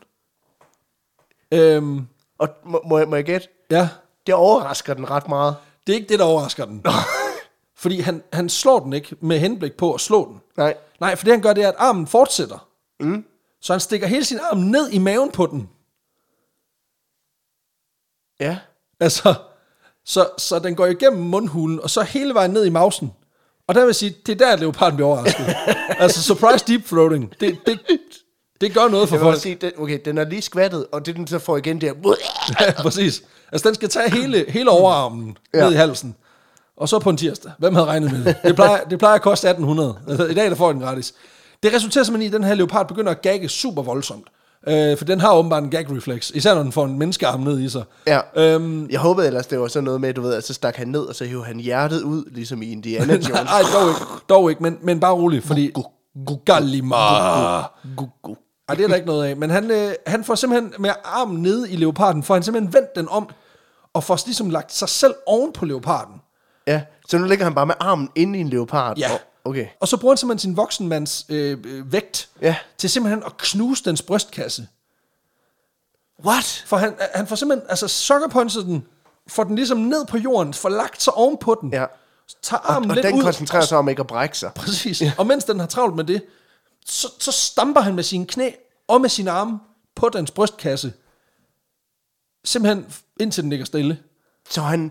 Øhm, Og må, må, jeg, må jeg gætte? ja, Det overrasker den ret meget. det er ikke det, der overrasker den. Fordi han, han slår den ikke med henblik på at slå den. Nej. Nej, for det han gør, det er, at armen fortsætter. Mm. Så han stikker hele sin arm ned i maven på den. Ja. Altså, så, så den går igennem mundhulen, og så hele vejen ned i mausen. Og der vil jeg sige, det er der, at leoparden bliver overrasket. Altså, surprise deep throating, det, det, det gør noget for Jeg vil folk. sige, den, okay, den er lige skvattet, og det den så får igen der. Ja, præcis. Altså, den skal tage hele, hele overarmen Ja. ned i halsen. Og så på en tirsdag. Hvem havde regnet med det? Det plejer, det plejer at koste atten hundrede. I dag der får den gratis. Det resulterer simpelthen i, at den her leopard begynder at gagge super voldsomt. Øh, for den har åbenbart en gag-reflex. Især når den får en menneskearm ned i sig. Ja. Øhm, jeg håbede ellers, det var sådan noget med, du ved, at så stak han ned, og så hævde han hjertet ud, ligesom i Indiana Jones. Nej, dog ikke. Dog ikke, men, men bare roligt, fordi... Gallimar. Ej, det er der ikke noget af. Men han, øh, han får simpelthen med armen nede i leoparden, får han simpelthen vendt den om, og får ligesom lagt sig selv oven på leoparden. Ja, så nu ligger han bare med armen inde i en leopard. Ja. Og, okay. Og så bruger han simpelthen sin voksenmands øh, øh, vægt Ja. til simpelthen at knuse dens brystkasse. What? For han, han får simpelthen, altså sukkerpuncher den, får den ligesom ned på jorden, får lagt sig oven på den, Ja. tager armen Og, og lidt den ud. koncentrerer sig om ikke at brække sig. Præcis. Ja. Og mens den har travlt med det, så, så stamper han med sine knæ og med sine arme på dens brystkasse. Simpelthen indtil den ligger stille. Så han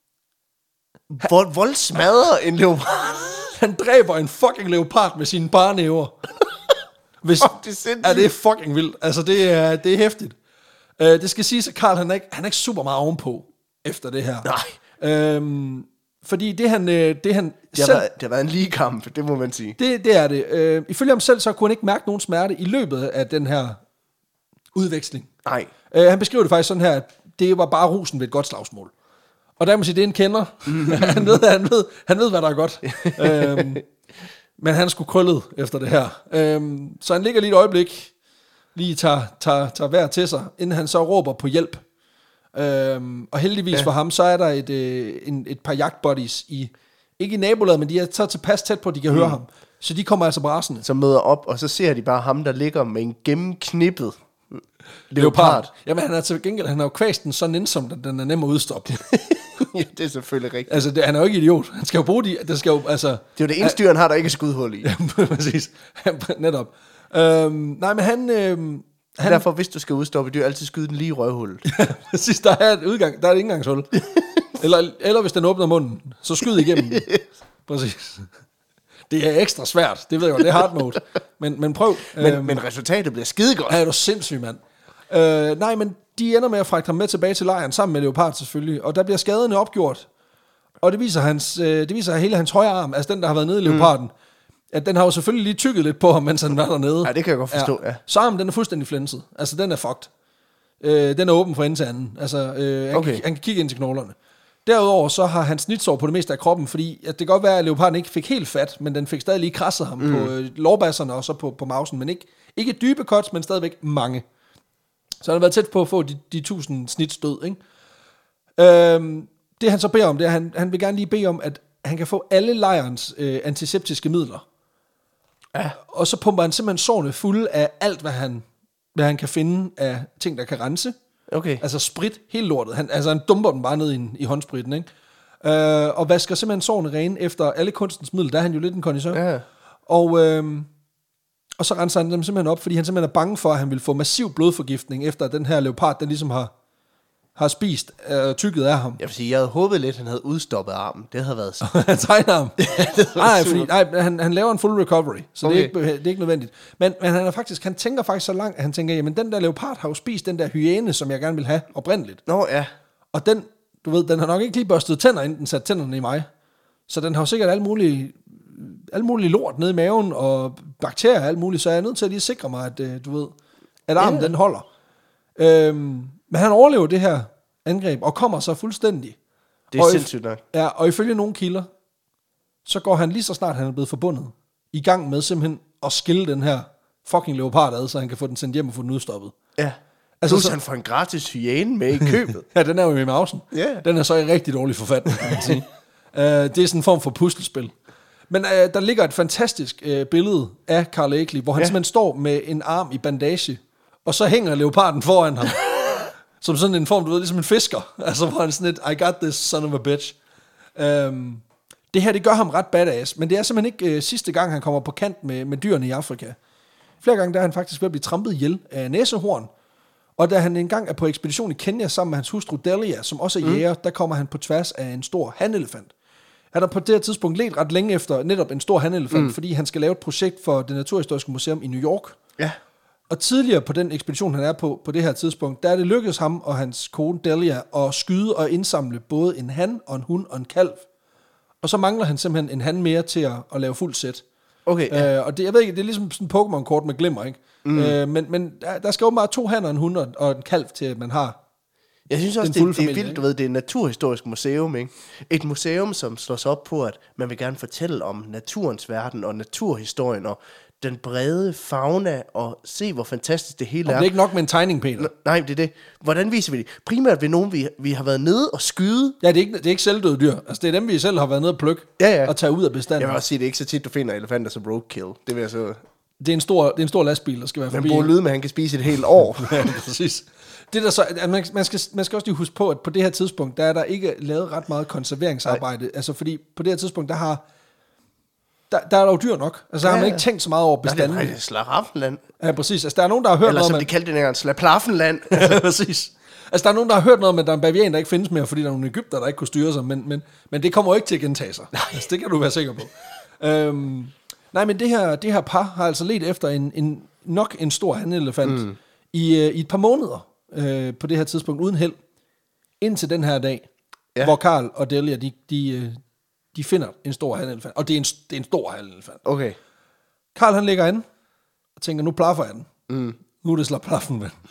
vold, vold smadrer en leopard. Han dræber en fucking leopard med sine barnæver. Hvis, Fuck, det er sindssygt. Ja, det er fucking vildt. Altså, det er, det er hæftigt. Uh, det skal siges, at Karl, han er, ikke, han er ikke super meget ovenpå efter det her. Nej. Um, fordi det han, det han Det har, selv... været, det har været en ligekamp, det må man sige. Det, det er det. Uh, ifølge ham selv, så kunne han ikke mærke nogen smerte i løbet af den her udveksling. Nej. Uh, han beskriver det faktisk sådan her, at det var bare rusen ved et godt slagsmål. Og der kan man sige, det er en kender. han, ved, han, ved, han ved, hvad der er godt. um, men han skulle krøllet efter det her. Um, så han ligger lige et øjeblik, lige tager, tager, tager vejr til sig, inden han så råber på hjælp. Um, og heldigvis ja. for ham, så er der et, øh, en, et par jagtbuddies i, ikke i nabolaget, men de er så tilpas tæt på, at de kan mm. høre ham. Så de kommer altså brasende. Så møder op, og så ser de bare ham, der ligger med en gennemknippet leopard. Leopard. Jamen han er til gengæld, han har jo kvæst den så nænsomt, at den er nem at udstoppe. Ja, det er selvfølgelig rigtigt. Altså, det, han er jo ikke idiot. Han skal jo bruge de... Det, skal jo, altså, Det er jo det eneste dyr, han har, der ikke er skudhul i. ja, præcis. Netop. Øhm, nej, men han... Øhm, han Derfor, hvis du skal udstoppe dyr, altid skyde den lige i røvhullet. præcis, der er et udgang, der er et indgangshul. eller, eller hvis den åbner munden, så skyd igennem. Præcis. Det er ekstra svært, det ved jeg jo, det er hard mode. Men, men prøv. Men, øhm, men resultatet bliver skidegodt. Ja, er du sindssyg, mand. Øh, nej, men de ender med at fragte ham med tilbage til lejren, sammen med leopard selvfølgelig, og der bliver skaderne opgjort. Og det viser, hans, øh, det viser hele hans højre arm, altså den, der har været nede i leoparden, mm. at den har jo selvfølgelig lige tykket lidt på ham, mens han var dernede. Ja, det kan jeg godt forstå, ja. Så armen, den er fuldstændig flænset. Altså, den er fucked. Øh, den er åben fra ende til anden. Altså, øh, han, okay. kan, han kan kigge ind til knoglerne. Derudover så har han snitsår på det meste af kroppen, fordi at det kan godt være, at leoparden ikke fik helt fat, men den fik stadig lige krasset ham mm. på øh, lårbasserne og så på, på mausen, men ikke, ikke dybe cuts, men stadigvæk mange. Så han har været tæt på at få de, de tusind snitsstød, ikke? Øhm, det han så beder om, det er, at han, han vil gerne lige bede om, at han kan få alle lejrens øh, antiseptiske midler. Ja. Og så pumper han simpelthen sårene fulde af alt, hvad han, hvad han kan finde af ting, der kan rense. Okay. Altså sprit, helt lortet. Han, altså han dumper den bare ned i, i håndspritten, ikke? Øh, og vasker simpelthen sårene rene efter alle kunstens midler. Der er han jo lidt en kondisør. Ja. Og, øh, og så renser han dem simpelthen op, fordi han simpelthen er bange for, at han vil få massiv blodforgiftning, efter at den her leopard, den ligesom har, har spist øh, tykket af ham. Jeg vil sige, jeg havde håbet lidt, at han havde udstoppet armen. Det havde været... Hans egen arm. Nej, fordi, nej han, han laver en full recovery, så okay. det, er ikke, det er ikke nødvendigt. Men, men han, er faktisk, han tænker faktisk så langt, at han tænker, jamen den der leopard har jo spist den der hyæne, som jeg gerne vil have oprindeligt. Nå, ja. Og den, du ved, den har nok ikke lige børstet tænder, inden den satte tænderne i mig. Så den har jo sikkert alle mulige, alle mulige lort nede i maven, og bakterier og alt muligt, så jeg er nødt til at lige sikre mig, at, du ved, at armen yeah. den holder. Øhm, men han overlever det her angreb, og kommer så fuldstændig. Det er og sindssygt nok. Ja, og ifølge nogle kilder, så går han lige så snart, han er blevet forbundet, i gang med simpelthen at skille den her fucking leopard ad, så han kan få den sendt hjem og få den udstoppet. Ja. Altså, Plus så han får en gratis hyæne med i købet. ja, den er jo i mausen. Yeah. Den er så i rigtig dårlig forfatning, kan man sige. uh, det er sådan en form for puslespil. Men uh, der ligger et fantastisk uh, billede af Carl Akeley, hvor han ja. simpelthen står med en arm i bandage, og så hænger leoparden foran ham. Som sådan en form, du ved, ligesom en fisker. Altså, hvor han sådan et, I got this son of a bitch. Um, det her, det gør ham ret badass, men det er simpelthen ikke uh, sidste gang, han kommer på kant med, med dyrene i Afrika. Flere gange, der er han faktisk ved at blive trampet ihjel af næsehorn. Og da han engang er på ekspedition i Kenya sammen med hans hustru Delia, som også er mm. jæger, der kommer han på tværs af en stor hanelefant. Han har på det her tidspunkt let ret længe efter netop en stor hanelefant, mm. fordi han skal lave et projekt for det Naturhistoriske Museum i New York. Ja. Og tidligere på den ekspedition, han er på, på det her tidspunkt, der er det lykkedes ham og hans kone Delia at skyde og indsamle både en han og en hund og en kalv. og så mangler han simpelthen en han mere til at, at lave fuld sæt. Okay. Ja. Øh, og det, jeg ved ikke, det er ligesom sådan en Pokémon-kort med glimmer, ikke? Mm. Øh, men men der, der skal jo bare to hanner, en hund og, og en kalv til, at man har. Jeg synes også, det, det, det er vildt, du ved, det er et naturhistorisk museum, ikke? Et museum, som slår sig op på, at man vil gerne fortælle om naturens verden og naturhistorien og den brede fauna og se, hvor fantastisk det hele og er. det er ikke nok med en tegning, Peter. N- nej, det er det. Hvordan viser vi det? Primært ved nogen, vi, vi har været nede og skyde. Ja, det er ikke, det er ikke selvdøde dyr. Altså, det er dem, vi selv har været nede og plukke ja, ja. og tage ud af bestanden. Jeg vil også sige, det er ikke så tit, du finder elefanter som roadkill. Det vil jeg så... Det er en stor, det er en stor lastbil, der skal være Man forbi. bruger lyde med, at han kan spise et helt år. Ja, præcis. Det der så, at man, man, skal, man skal også lige huske på, at på det her tidspunkt, der er der ikke lavet ret meget konserveringsarbejde. Nej. Altså, fordi på det her tidspunkt, der har... Der, der er der jo dyr nok. Altså, der ja, har man ikke tænkt så meget over bestanden. Nej, det er Slaraffenland. Ja, præcis. Altså, der er nogen, der har hørt Eller noget som om... de kaldte det dengang, Slaplaffenland. Ja, præcis. Altså, der er nogen, der har hørt noget om, at der er en bavian, der ikke findes mere, fordi der er nogle egypter, der ikke kunne styre sig. Men, men, men det kommer jo ikke til at gentage sig. Nej. Altså, det kan du være sikker på. øhm, nej, men det her, det her par har altså let efter en, en, nok en stor hanelefant mm. i, øh, i et par måneder øh, på det her tidspunkt, uden held. Indtil den her dag, ja. hvor Karl og Delia, de... de De finder en stor hanelefant. Og det er en, det er en stor hanelefant. Okay. Karl han ligger inde og tænker, nu plaffer jeg den. Mm. Nu er det slap plaffen, ven.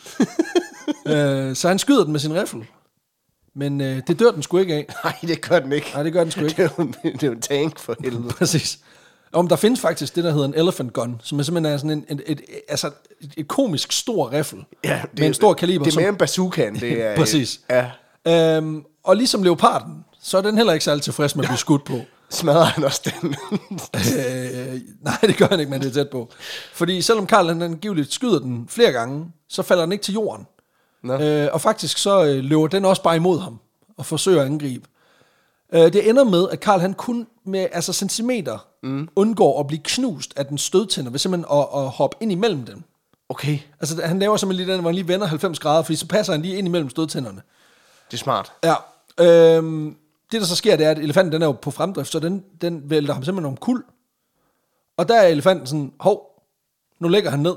øh, så han skyder den med sin riffel. Men øh, det dør den sgu ikke af. Nej, det gør den ikke. Nej, det gør den sgu ikke. Det er jo, det er jo en tank for helvede. Præcis. Om der findes faktisk det, der hedder en elephant gun, som er simpelthen er sådan en, et, et, altså et, et komisk stor riffel. Ja, med en stor kaliber. Det er som, mere en bazookaen. Det er præcis. Et, ja. Øhm, og ligesom leoparden, så er den heller ikke særlig tilfreds med at blive skudt på. Smadrer han også den? øh, nej, det gør han ikke, men det er tæt på. Fordi selvom Karl han angiveligt skyder den flere gange, så falder den ikke til jorden. Øh, og faktisk så øh, løber den også bare imod ham og forsøger at angribe. Øh, det ender med, at Karl han kun med altså centimeter mm. undgår at blive knust af den stødtænder ved simpelthen at, at hoppe ind imellem dem. Okay. Altså han laver simpelthen lige den, hvor han lige vender halvfems grader, fordi så passer han lige ind imellem stødtænderne. Det er smart. Ja. Øh, det der så sker, det er, at elefanten den er jo på fremdrift, så den, den vælter ham simpelthen om kul. Og der er elefanten sådan, hov, nu lægger han ned.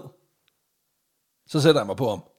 Så sætter jeg mig på ham.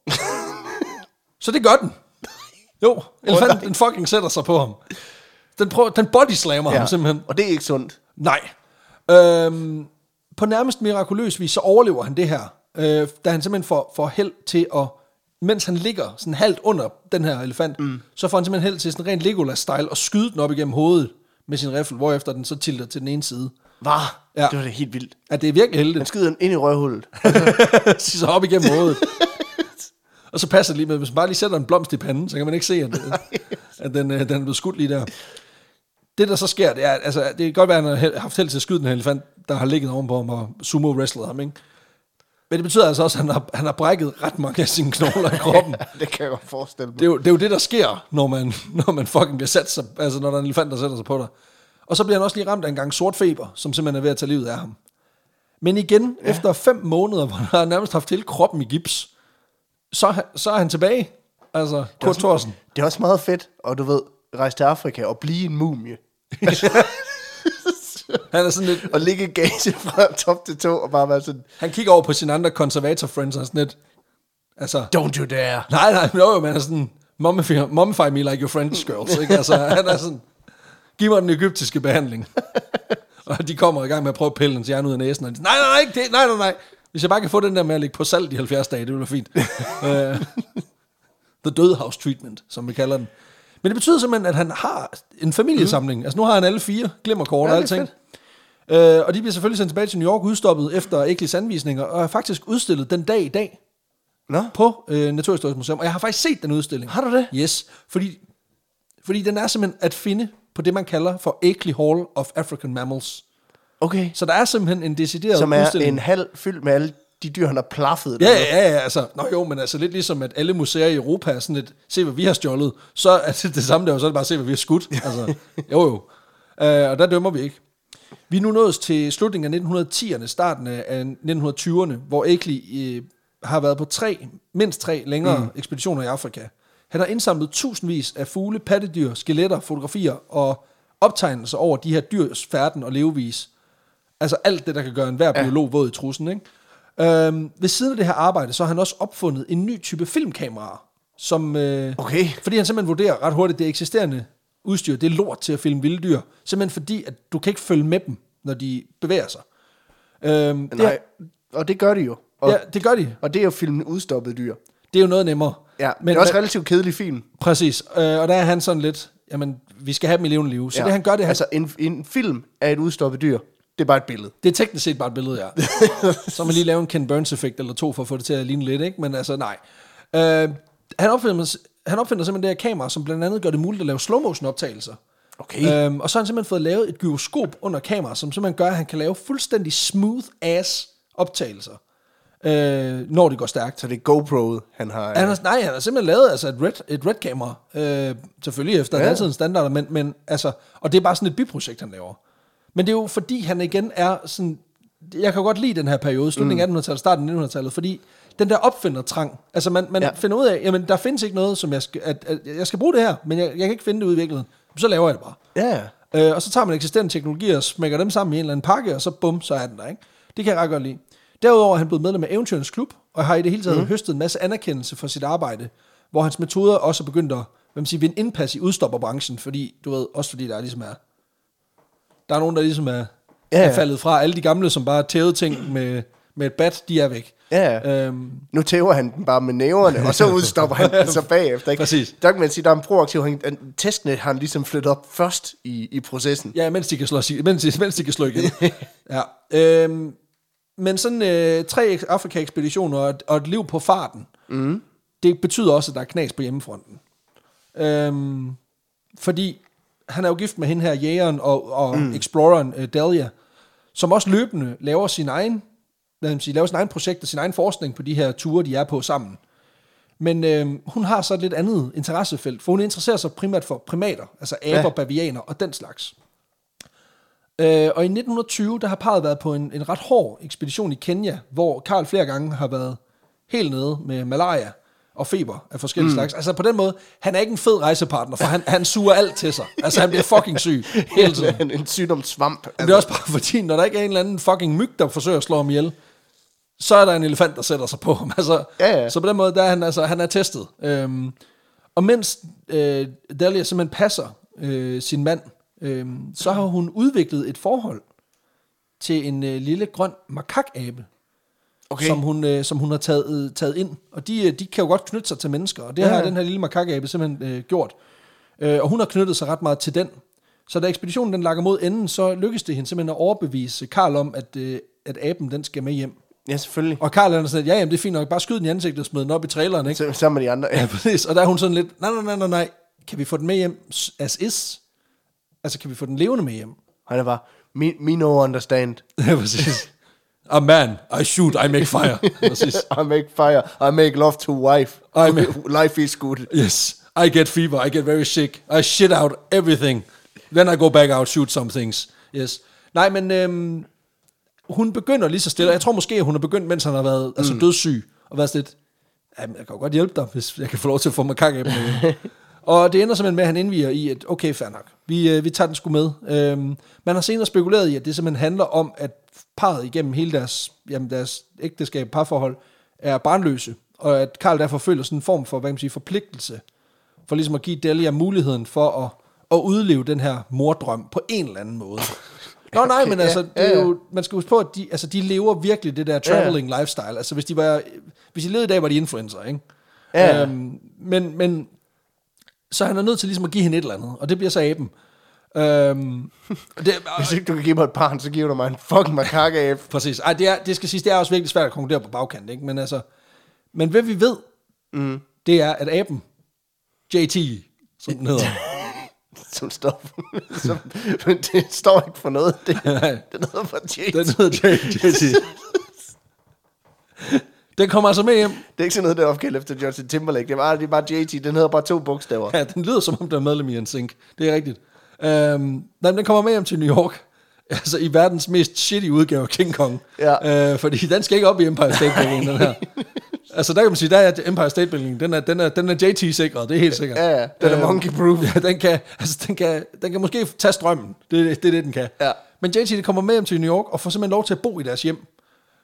Så det gør den. Jo, elefanten den fucking sætter sig på ham. Den, prøver, den bodyslammer ja, ham simpelthen. Og det er ikke sundt. Nej. Øhm, på nærmest mirakuløs vis, så overlever han det her. Øh, da han simpelthen får, får held til at, mens han ligger sådan halvt under den her elefant, mm. så får han simpelthen held til sådan rent Legolas-style og skyde den op igennem hovedet med sin riffel, hvorefter den så tilter til den ene side. Var? Ja. Det var det helt vildt. Ja, det er virkelig heldigt. Han skyder den ind i røvhullet. Så op igennem hovedet. Og så passer det lige med, hvis man bare lige sætter en blomst i panden, så kan man ikke se, at, at den, den er blevet skudt lige der. Det, der så sker, det er, altså, det kan godt være, at han har haft held til at skyde den her elefant, der har ligget ovenpå ham og sumo-wrestlet ham, ikke? Men det betyder altså også, at han har, han har brækket ret mange af sine knogler i kroppen. Ja, det kan jeg godt forestille mig. Det er, jo, det er jo det, der sker, når man, når man fucking bliver sat sig, altså når der er en elefant, der sætter sig på dig. Og så bliver han også lige ramt af en gang sort feber, som simpelthen er ved at tage livet af ham. Men igen, ja. efter fem måneder, hvor han har nærmest haft hele kroppen i gips, så, så er han tilbage. Altså, Kurt Thorsen. Det er også meget fedt, og du ved, rejse til Afrika og blive en mumie. Han er sådan lidt... Og ligge gage fra top til to, og bare være sådan... Han kigger over på sine andre conservator friends, og sådan lidt... Altså... Don't you dare. Nej, nej, men jo, man er sådan... Mummify, mummify me like your French girls, ikke? Altså, han er sådan... Giv mig den egyptiske behandling. Og de kommer i gang med at prøve at pille hans hjerne ud af næsen, og de, nej, nej, nej, ikke det, nej, nej, nej. Hvis jeg bare kan få den der med at ligge på salt i halvfjerds dage, det ville være fint. uh, the dødhouse treatment, som vi kalder den. Men det betyder simpelthen, at han har en familiesamling. Mm. Altså nu har han alle fire glimmerkort og alting. Uh, og de bliver selvfølgelig sendt tilbage til New York, udstoppet efter Eklis anvisninger, og er faktisk udstillet den dag i dag. Nå? På uh, Naturhistorisk Museum. Og jeg har faktisk set den udstilling. Har du det? Yes. Fordi, fordi den er simpelthen at finde på det, man kalder for Akeley Hall of African Mammals. Okay. Så der er simpelthen en decideret som er udstilling. En halv fyldt med alle de dyr, han har plaffet. Ja, ja, ja, altså. Nå jo, men altså lidt ligesom, at alle museer i Europa er sådan et, se hvad vi har stjålet, så er det det samme der, så er det bare se hvad vi har skudt. Altså, jo jo. Uh, og der dømmer vi ikke. Vi er nu nået til slutningen af nitten tierne, starten af nitten tyverne, hvor Akeley uh, har været på tre, mindst tre længere mm. ekspeditioner i Afrika. Han har indsamlet tusindvis af fugle, pattedyr, skeletter, fotografier og optegnelser over de her dyrs færden og levevis. Altså alt det, der kan gøre enhver ja. biolog våd i trussen, ikke? Øhm, ved siden af det her arbejde, så har han også opfundet en ny type filmkameraer, som, øh, okay. fordi han simpelthen vurderer ret hurtigt, det eksisterende udstyr, det er lort til at filme vilde dyr. Simpelthen fordi, at du kan ikke følge med dem, når de bevæger sig. Øhm, Nej, det, og det gør de jo. Og, ja, det gør de. Og det er jo filmen udstoppet dyr. Det er jo noget nemmere. Ja, men det er også relativt kedelig film. Præcis, øh, og der er han sådan lidt, jamen, vi skal have dem i levende liv. Så ja. det han gør, det han... Altså, en, en film af et udstoppet dyr, det er bare et billede. Det er teknisk set bare et billede, ja. Så man lige lave en Ken Burns-effekt eller to, for at få det til at ligne lidt, ikke? Men altså, nej. Øh, han, opfinder, han opfinder simpelthen det her kamera, som blandt andet gør det muligt at lave slow-motion-optagelser. Okay. Øhm, og så har han simpelthen fået lavet et gyroskop under kamera, som simpelthen gør, at han kan lave fuldstændig smooth-ass optagelser, øh, når det går stærkt. Så det er GoPro'et, han har... Han har nej, han har simpelthen lavet altså et red, et red kamera, øh, selvfølgelig efter ja. altid en standard, men, men altså, og det er bare sådan et biprojekt, han laver. Men det er jo fordi, han igen er sådan, jeg kan godt lide den her periode, slutningen af attenhundredetallet, starten af nittenhundredetallet, fordi den der opfindertrang, altså man, man ja. finder ud af, jamen der findes ikke noget, som jeg skal, at, at jeg skal bruge det her, men jeg, jeg kan ikke finde det ud i virkeligheden. Så laver jeg det bare. Ja. Øh, og så tager man eksisterende teknologier og smækker dem sammen i en eller anden pakke, og så bum, så er den der, ikke? Det kan jeg ret godt lide. Derudover er han blevet medlem af Eventyrens Klub, og har i det hele taget mm. høstet en masse anerkendelse for sit arbejde, hvor hans metoder også er begyndt at, hvad man siger, vinde indpas i udstopperbranchen, fordi, du ved, også fordi der er ligesom er, der er nogen, der ligesom er, ja, ja. er faldet fra. Alle de gamle, som bare tævede ting med, med et bat, de er væk. Ja, øhm. Nu tæver han den bare med næverne, og så udstopper han den så bagefter. Ikke? Præcis. Der kan man sige, der er en proaktiv, han, testnet har han ligesom flyttet op først i, i processen. Ja, mens de kan slå, mens de, mens de kan slå igen. Ja. Øhm, men sådan øh, tre Afrika-ekspeditioner og, og et liv på farten, mm. det betyder også, at der er knas på hjemmefronten. Øhm, fordi han er jo gift med hende her, jægeren og, og mm. exploreren uh, Delia, som også løbende laver sin egen, lad mig sige, laver sin egen projekt og sin egen forskning på de her ture, de er på sammen. Men øh, hun har så et lidt andet interessefelt, for hun interesserer sig primært for primater, altså aber, ja. bavianer og den slags. Øh, og i nitten tyve, der har parret været på en, en ret hård ekspedition i Kenya, hvor Karl flere gange har været helt nede med malaria og feber af forskellige mm. slags. Altså på den måde, han er ikke en fed rejsepartner, for han, han suger alt til sig. Altså han bliver fucking syg hele tiden. En, en sygdomssvamp. Altså. Det er også bare fordi, når der ikke er en eller anden fucking myg, der forsøger at slå ham ihjel, så er der en elefant, der sætter sig på ham. Altså, ja, ja. Så på den måde, der er han, altså, han er testet. Øhm, og mens øh, Delia simpelthen passer øh, sin mand, øh, så har hun udviklet et forhold til en øh, lille grøn makakabe, okay. som, hun, øh, som hun har taget, øh, taget ind. Og de, de kan jo godt knytte sig til mennesker, og det ja. har den her lille makakabe simpelthen øh, gjort. Øh, og hun har knyttet sig ret meget til den. Så da ekspeditionen den lakker mod enden, så lykkes det hende simpelthen at overbevise Karl om, at, øh, at aben den skal med hjem. Ja, selvfølgelig. Og Karl er sådan, ja, jamen det er fint nok, bare skyd den i ansigtet og smid den op i traileren, ikke? Så, sammen med de andre. Ja, præcis. Og der er hun sådan lidt, nej, nej, nej, nej, nej, kan vi få den med hjem as is? Altså, kan vi få den levende med hjem? Han er bare, me, me no understand. Ja, præcis. A man, I shoot, I make fire. Præcis. I make fire, I make love to wife. I make... Life is good. Yes, I get fever, I get very sick. I shit out everything. Then I go back out, shoot some things. Yes. Nej, men øhm, hun begynder lige så stille. Jeg tror måske, at hun har begyndt, mens han har været mm. altså dødssyg. Og været sådan lidt, jamen, jeg kan jo godt hjælpe dig, hvis jeg kan få lov til at få mig kakaben med. Og det ender simpelthen med, at han indviger i, at okay, fair nok. Vi, øh, vi tager den sgu med. Øhm, man har senere spekuleret i, at det simpelthen handler om, at parret igennem hele deres, jamen, deres ægteskab, parforhold, er barnløse. Og at Karl derfor føler sådan en form for, hvad kan man sige, forpligtelse. For ligesom at give Delia muligheden for at, at udleve den her mordrøm på en eller anden måde. Nå nej, men altså, det er jo, man skal huske på, at de, altså, de lever virkelig det der traveling ja. lifestyle. Altså hvis de var, hvis de levede i dag, var de influencer, ikke? Ja. Øhm, men, men så han er nødt til ligesom at give hende et eller andet, og det bliver så aben. Øhm, det, hvis ikke du kan give mig et barn, så giver du mig en fucking makakabe. Præcis. Ej, det, er, det skal siges, det er også virkelig svært at konkludere på bagkant, ikke? Men altså, men hvad vi ved, mm. det er, at aben, J T, som den hedder, som står som, det står ikke for noget. Det, den hedder for J T. Den hedder J T. Den kommer altså med hjem. Det er ikke sådan noget, der er opkaldt efter Justin Timberlake. Det er bare, det er bare J T. Den hedder bare to bogstaver. Ja, den lyder som om, der er medlem i en sync. Det er rigtigt. Øhm, nej, den kommer med hjem til New York. Altså i verdens mest shitty udgave af King Kong. Ja. Øh, fordi den skal ikke op i Empire State Building, den her. Altså der kan man sige, der er Empire State Building, den er, den er, den er J T-sikret, det er helt sikkert. Ja, ja, den er monkey-proof. Ja, den kan, altså, den, kan, den kan måske tage strømmen, det, det er det, den kan. Ja. Men J T det kommer med hjem til New York, og får simpelthen lov til at bo i deres hjem.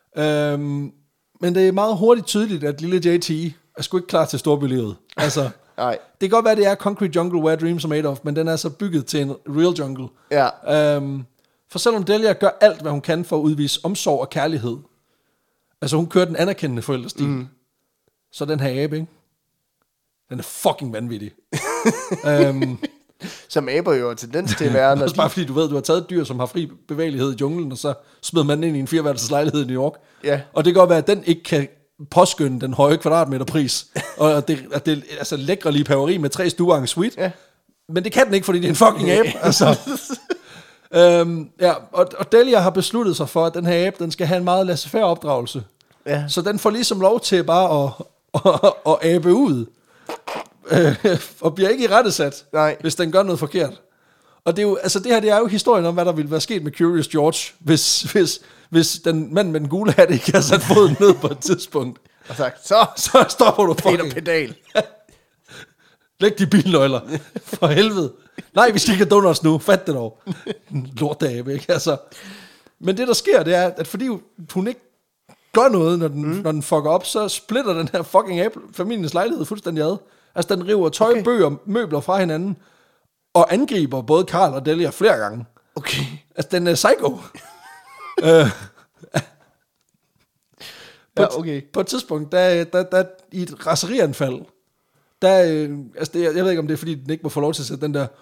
Øhm, men det er meget hurtigt tydeligt, at lille J T er sgu ikke klar til storbylivet. Altså, Nej. Det kan godt være, det er Concrete Jungle, Where Dreams Are Made Of, men den er så bygget til en real jungle. Ja. Um, for selvom Delia gør alt, hvad hun kan for at udvise omsorg og kærlighed, altså hun kører den anerkendende forældrestil, mm. så den her abe, ikke? Den er fucking vanvittig. um, Som aber jo har tendens til at være. Det er bare fordi, du ved, du har taget et dyr, som har fri bevægelighed i junglen, og så smider man den ind i en fireværelses lejlighed i New York. Ja. Og det kan godt være, at den ikke kan påskynde den høje kvadratmeterpris, og at det, at det altså lækre lige paveri med tre stuer og en suite. Ja. Men det kan den ikke, fordi det er en fucking abe. Altså. øhm, ja, og, og Delia har besluttet sig for, at den her abe, den skal have en meget laissez-faire opdragelse. Ja. Så den får ligesom lov til bare at, at, at, at abe ud. Og bliver ikke i rettesat, Nej. hvis den gør noget forkert. Og det er jo, altså det her, det er jo historien om, hvad der ville være sket med Curious George, hvis, hvis, hvis den mand med den gule hat ikke har sat foden ned på et tidspunkt. Og sagt, så, så stopper du Peter fucking. Pedal. Læg de bilnøgler. For helvede. Nej, vi skal ikke have donuts nu. Fat det dog. Lortabe, ikke? Altså. Men det, der sker, det er, at fordi hun ikke gør noget, når den, mm. når den fucker op, så splitter den her fucking abe familiens lejlighed fuldstændig ad. Altså, den river tøj, okay. bøger, møbler fra hinanden, og angriber både Carl og Delia flere gange. Okay. Altså, den er psycho. øh, på, ja, okay. På et tidspunkt, der, der, der i et raserianfald, der, øh, altså det, jeg ved ikke, om det er, fordi den ikke må få lov til at sætte den der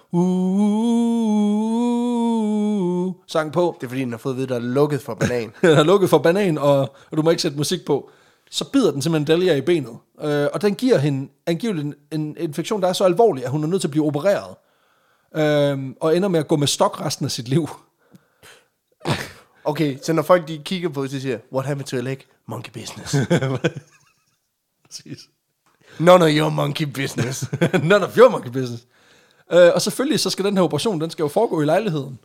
uh, sang på. Det er, fordi den har fået at vide, der er lukket for banan. Den er lukket for banan, og, og du må ikke sætte musik på. Så bider den simpelthen Delia i benet. Øh, og den giver hende angiveligt en, en infektion, der er så alvorlig, at hun er nødt til at blive opereret. Øh, og ender med at gå med stok resten af sit liv. Okay, så når folk de kigger på, så siger, what happened to your leg? Monkey business. Præcis. None of your monkey business. None of your monkey business. Øh, og selvfølgelig, så skal den her operation, den skal jo foregå i lejligheden.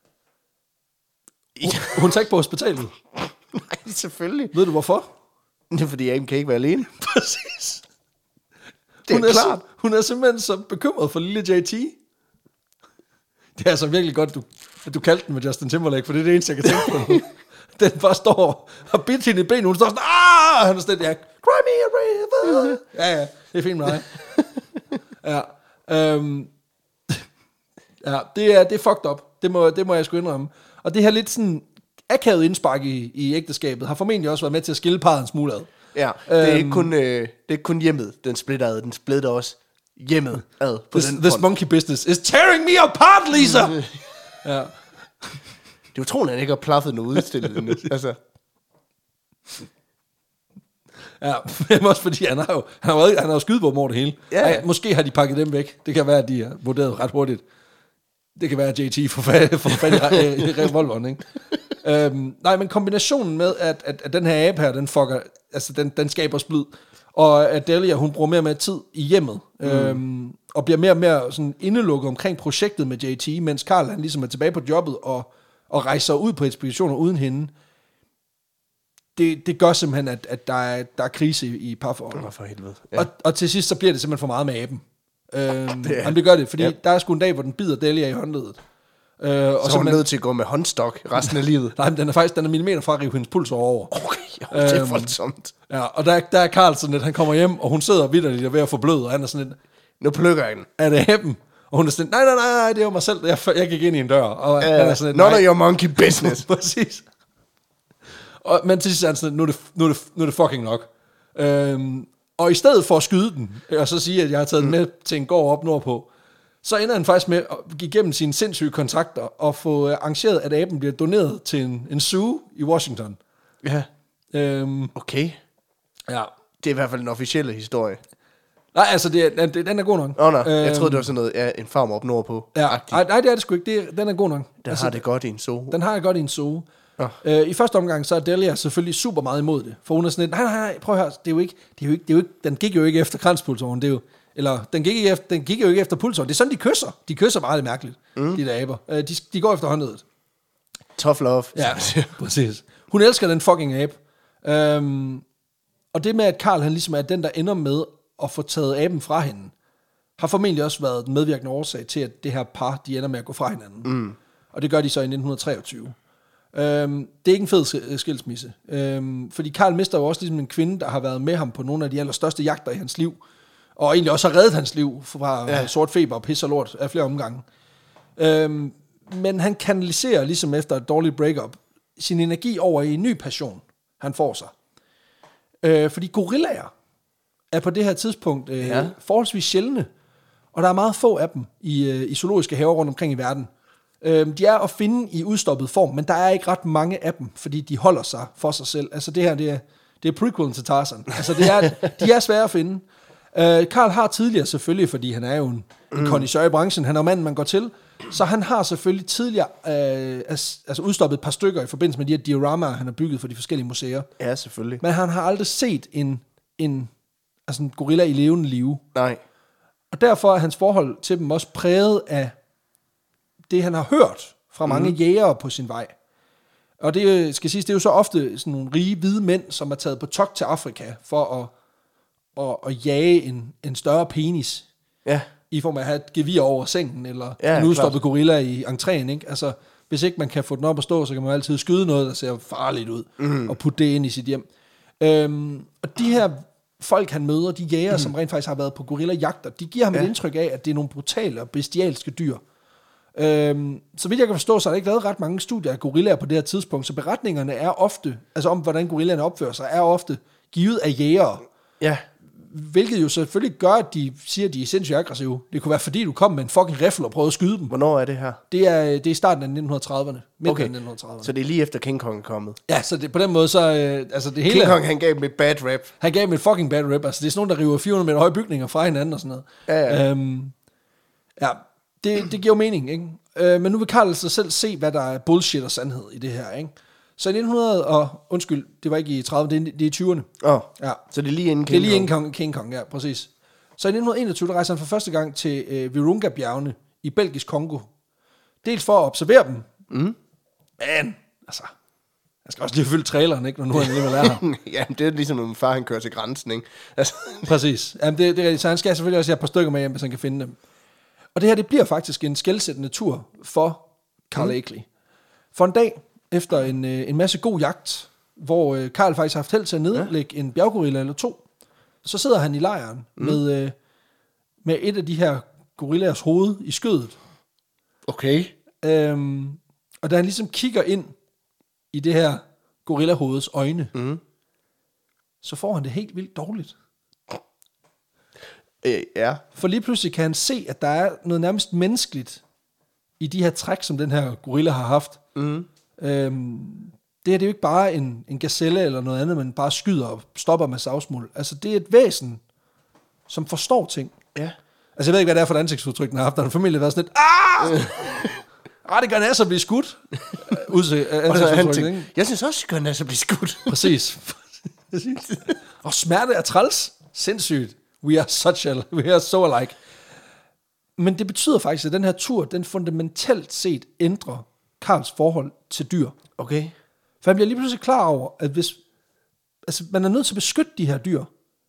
Hun, hun tager ikke på hospitalet. Nej, selvfølgelig. Ved du hvorfor? Det er fordi, jeg kan ikke være alene. Præcis. Det er hun er klart. Sim- hun er simpelthen så bekymret for lille J T. Det er altså virkelig godt, du, at du kaldte den med Justin Timberlake, for det er det eneste, jeg kan tænke på. Den bare står og bidt hende i benet, hun står sådan, ah, han er stedet, ja, cry me a river. Ja, ja, det er fint med dig. Ja, øhm, ja, det er, det er fucked up. Det må, det må jeg sgu indrømme. Og det her lidt sådan akavet indspark i, i ægteskabet, har formentlig også været med til at skille parret en smule ad. Ja, det er, øhm, ikke kun, øh, det er ikke kun hjemmet, den splitter ad, den splitter også hjemmet ad på this, den this front. monkey business is tearing me apart, Lisa! Ja. Det er utroligt, at han ikke har plaffet noget udstillet endnu. Altså. Ja, men også fordi han har jo, han har jo, han har jo skydevåben over det hele. Ja, ja. Ej, måske har de pakket dem væk. Det kan være, at de er vurderet ret hurtigt. Det kan være, at J T får fat, får fat i revolveren, ikke? øhm, nej, men kombinationen med, at, at, at den her abe her, den fucker, altså den, den skaber splid, og at Delia, hun bruger mere og mere tid i hjemmet, mm. øhm, og bliver mere og mere sådan indelukket omkring projektet med J T, mens Carl, han ligesom er tilbage på jobbet, og, og rejser ud på ekspeditioner uden hende. Det, det gør simpelthen, at, at der, er, der er krise i, i parforholdet. For helvede. Ja. Og, og til sidst, så bliver det simpelthen for meget med aben. Øhm, det, jamen, det gør det, fordi ja. der er sgu en dag, hvor den bider Delia i håndledet. Øh, og så er hun nødt til at gå med håndstok resten af livet. Nej, men den er faktisk den er millimeter fra at rive hendes puls over. Okay, jo, det er øhm, voldsomt. Ja, og der, der er Carl sådan lidt, han kommer hjem, og hun sidder vitterligt ved at få blød, og han er sådan lidt, nu plukker jeg den. Er det aben? Og hun er sådan lidt, nej, nej, nej, nej, det var mig selv, jeg, jeg gik ind i en dør. Og uh, han er sådan lidt, none of your monkey business. Præcis. Og, men til sidst er han sådan lidt, nu er det, nu er det, nu er det fucking nok. Øhm, og i stedet for at skyde den, og så sige, at jeg har taget mm. den med til en gård op nordpå, så ender han faktisk med at give igennem sine sindssyge kontakter og få arrangeret, at aben bliver doneret til en, en zoo i Washington. Ja. Øhm, okay. Ja. Det er i hvert fald den officielle historie. Nej, altså, det er, den er god nok. Åh, oh, nej. Øhm, jeg troede, det var sådan noget, ja, en farm op nordpå. Ja. Nej, nej, det er det sgu ikke. Det er, den er god nok. Den altså, har det godt i en zoo. Den har det godt i en zoo. Oh. Øh, I første omgang, så er Delia selvfølgelig super meget imod det. For hun er sådan lidt, nej, nej, nej, prøv at høre, det er jo ikke, det er jo ikke, det er jo ikke, den gik jo ikke efter kranspulsåren, det er jo, eller, den gik, ikke efter, den gik jo ikke efter pulsåren. Det er sådan, de kysser. De kysser bare lidt mærkeligt, mm. de der aber. Øh, de, de går efter håndledet. Tough love. Ja, præcis. Hun elsker den fucking abe. Øhm, og det med, at Carl, han ligesom er den, der ender med at få taget aben fra hende, har formentlig også været den medvirkende årsag til, at det her par, de ender med at gå fra hinanden. Mm. Og det gør de så i nitten treogtyve. Øhm, det er ikke en fed skilsmisse. Øhm, fordi Carl mister jo også ligesom en kvinde, der har været med ham på nogle af de allerstørste jagter i hans liv. og egentlig også har reddet hans liv fra Ja. sort feber og pis og lort af flere omgange. Øhm, men han kanaliserer, ligesom efter et dårligt breakup, sin energi over i en ny passion, han får sig. Øh, fordi gorillaer er på det her tidspunkt øh, Ja. forholdsvis sjældne, og der er meget få af dem i, øh, i zoologiske haver rundt omkring i verden. Øh, de er at finde i udstoppet form, men der er ikke ret mange af dem, fordi de holder sig for sig selv. Altså det her, det er, det er prequelen til Tarzan. Altså det er, de er svære at finde. Øh, Carl har tidligere selvfølgelig, fordi han er jo en, en mm. connoisseur i branchen, han er manden, man går til, så han har selvfølgelig tidligere øh, altså udstoppet et par stykker i forbindelse med de her dioramaer, han har bygget for de forskellige museer. Ja, selvfølgelig. Men han har aldrig set en, en, altså en gorilla i levende live. Nej. Og derfor er hans forhold til dem også præget af det, han har hørt fra mange mm. jægere på sin vej. Og det skal siges, det er jo så ofte sådan nogle rige, hvide mænd, som er taget på togt til Afrika for at, at, at jage en, en større penis. Ja. I form af at have et gevir over sengen, eller Ja, en udstoppet klart. gorilla i entréen, ikke? Altså, hvis ikke man kan få den op at stå, så kan man altid skyde noget, der ser farligt ud, mm. og putte det ind i sit hjem. Øhm, og de her folk, han møder, de jæger, mm. som rent faktisk har været på gorilla-jagter, de giver ham ja. et indtryk af, at det er nogle brutale og bestialske dyr. Øhm, så vidt jeg kan forstå, så er der ikke lavet ret mange studier af gorillaer på det her tidspunkt, så beretningerne er ofte, altså om hvordan gorillaerne opfører sig, er ofte givet af jægere. Ja. Hvilket jo selvfølgelig gør, at de siger, at de er sindssygt aggressive. Det kunne være, fordi du kom med en fucking riffel og prøvede at skyde dem. Hvornår er det her? Det er, det er i starten af nitten trediverne. Midten Okay. af nitten trediverne. Så det er lige efter King Kong er kommet. Ja, så det, på den måde, så øh, altså det hele... King Kong, han gav dem et bad rap. Han gav dem et fucking bad rap. Altså det er sådan nogle, der river fire hundrede meter høje bygninger fra hinanden og sådan noget. Ja, ja. Øhm, ja det, det giver jo mening, ikke? Øh, men nu vil Carl så selv se, hvad der er bullshit og sandhed i det her, ikke? Så i nitten hundrede og... Undskyld, det var ikke i trediverne, det er, det er i tyverne. Åh, oh, Ja. så det er lige inden Det er King lige inden Kong. Kong, King Kong, ja, præcis. Så i nitten enogtyve, der rejser han for første gang til øh, Virunga-bjergene i Belgisk Kongo. Dels for at observere dem. Mm. Men, altså... Jeg skal også lige følge traileren, ikke, når nu han alligevel er her. Ja, det er ligesom, når min far han kører til grænsen, ikke? Altså. Præcis. Jamen, det, det er rigtigt. Så han skal selvfølgelig også have et par stykker med hjem, hvis han kan finde dem. Og det her, det bliver faktisk en skelsættende tur for Carl mm. Akeley. For en dag, efter en, øh, en masse god jagt, hvor øh, Carl faktisk har haft held til at nedlægge ja. en bjerggorilla eller to, så sidder han i lejren mm. med, øh, med et af de her gorillers hoved i skødet. Okay. Øhm, og da han ligesom kigger ind i det her gorillahoveds øjne, Mm. så får han det helt vildt dårligt. Øh, ja. For lige pludselig kan han se, at der er noget nærmest menneskeligt i de her træk, som den her gorilla har haft. Mm. Øhm, det her det er jo ikke bare en, en gazelle eller noget andet, men bare skyder og stopper med savsmuld. Altså det er et væsen, som forstår ting. Ja. Altså jeg ved ikke, hvad det er for et ansigtsudtryk, den har haft. Der har familien været sådan lidt, ah! Ah, det gør næsten at blive skudt. Udse, Og så han ansigtsudtryk, tænkte, ikke? jeg synes også, det gør den altså blive skudt. Præcis. Og smerte er træls. Sindssygt. We are such a, we are so alike. Men det betyder faktisk, at den her tur, den fundamentalt set ændrer Carls forhold til dyr. Okay. For han bliver lige pludselig klar over, at hvis, altså man er nødt til at beskytte de her dyr,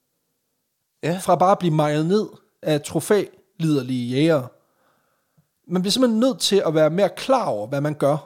Ja. fra bare at blive mejet ned af trofæliderlige jægere. Man bliver simpelthen nødt til at være mere klar over, hvad man gør.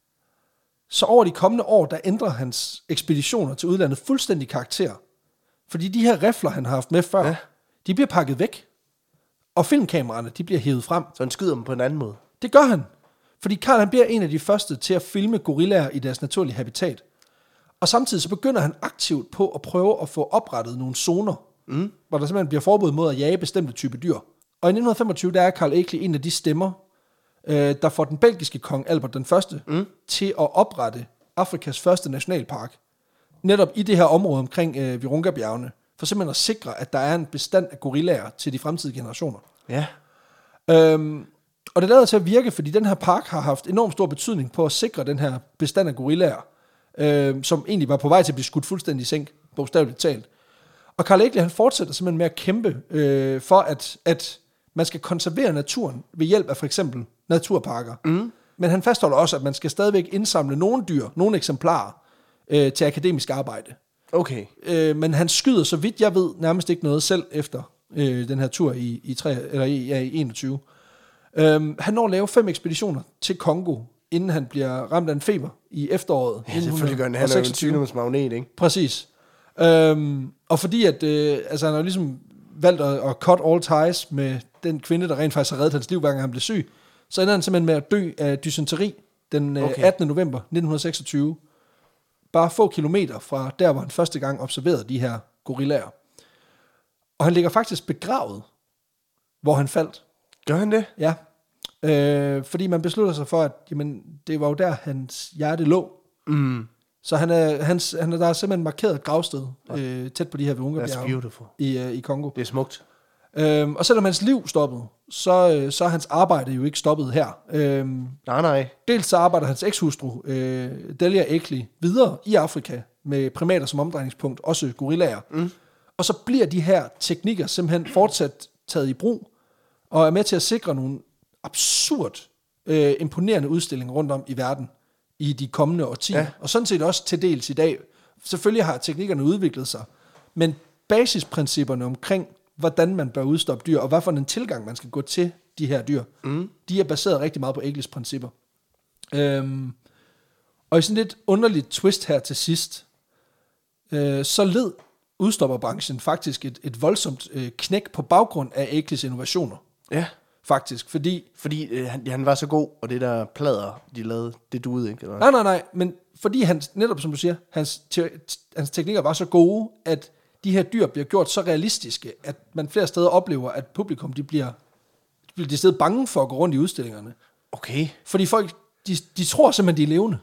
Så over de kommende år, der ændrer hans ekspeditioner til udlandet fuldstændig karakter. Fordi de her rifler, han har haft med før, Ja. de bliver pakket væk. Og filmkameraerne, de bliver hævet frem. Så han skyder dem på en anden måde. Det gør han. Fordi Carl, han bliver en af de første til at filme gorillaer i deres naturlige habitat. Og samtidig så begynder han aktivt på at prøve at få oprettet nogle zoner, mm. hvor der simpelthen bliver forbud mod at jage bestemte type dyr. Og i nitten femogtyve, der er Carl Akeley en af de stemmer, øh, der får den belgiske kong Albert den første mm. til at oprette Afrikas første nationalpark. Netop i det her område omkring øh, Virunga-bjergene. For simpelthen at sikre, at der er en bestand af gorillaer til de fremtidige generationer. Ja. Øhm, og det lader til at virke, fordi den her park har haft enormt stor betydning på at sikre den her bestand af gorillaer, øh, som egentlig var på vej til at blive skudt fuldstændig i sænk, bogstaveligt talt. Og Carl Akeley, han fortsætter simpelthen med at kæmpe øh, for, at, at man skal konservere naturen ved hjælp af for eksempel naturparker. Mm. Men han fastholder også, at man skal stadigvæk indsamle nogle dyr, nogle eksemplarer, øh, til akademisk arbejde. Okay. Øh, men han skyder, så vidt jeg ved, nærmest ikke noget selv efter øh, den her tur i, i, tre, eller i, ja, i enogtyve. Øh, han når at lave fem ekspeditioner til Kongo, inden han bliver ramt af en feber i efteråret. Ja, selvfølgelig gør han. Han er jo en sygdomsmagnet, ikke? Præcis. Øhm, og fordi at, øh, altså han har jo ligesom valgt at, at cut all ties med den kvinde, der rent faktisk har reddet hans liv, hver gang han blev syg. Så ender han simpelthen med at dø af dysenteri den okay. attende november nitten seksogtyve. Bare få kilometer fra der, hvor han første gang observerede de her gorillaer. Og han ligger faktisk begravet, hvor han faldt. Gør han det? Ja. Øh, fordi man beslutter sig for, at jamen, det var jo der, hans hjerte lå. Mm. Så han er, hans, han er, der er simpelthen markeret et gravsted øh, tæt på de her Virunga-bjerge i, øh, i Kongo. Det er smukt. Øhm, og selvom hans liv stoppede, så, øh, så er hans arbejde jo ikke stoppet her. Øhm, nej, nej. Dels så arbejder hans ekshustru, øh, Delia Ekley, videre i Afrika med primater som omdrejningspunkt, også gorillaer. Mm. Og så bliver de her teknikker simpelthen fortsat taget i brug, og er med til at sikre nogle absurd øh, imponerende udstillinger rundt om i verden i de kommende årtier. Ja. Og sådan set også til dels i dag. Selvfølgelig har teknikkerne udviklet sig, men basisprincipperne omkring, hvordan man bør udstoppe dyr, og hvad for en tilgang man skal gå til de her dyr, mm. de er baseret rigtig meget på Ekleys principper. Øhm, og i sådan lidt underligt twist her til sidst, øh, så led udstopperbranchen faktisk et, et voldsomt øh, knæk på baggrund af Ekleys innovationer. Ja. Faktisk, fordi... Fordi øh, han, han var så god, og det der plader, de lavede, det duede ikke, eller? Nej, nej, nej, men fordi han, netop som du siger, hans, te, hans teknikker var så gode, at de her dyr bliver gjort så realistiske, at man flere steder oplever, at publikum, de bliver, de bliver de steder bange for at gå rundt i udstillingerne. Okay. Fordi folk, de, de tror simpelthen, de er levende.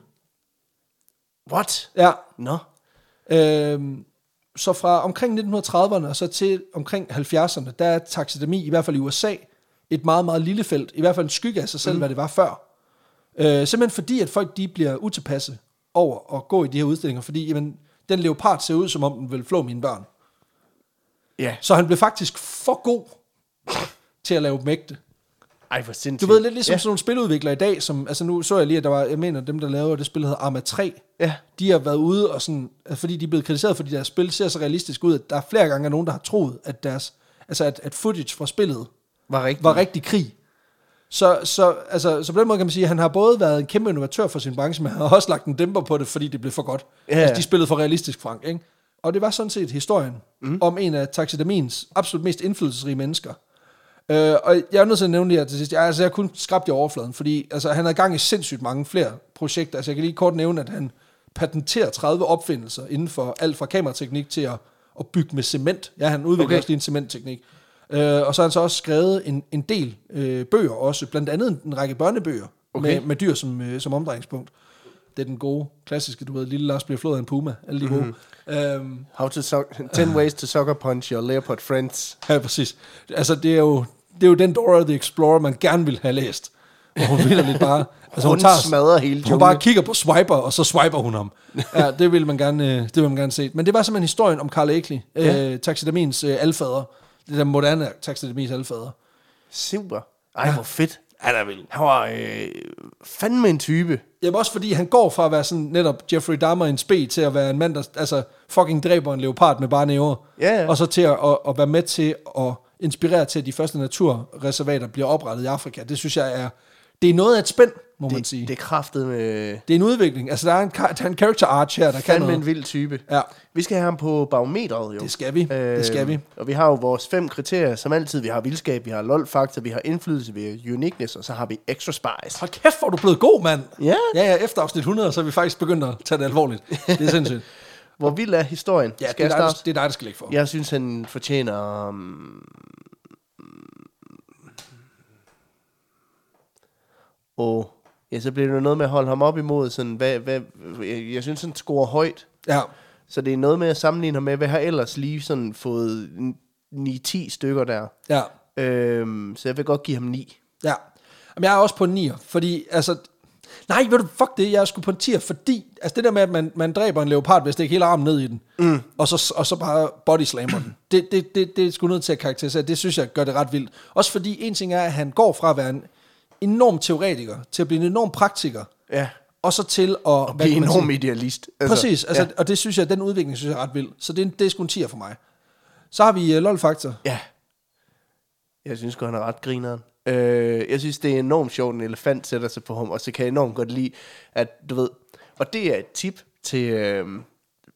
What? Ja. Nå. No. Øhm, så fra omkring nitten trediverne og så til omkring halvfjerdserne, der er taxidermi, i hvert fald i U S A, et meget, meget lille felt. I hvert fald en skygge af sig selv, mm. hvad det var før. Øh, simpelthen fordi, at folk de bliver utilpasse over at gå i de her udstillinger, fordi jamen, den leopard ser ud, som om den vil flå mine børn. Ja. Yeah. Så han blev faktisk for god til at lave dem ægte. Ej, for sindssygt. Du ved, lidt ligesom yeah. sådan nogle spiludviklere i dag, som, altså nu så jeg lige, at der var, jeg mener, dem der lavede det spil, hedder Arma tre, yeah. de har været ude, og sådan, fordi de er blevet kritiseret, fordi deres spil ser så realistisk ud, at der er flere gange nogen, der har troet, at deres, altså at, at footage fra spillet var rigtig, var rigtig krig. Så, så, altså, så på den måde kan man sige, at han har både været en kæmpe innovatør for sin branche, men han har også lagt en dæmper på det, fordi det blev for godt. Ja. Altså, de spillede for realistisk, Frank, ikke? Og det var sådan set historien mm. om en af taxidermiens absolut mest indflydelsesrige mennesker. Øh, og jeg er nødt til at nævne det her til sidst. Jeg, altså, jeg har kun skrabt i overfladen, fordi altså, han har gang i sindssygt mange flere projekter. Altså, jeg kan lige kort nævne, at han patenterer tredive opfindelser inden for alt fra kamerateknik til at, at bygge med cement. Ja, han udvikler okay. også lige en cementteknik. Øh, og så har han så også skrevet en, en del øh, bøger også, blandt andet en, en række børnebøger okay. med, med dyr som, øh, som omdrejningspunkt. Det er den gode, klassiske, du ved, lille Lars bliver flået af en puma, alle de gode. Mm. Um, How to suck, ten ways to sucker punch your leopard friends. Ja, præcis. Altså, det er jo, det er jo den Dora the Explorer, man gerne vil have læst. Hvor hun vil lidt bare... Altså, hun, hun tager, smadrer hele hun bare kigger på swiper, og så swiper hun ham. Ja, det vil man gerne, det vil man gerne se. Men det var simpelthen historien om Carl Ekley, ja. øh, taxidermiens øh, alfader. Det der moderne taxidermis alfader. Super. Ej, ja. Hvor fedt. Han er vel. Han var øh, fandme en type. Jamen også fordi han går fra at være sådan netop Jeffrey Dahmer i en spe, til at være en mand, der altså fucking dræber en leopard med bare næver. Ja, ja. Og så til at, at, at være med til at inspirere til, at de første naturreservater bliver oprettet i Afrika. Det synes jeg er... Det er noget af et spænd, må det, man sige. Det er kraftet med... Det er en udvikling. Altså, der er en, der er en character arch her, der kan noget. En vild type. Ja. Vi skal have ham på barometeret, jo. Det skal vi. Øh, det skal vi. Og vi har jo vores fem kriterier, som altid. Vi har vildskab, vi har lol-faktor, vi har indflydelse, vi har uniqueness, og så har vi extra spice. Hold kæft, hvor er du blevet god, mand. Ja. Ja, ja, efter afsnit hundrede, så er vi faktisk begyndt at tage det alvorligt. Det er sindssygt. Hvor vild er historien? Ja, det er, dig, det er dig, der skal lægge for. Jeg synes, han fortjener... Um... Og... Ja, så bliver det noget med at holde ham op imod, sådan, hvad, hvad, jeg, jeg synes, han scorer højt. Ja. Så det er noget med at sammenligne ham med, hvad har ellers lige sådan fået ni ti stykker der. Ja. Øhm, så jeg vil godt give ham ni. Ja. Men jeg er også på en nier, fordi, altså, nej, ved du, fuck det, jeg er sgu på en tier, fordi, altså det der med, at man, man dræber en leopard, hvis det ikke hele armen ned i den, mm. og, så, og så bare bodyslammer den, det, det, det, det er sgu nødt til at karakterisere, det synes jeg gør det ret vildt. Også fordi en ting er, at han går fra at være en enorm teoretiker, til at blive en enorm praktiker, ja. Og så til at... Og blive en enorm idealist. Altså, præcis, altså, ja. Og det synes jeg, den udvikling synes jeg er ret vild. Så det, det er sgu en tier for mig. Så har vi uh, lol-faktor. Ja. Jeg synes godt, han er ret grineren. Uh, jeg synes, det er enormt sjovt, en elefant sætter sig på ham, og så kan jeg enormt godt lide, at du ved... Og det er et tip til... Uh,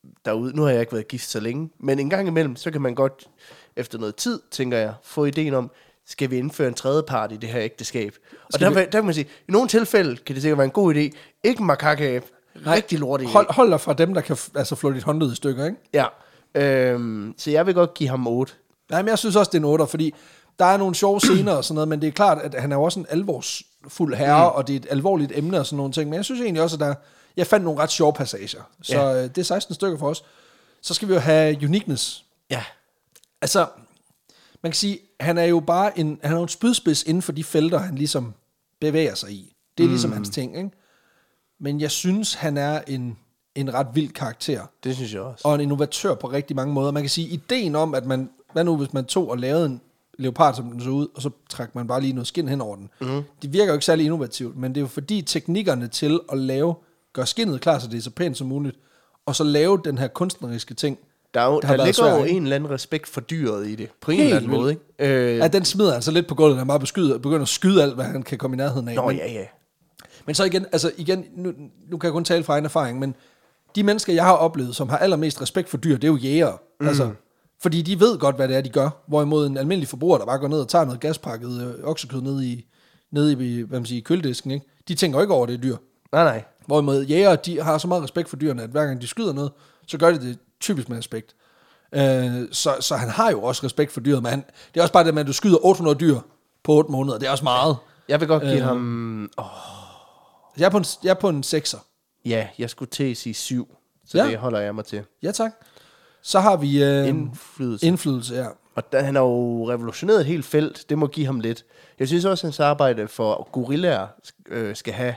derude. Nu har jeg ikke været gift så længe, men en gang imellem, så kan man godt, efter noget tid, tænker jeg, få ideen om, skal vi indføre en tredje part i det her ægteskab? Og der, vi... der kan man sige, i nogle tilfælde kan det sikkert være en god idé. Ikke en makaka-app. Rigtig lortig idé. Hold, hold dig fra dem, der kan altså flå dit håndled i stykker, ikke? Ja. Øhm, så jeg vil godt give ham otte. Nej, men jeg synes også, det er en otter, fordi der er nogle sjove scener og sådan noget, men det er klart, at han er jo også en alvorsfuld herre, mm. og det er et alvorligt emne og sådan nogle ting. Men jeg synes egentlig også, at der, jeg fandt nogle ret sjove passager. Så ja. Det er seksten stykker for os. Så skal vi jo have uniqueness. Ja. Altså, man kan sige, han er jo bare en, han er jo en spydspids inden for de felter, han ligesom bevæger sig i. Det er mm. ligesom hans ting, ikke? Men jeg synes, han er en, en ret vild karakter. Det synes jeg også. Og en innovatør på rigtig mange måder. Man kan sige, ideen om, at man, hvad nu hvis man tog og lavede en leopard, som den så ud, og så trækker man bare lige noget skin hen over den. Mm. Det virker jo ikke særlig innovativt, men det er jo fordi teknikkerne til at lave, gøre skinnet klar, så det er så pænt som muligt, og så lave den her kunstneriske ting. Der, er jo, der ligger svært, jo en eller anden respekt for dyret i det, på en eller anden måde. Ikke? Øh... Ja, den smider altså lidt på gulvet, han bare beskyder, begynder at skyde alt, hvad han kan komme i nærheden af. Nå, men, ja, ja. Men så igen, altså igen, nu, nu kan jeg kun tale fra egen erfaring, men de mennesker, jeg har oplevet, som har allermest respekt for dyr, det er jo jægere. Mm. Altså, fordi de ved godt, hvad det er, de gør. Hvorimod en almindelig forbruger, der bare går ned og tager noget gaspakket øh, oksekød ned i, ned i hvad man siger, køledisken, ikke? De tænker ikke over det dyr. Nej, nej. Hvorimod jægere, de har så meget respekt for dyrene, at hver gang de skyder noget, så gør de det typisk med respekt. Øh, så, så han har jo også respekt for dyret, men han, det er også bare det med, at du skyder otte hundrede dyr på otte måneder. Det er også meget. Jeg vil godt give øh, ham... Oh. Jeg er på en, jeg er på en sekser. Ja, jeg skulle til at sige syv, så ja. Det holder jeg mig til. Ja, tak. Så har vi... Øh, indflydelse. Indflydelse, ja. Og der, han har jo revolutioneret et helt felt, det må give ham lidt. Jeg synes også, at hans arbejde for gorillaer øh, skal have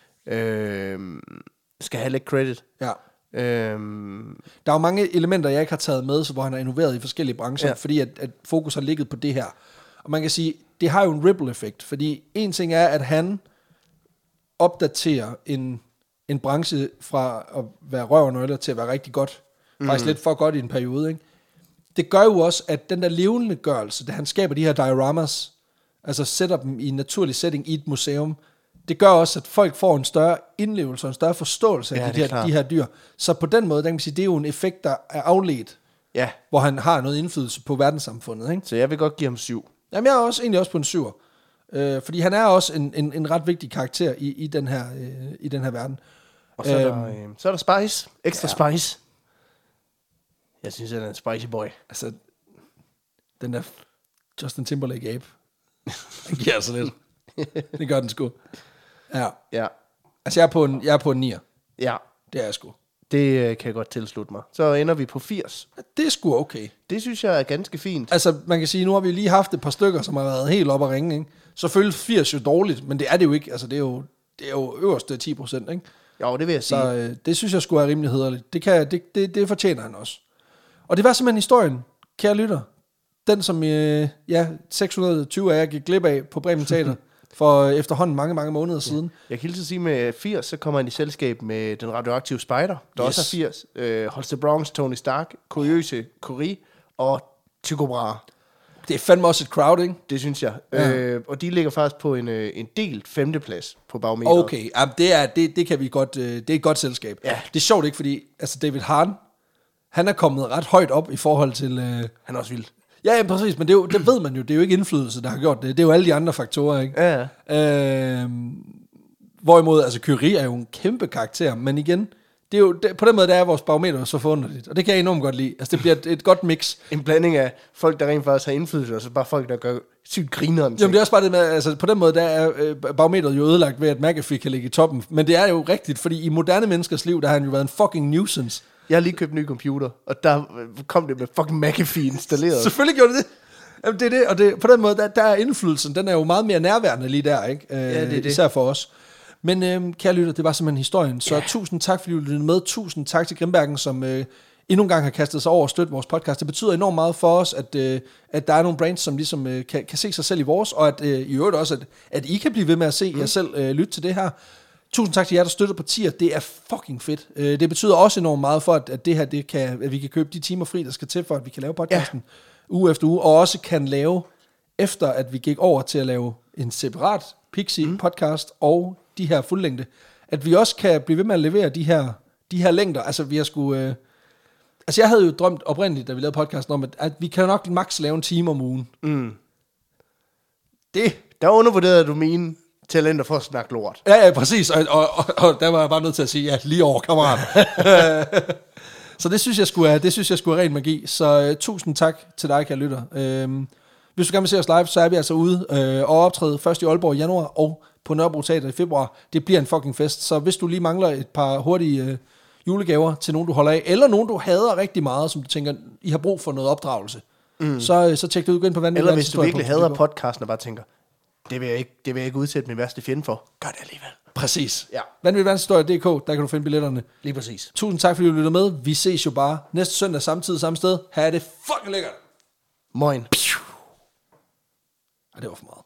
øh, skal have lidt credit. Ja. Øhm. Der er jo mange elementer, jeg ikke har taget med, så hvor han har innoveret i forskellige brancher, ja. Fordi at, at fokus har ligget på det her. Og man kan sige, det har jo en ripple-effekt, fordi en ting er, at han opdaterer en, en branche fra at være røvernøgler til at være rigtig godt. Mm. Faktisk lidt for godt i en periode, ikke? Det gør jo også, at den der levende gørelse, da han skaber de her dioramas, altså sætter dem i en naturlig setting i et museum, det gør også, at folk får en større indlevelse og en større forståelse af ja, de, her, de her dyr. Så på den måde, der kan man sige, det er jo en effekt, der er afledt, ja. Hvor han har noget indflydelse på verdenssamfundet. Ikke? Så jeg vil godt give ham syv. Jamen, jeg er også egentlig også på en syver. Øh, fordi han er også en, en, en ret vigtig karakter i, i, den, her, øh, i den her verden. Og så er, øhm, der, øh, så er der Spice. Ekstra ja. Spice. Jeg synes, han er en spicy boy. Altså, den der Justin Timberlake-abe, den giver altså lidt. Det gør den sgu. Ja. Ja. Altså, jeg er på en, jeg er på en nier. Ja. Det er jeg sgu. Det øh, kan jeg godt tilslutte mig. Så ender vi på firs. Det er sgu okay. Det synes jeg er ganske fint. Altså, man kan sige, nu har vi lige haft et par stykker, som har været helt op at ringe, ikke? Så føles firs jo dårligt, men det er det jo ikke. Altså, det er jo, det er jo øverste ti procent, ikke? Jo, det vil jeg sige. Så øh, det synes jeg skulle være rimelig hæderligt. Det, kan, det, det, det fortjener han også. Og det var simpelthen historien, kære lytter. Den, som øh, ja, seks hundrede og tyve af jer gik glip af på Bremen Teater for øh, efterhånden mange, mange måneder ja. siden. Jeg kan lige sige, med firs, så kommer han i selskab med den radioaktive Spider, der yes. også er firs. Øh, Holster Bronx, Tony Stark, Kuriøse, Curie og Tycho Brahe. Det er fandme også et crowd, ikke? Det synes jeg. Ja. Øh, og de ligger faktisk på en, en delt femteplads på barometeret. Okay, ja, det, er, det, det kan vi godt, det er et godt selskab. Ja. Det er sjovt ikke, fordi altså David Hahn, han er kommet ret højt op i forhold til... Øh, han er også vild. Ja, ja, præcis, men det, er jo, det ved man jo, det er jo ikke indflydelse, der har gjort det. Det er jo alle de andre faktorer, ikke? Ja, ja. Øh, hvorimod, altså Curie er jo en kæmpe karakter, men igen... Det er jo, det, på den måde, der er vores barometer så forunderligt, og det kan jeg enormt godt lide. Altså, det bliver et, et godt mix. En blanding af folk, der rent faktisk har indflydelse, og så bare folk, der gør sygt grineren. Jamen, det er også bare det med, altså, på den måde, der er øh, barometeret jo ødelagt ved, at McAfee kan ligge i toppen. Men det er jo rigtigt, fordi i moderne menneskers liv, der har han jo været en fucking nuisance. Jeg har lige købt en ny computer, og der kom det med fucking McAfee installeret. Selvfølgelig gjorde det det. Jamen, det er det, og det, på den måde, der, der er indflydelsen, den er jo meget mere nærværende lige der, ikke? Øh, ja, det er det. Især for os. Men øh, kære lytter, det var simpelthen historien. Så yeah. tusind tak, fordi du lyttede med. Tusind tak til Grimbergen, som øh, endnu en gang har kastet sig over og støttet vores podcast. Det betyder enormt meget for os, at, øh, at der er nogle brands, som ligesom øh, kan, kan se sig selv i vores, og at øh, i øvrigt også, at, at I kan blive ved med at se mm. jer selv øh, lytte til det her. Tusind tak til jer, der støtter på tier. Det er fucking fedt. Øh, det betyder også enormt meget for, at, at, det her, det kan, at vi kan købe de timer fri, der skal til, for at vi kan lave podcasten yeah. uge efter uge, og også kan lave, efter at vi gik over til at lave en separat Pixie-podcast mm. og de her fuldlængde, at vi også kan blive ved med at levere de her, de her længder. Altså, vi har sgu, øh, Altså, jeg havde jo drømt oprindeligt, da vi lavede podcasten om, at, at vi kan nok maks lave en time om ugen. Mm. Det, der undervurderede du mine talenter for at snakke lort. Ja, ja, præcis. Og, og, og, og der var jeg bare nødt til at sige, ja, lige over, kammerat. Så det synes jeg skulle er, det synes jeg skulle er ren magi. Så uh, tusind tak til dig, kære lytter. Uh, hvis du gerne vil se os live, så er vi altså ude uh, og optræde først i Aalborg i januar, og på Nørrebro Teater i februar. Det bliver en fucking fest. Så hvis du lige mangler et par hurtige uh, julegaver til nogen, du holder af, eller nogen, du hader rigtig meget, som du tænker, I har brug for noget opdragelse, mm. så, så tjek det ud, gå ind på vandet. Eller hvis du virkelig hader podcasten og bare tænker, det vil jeg ikke, det vil jeg ikke udsætte min værste fjende for. Gør det alligevel. Præcis. Ja. Vanvittigvandshistorie punktum d k, der kan du finde billetterne. Lige præcis. Tusind tak, fordi du lytter med. Vi ses jo bare næste søndag samtidig samme sted. Ha' det fucking lækkert. Moin. Ej, det var for meget.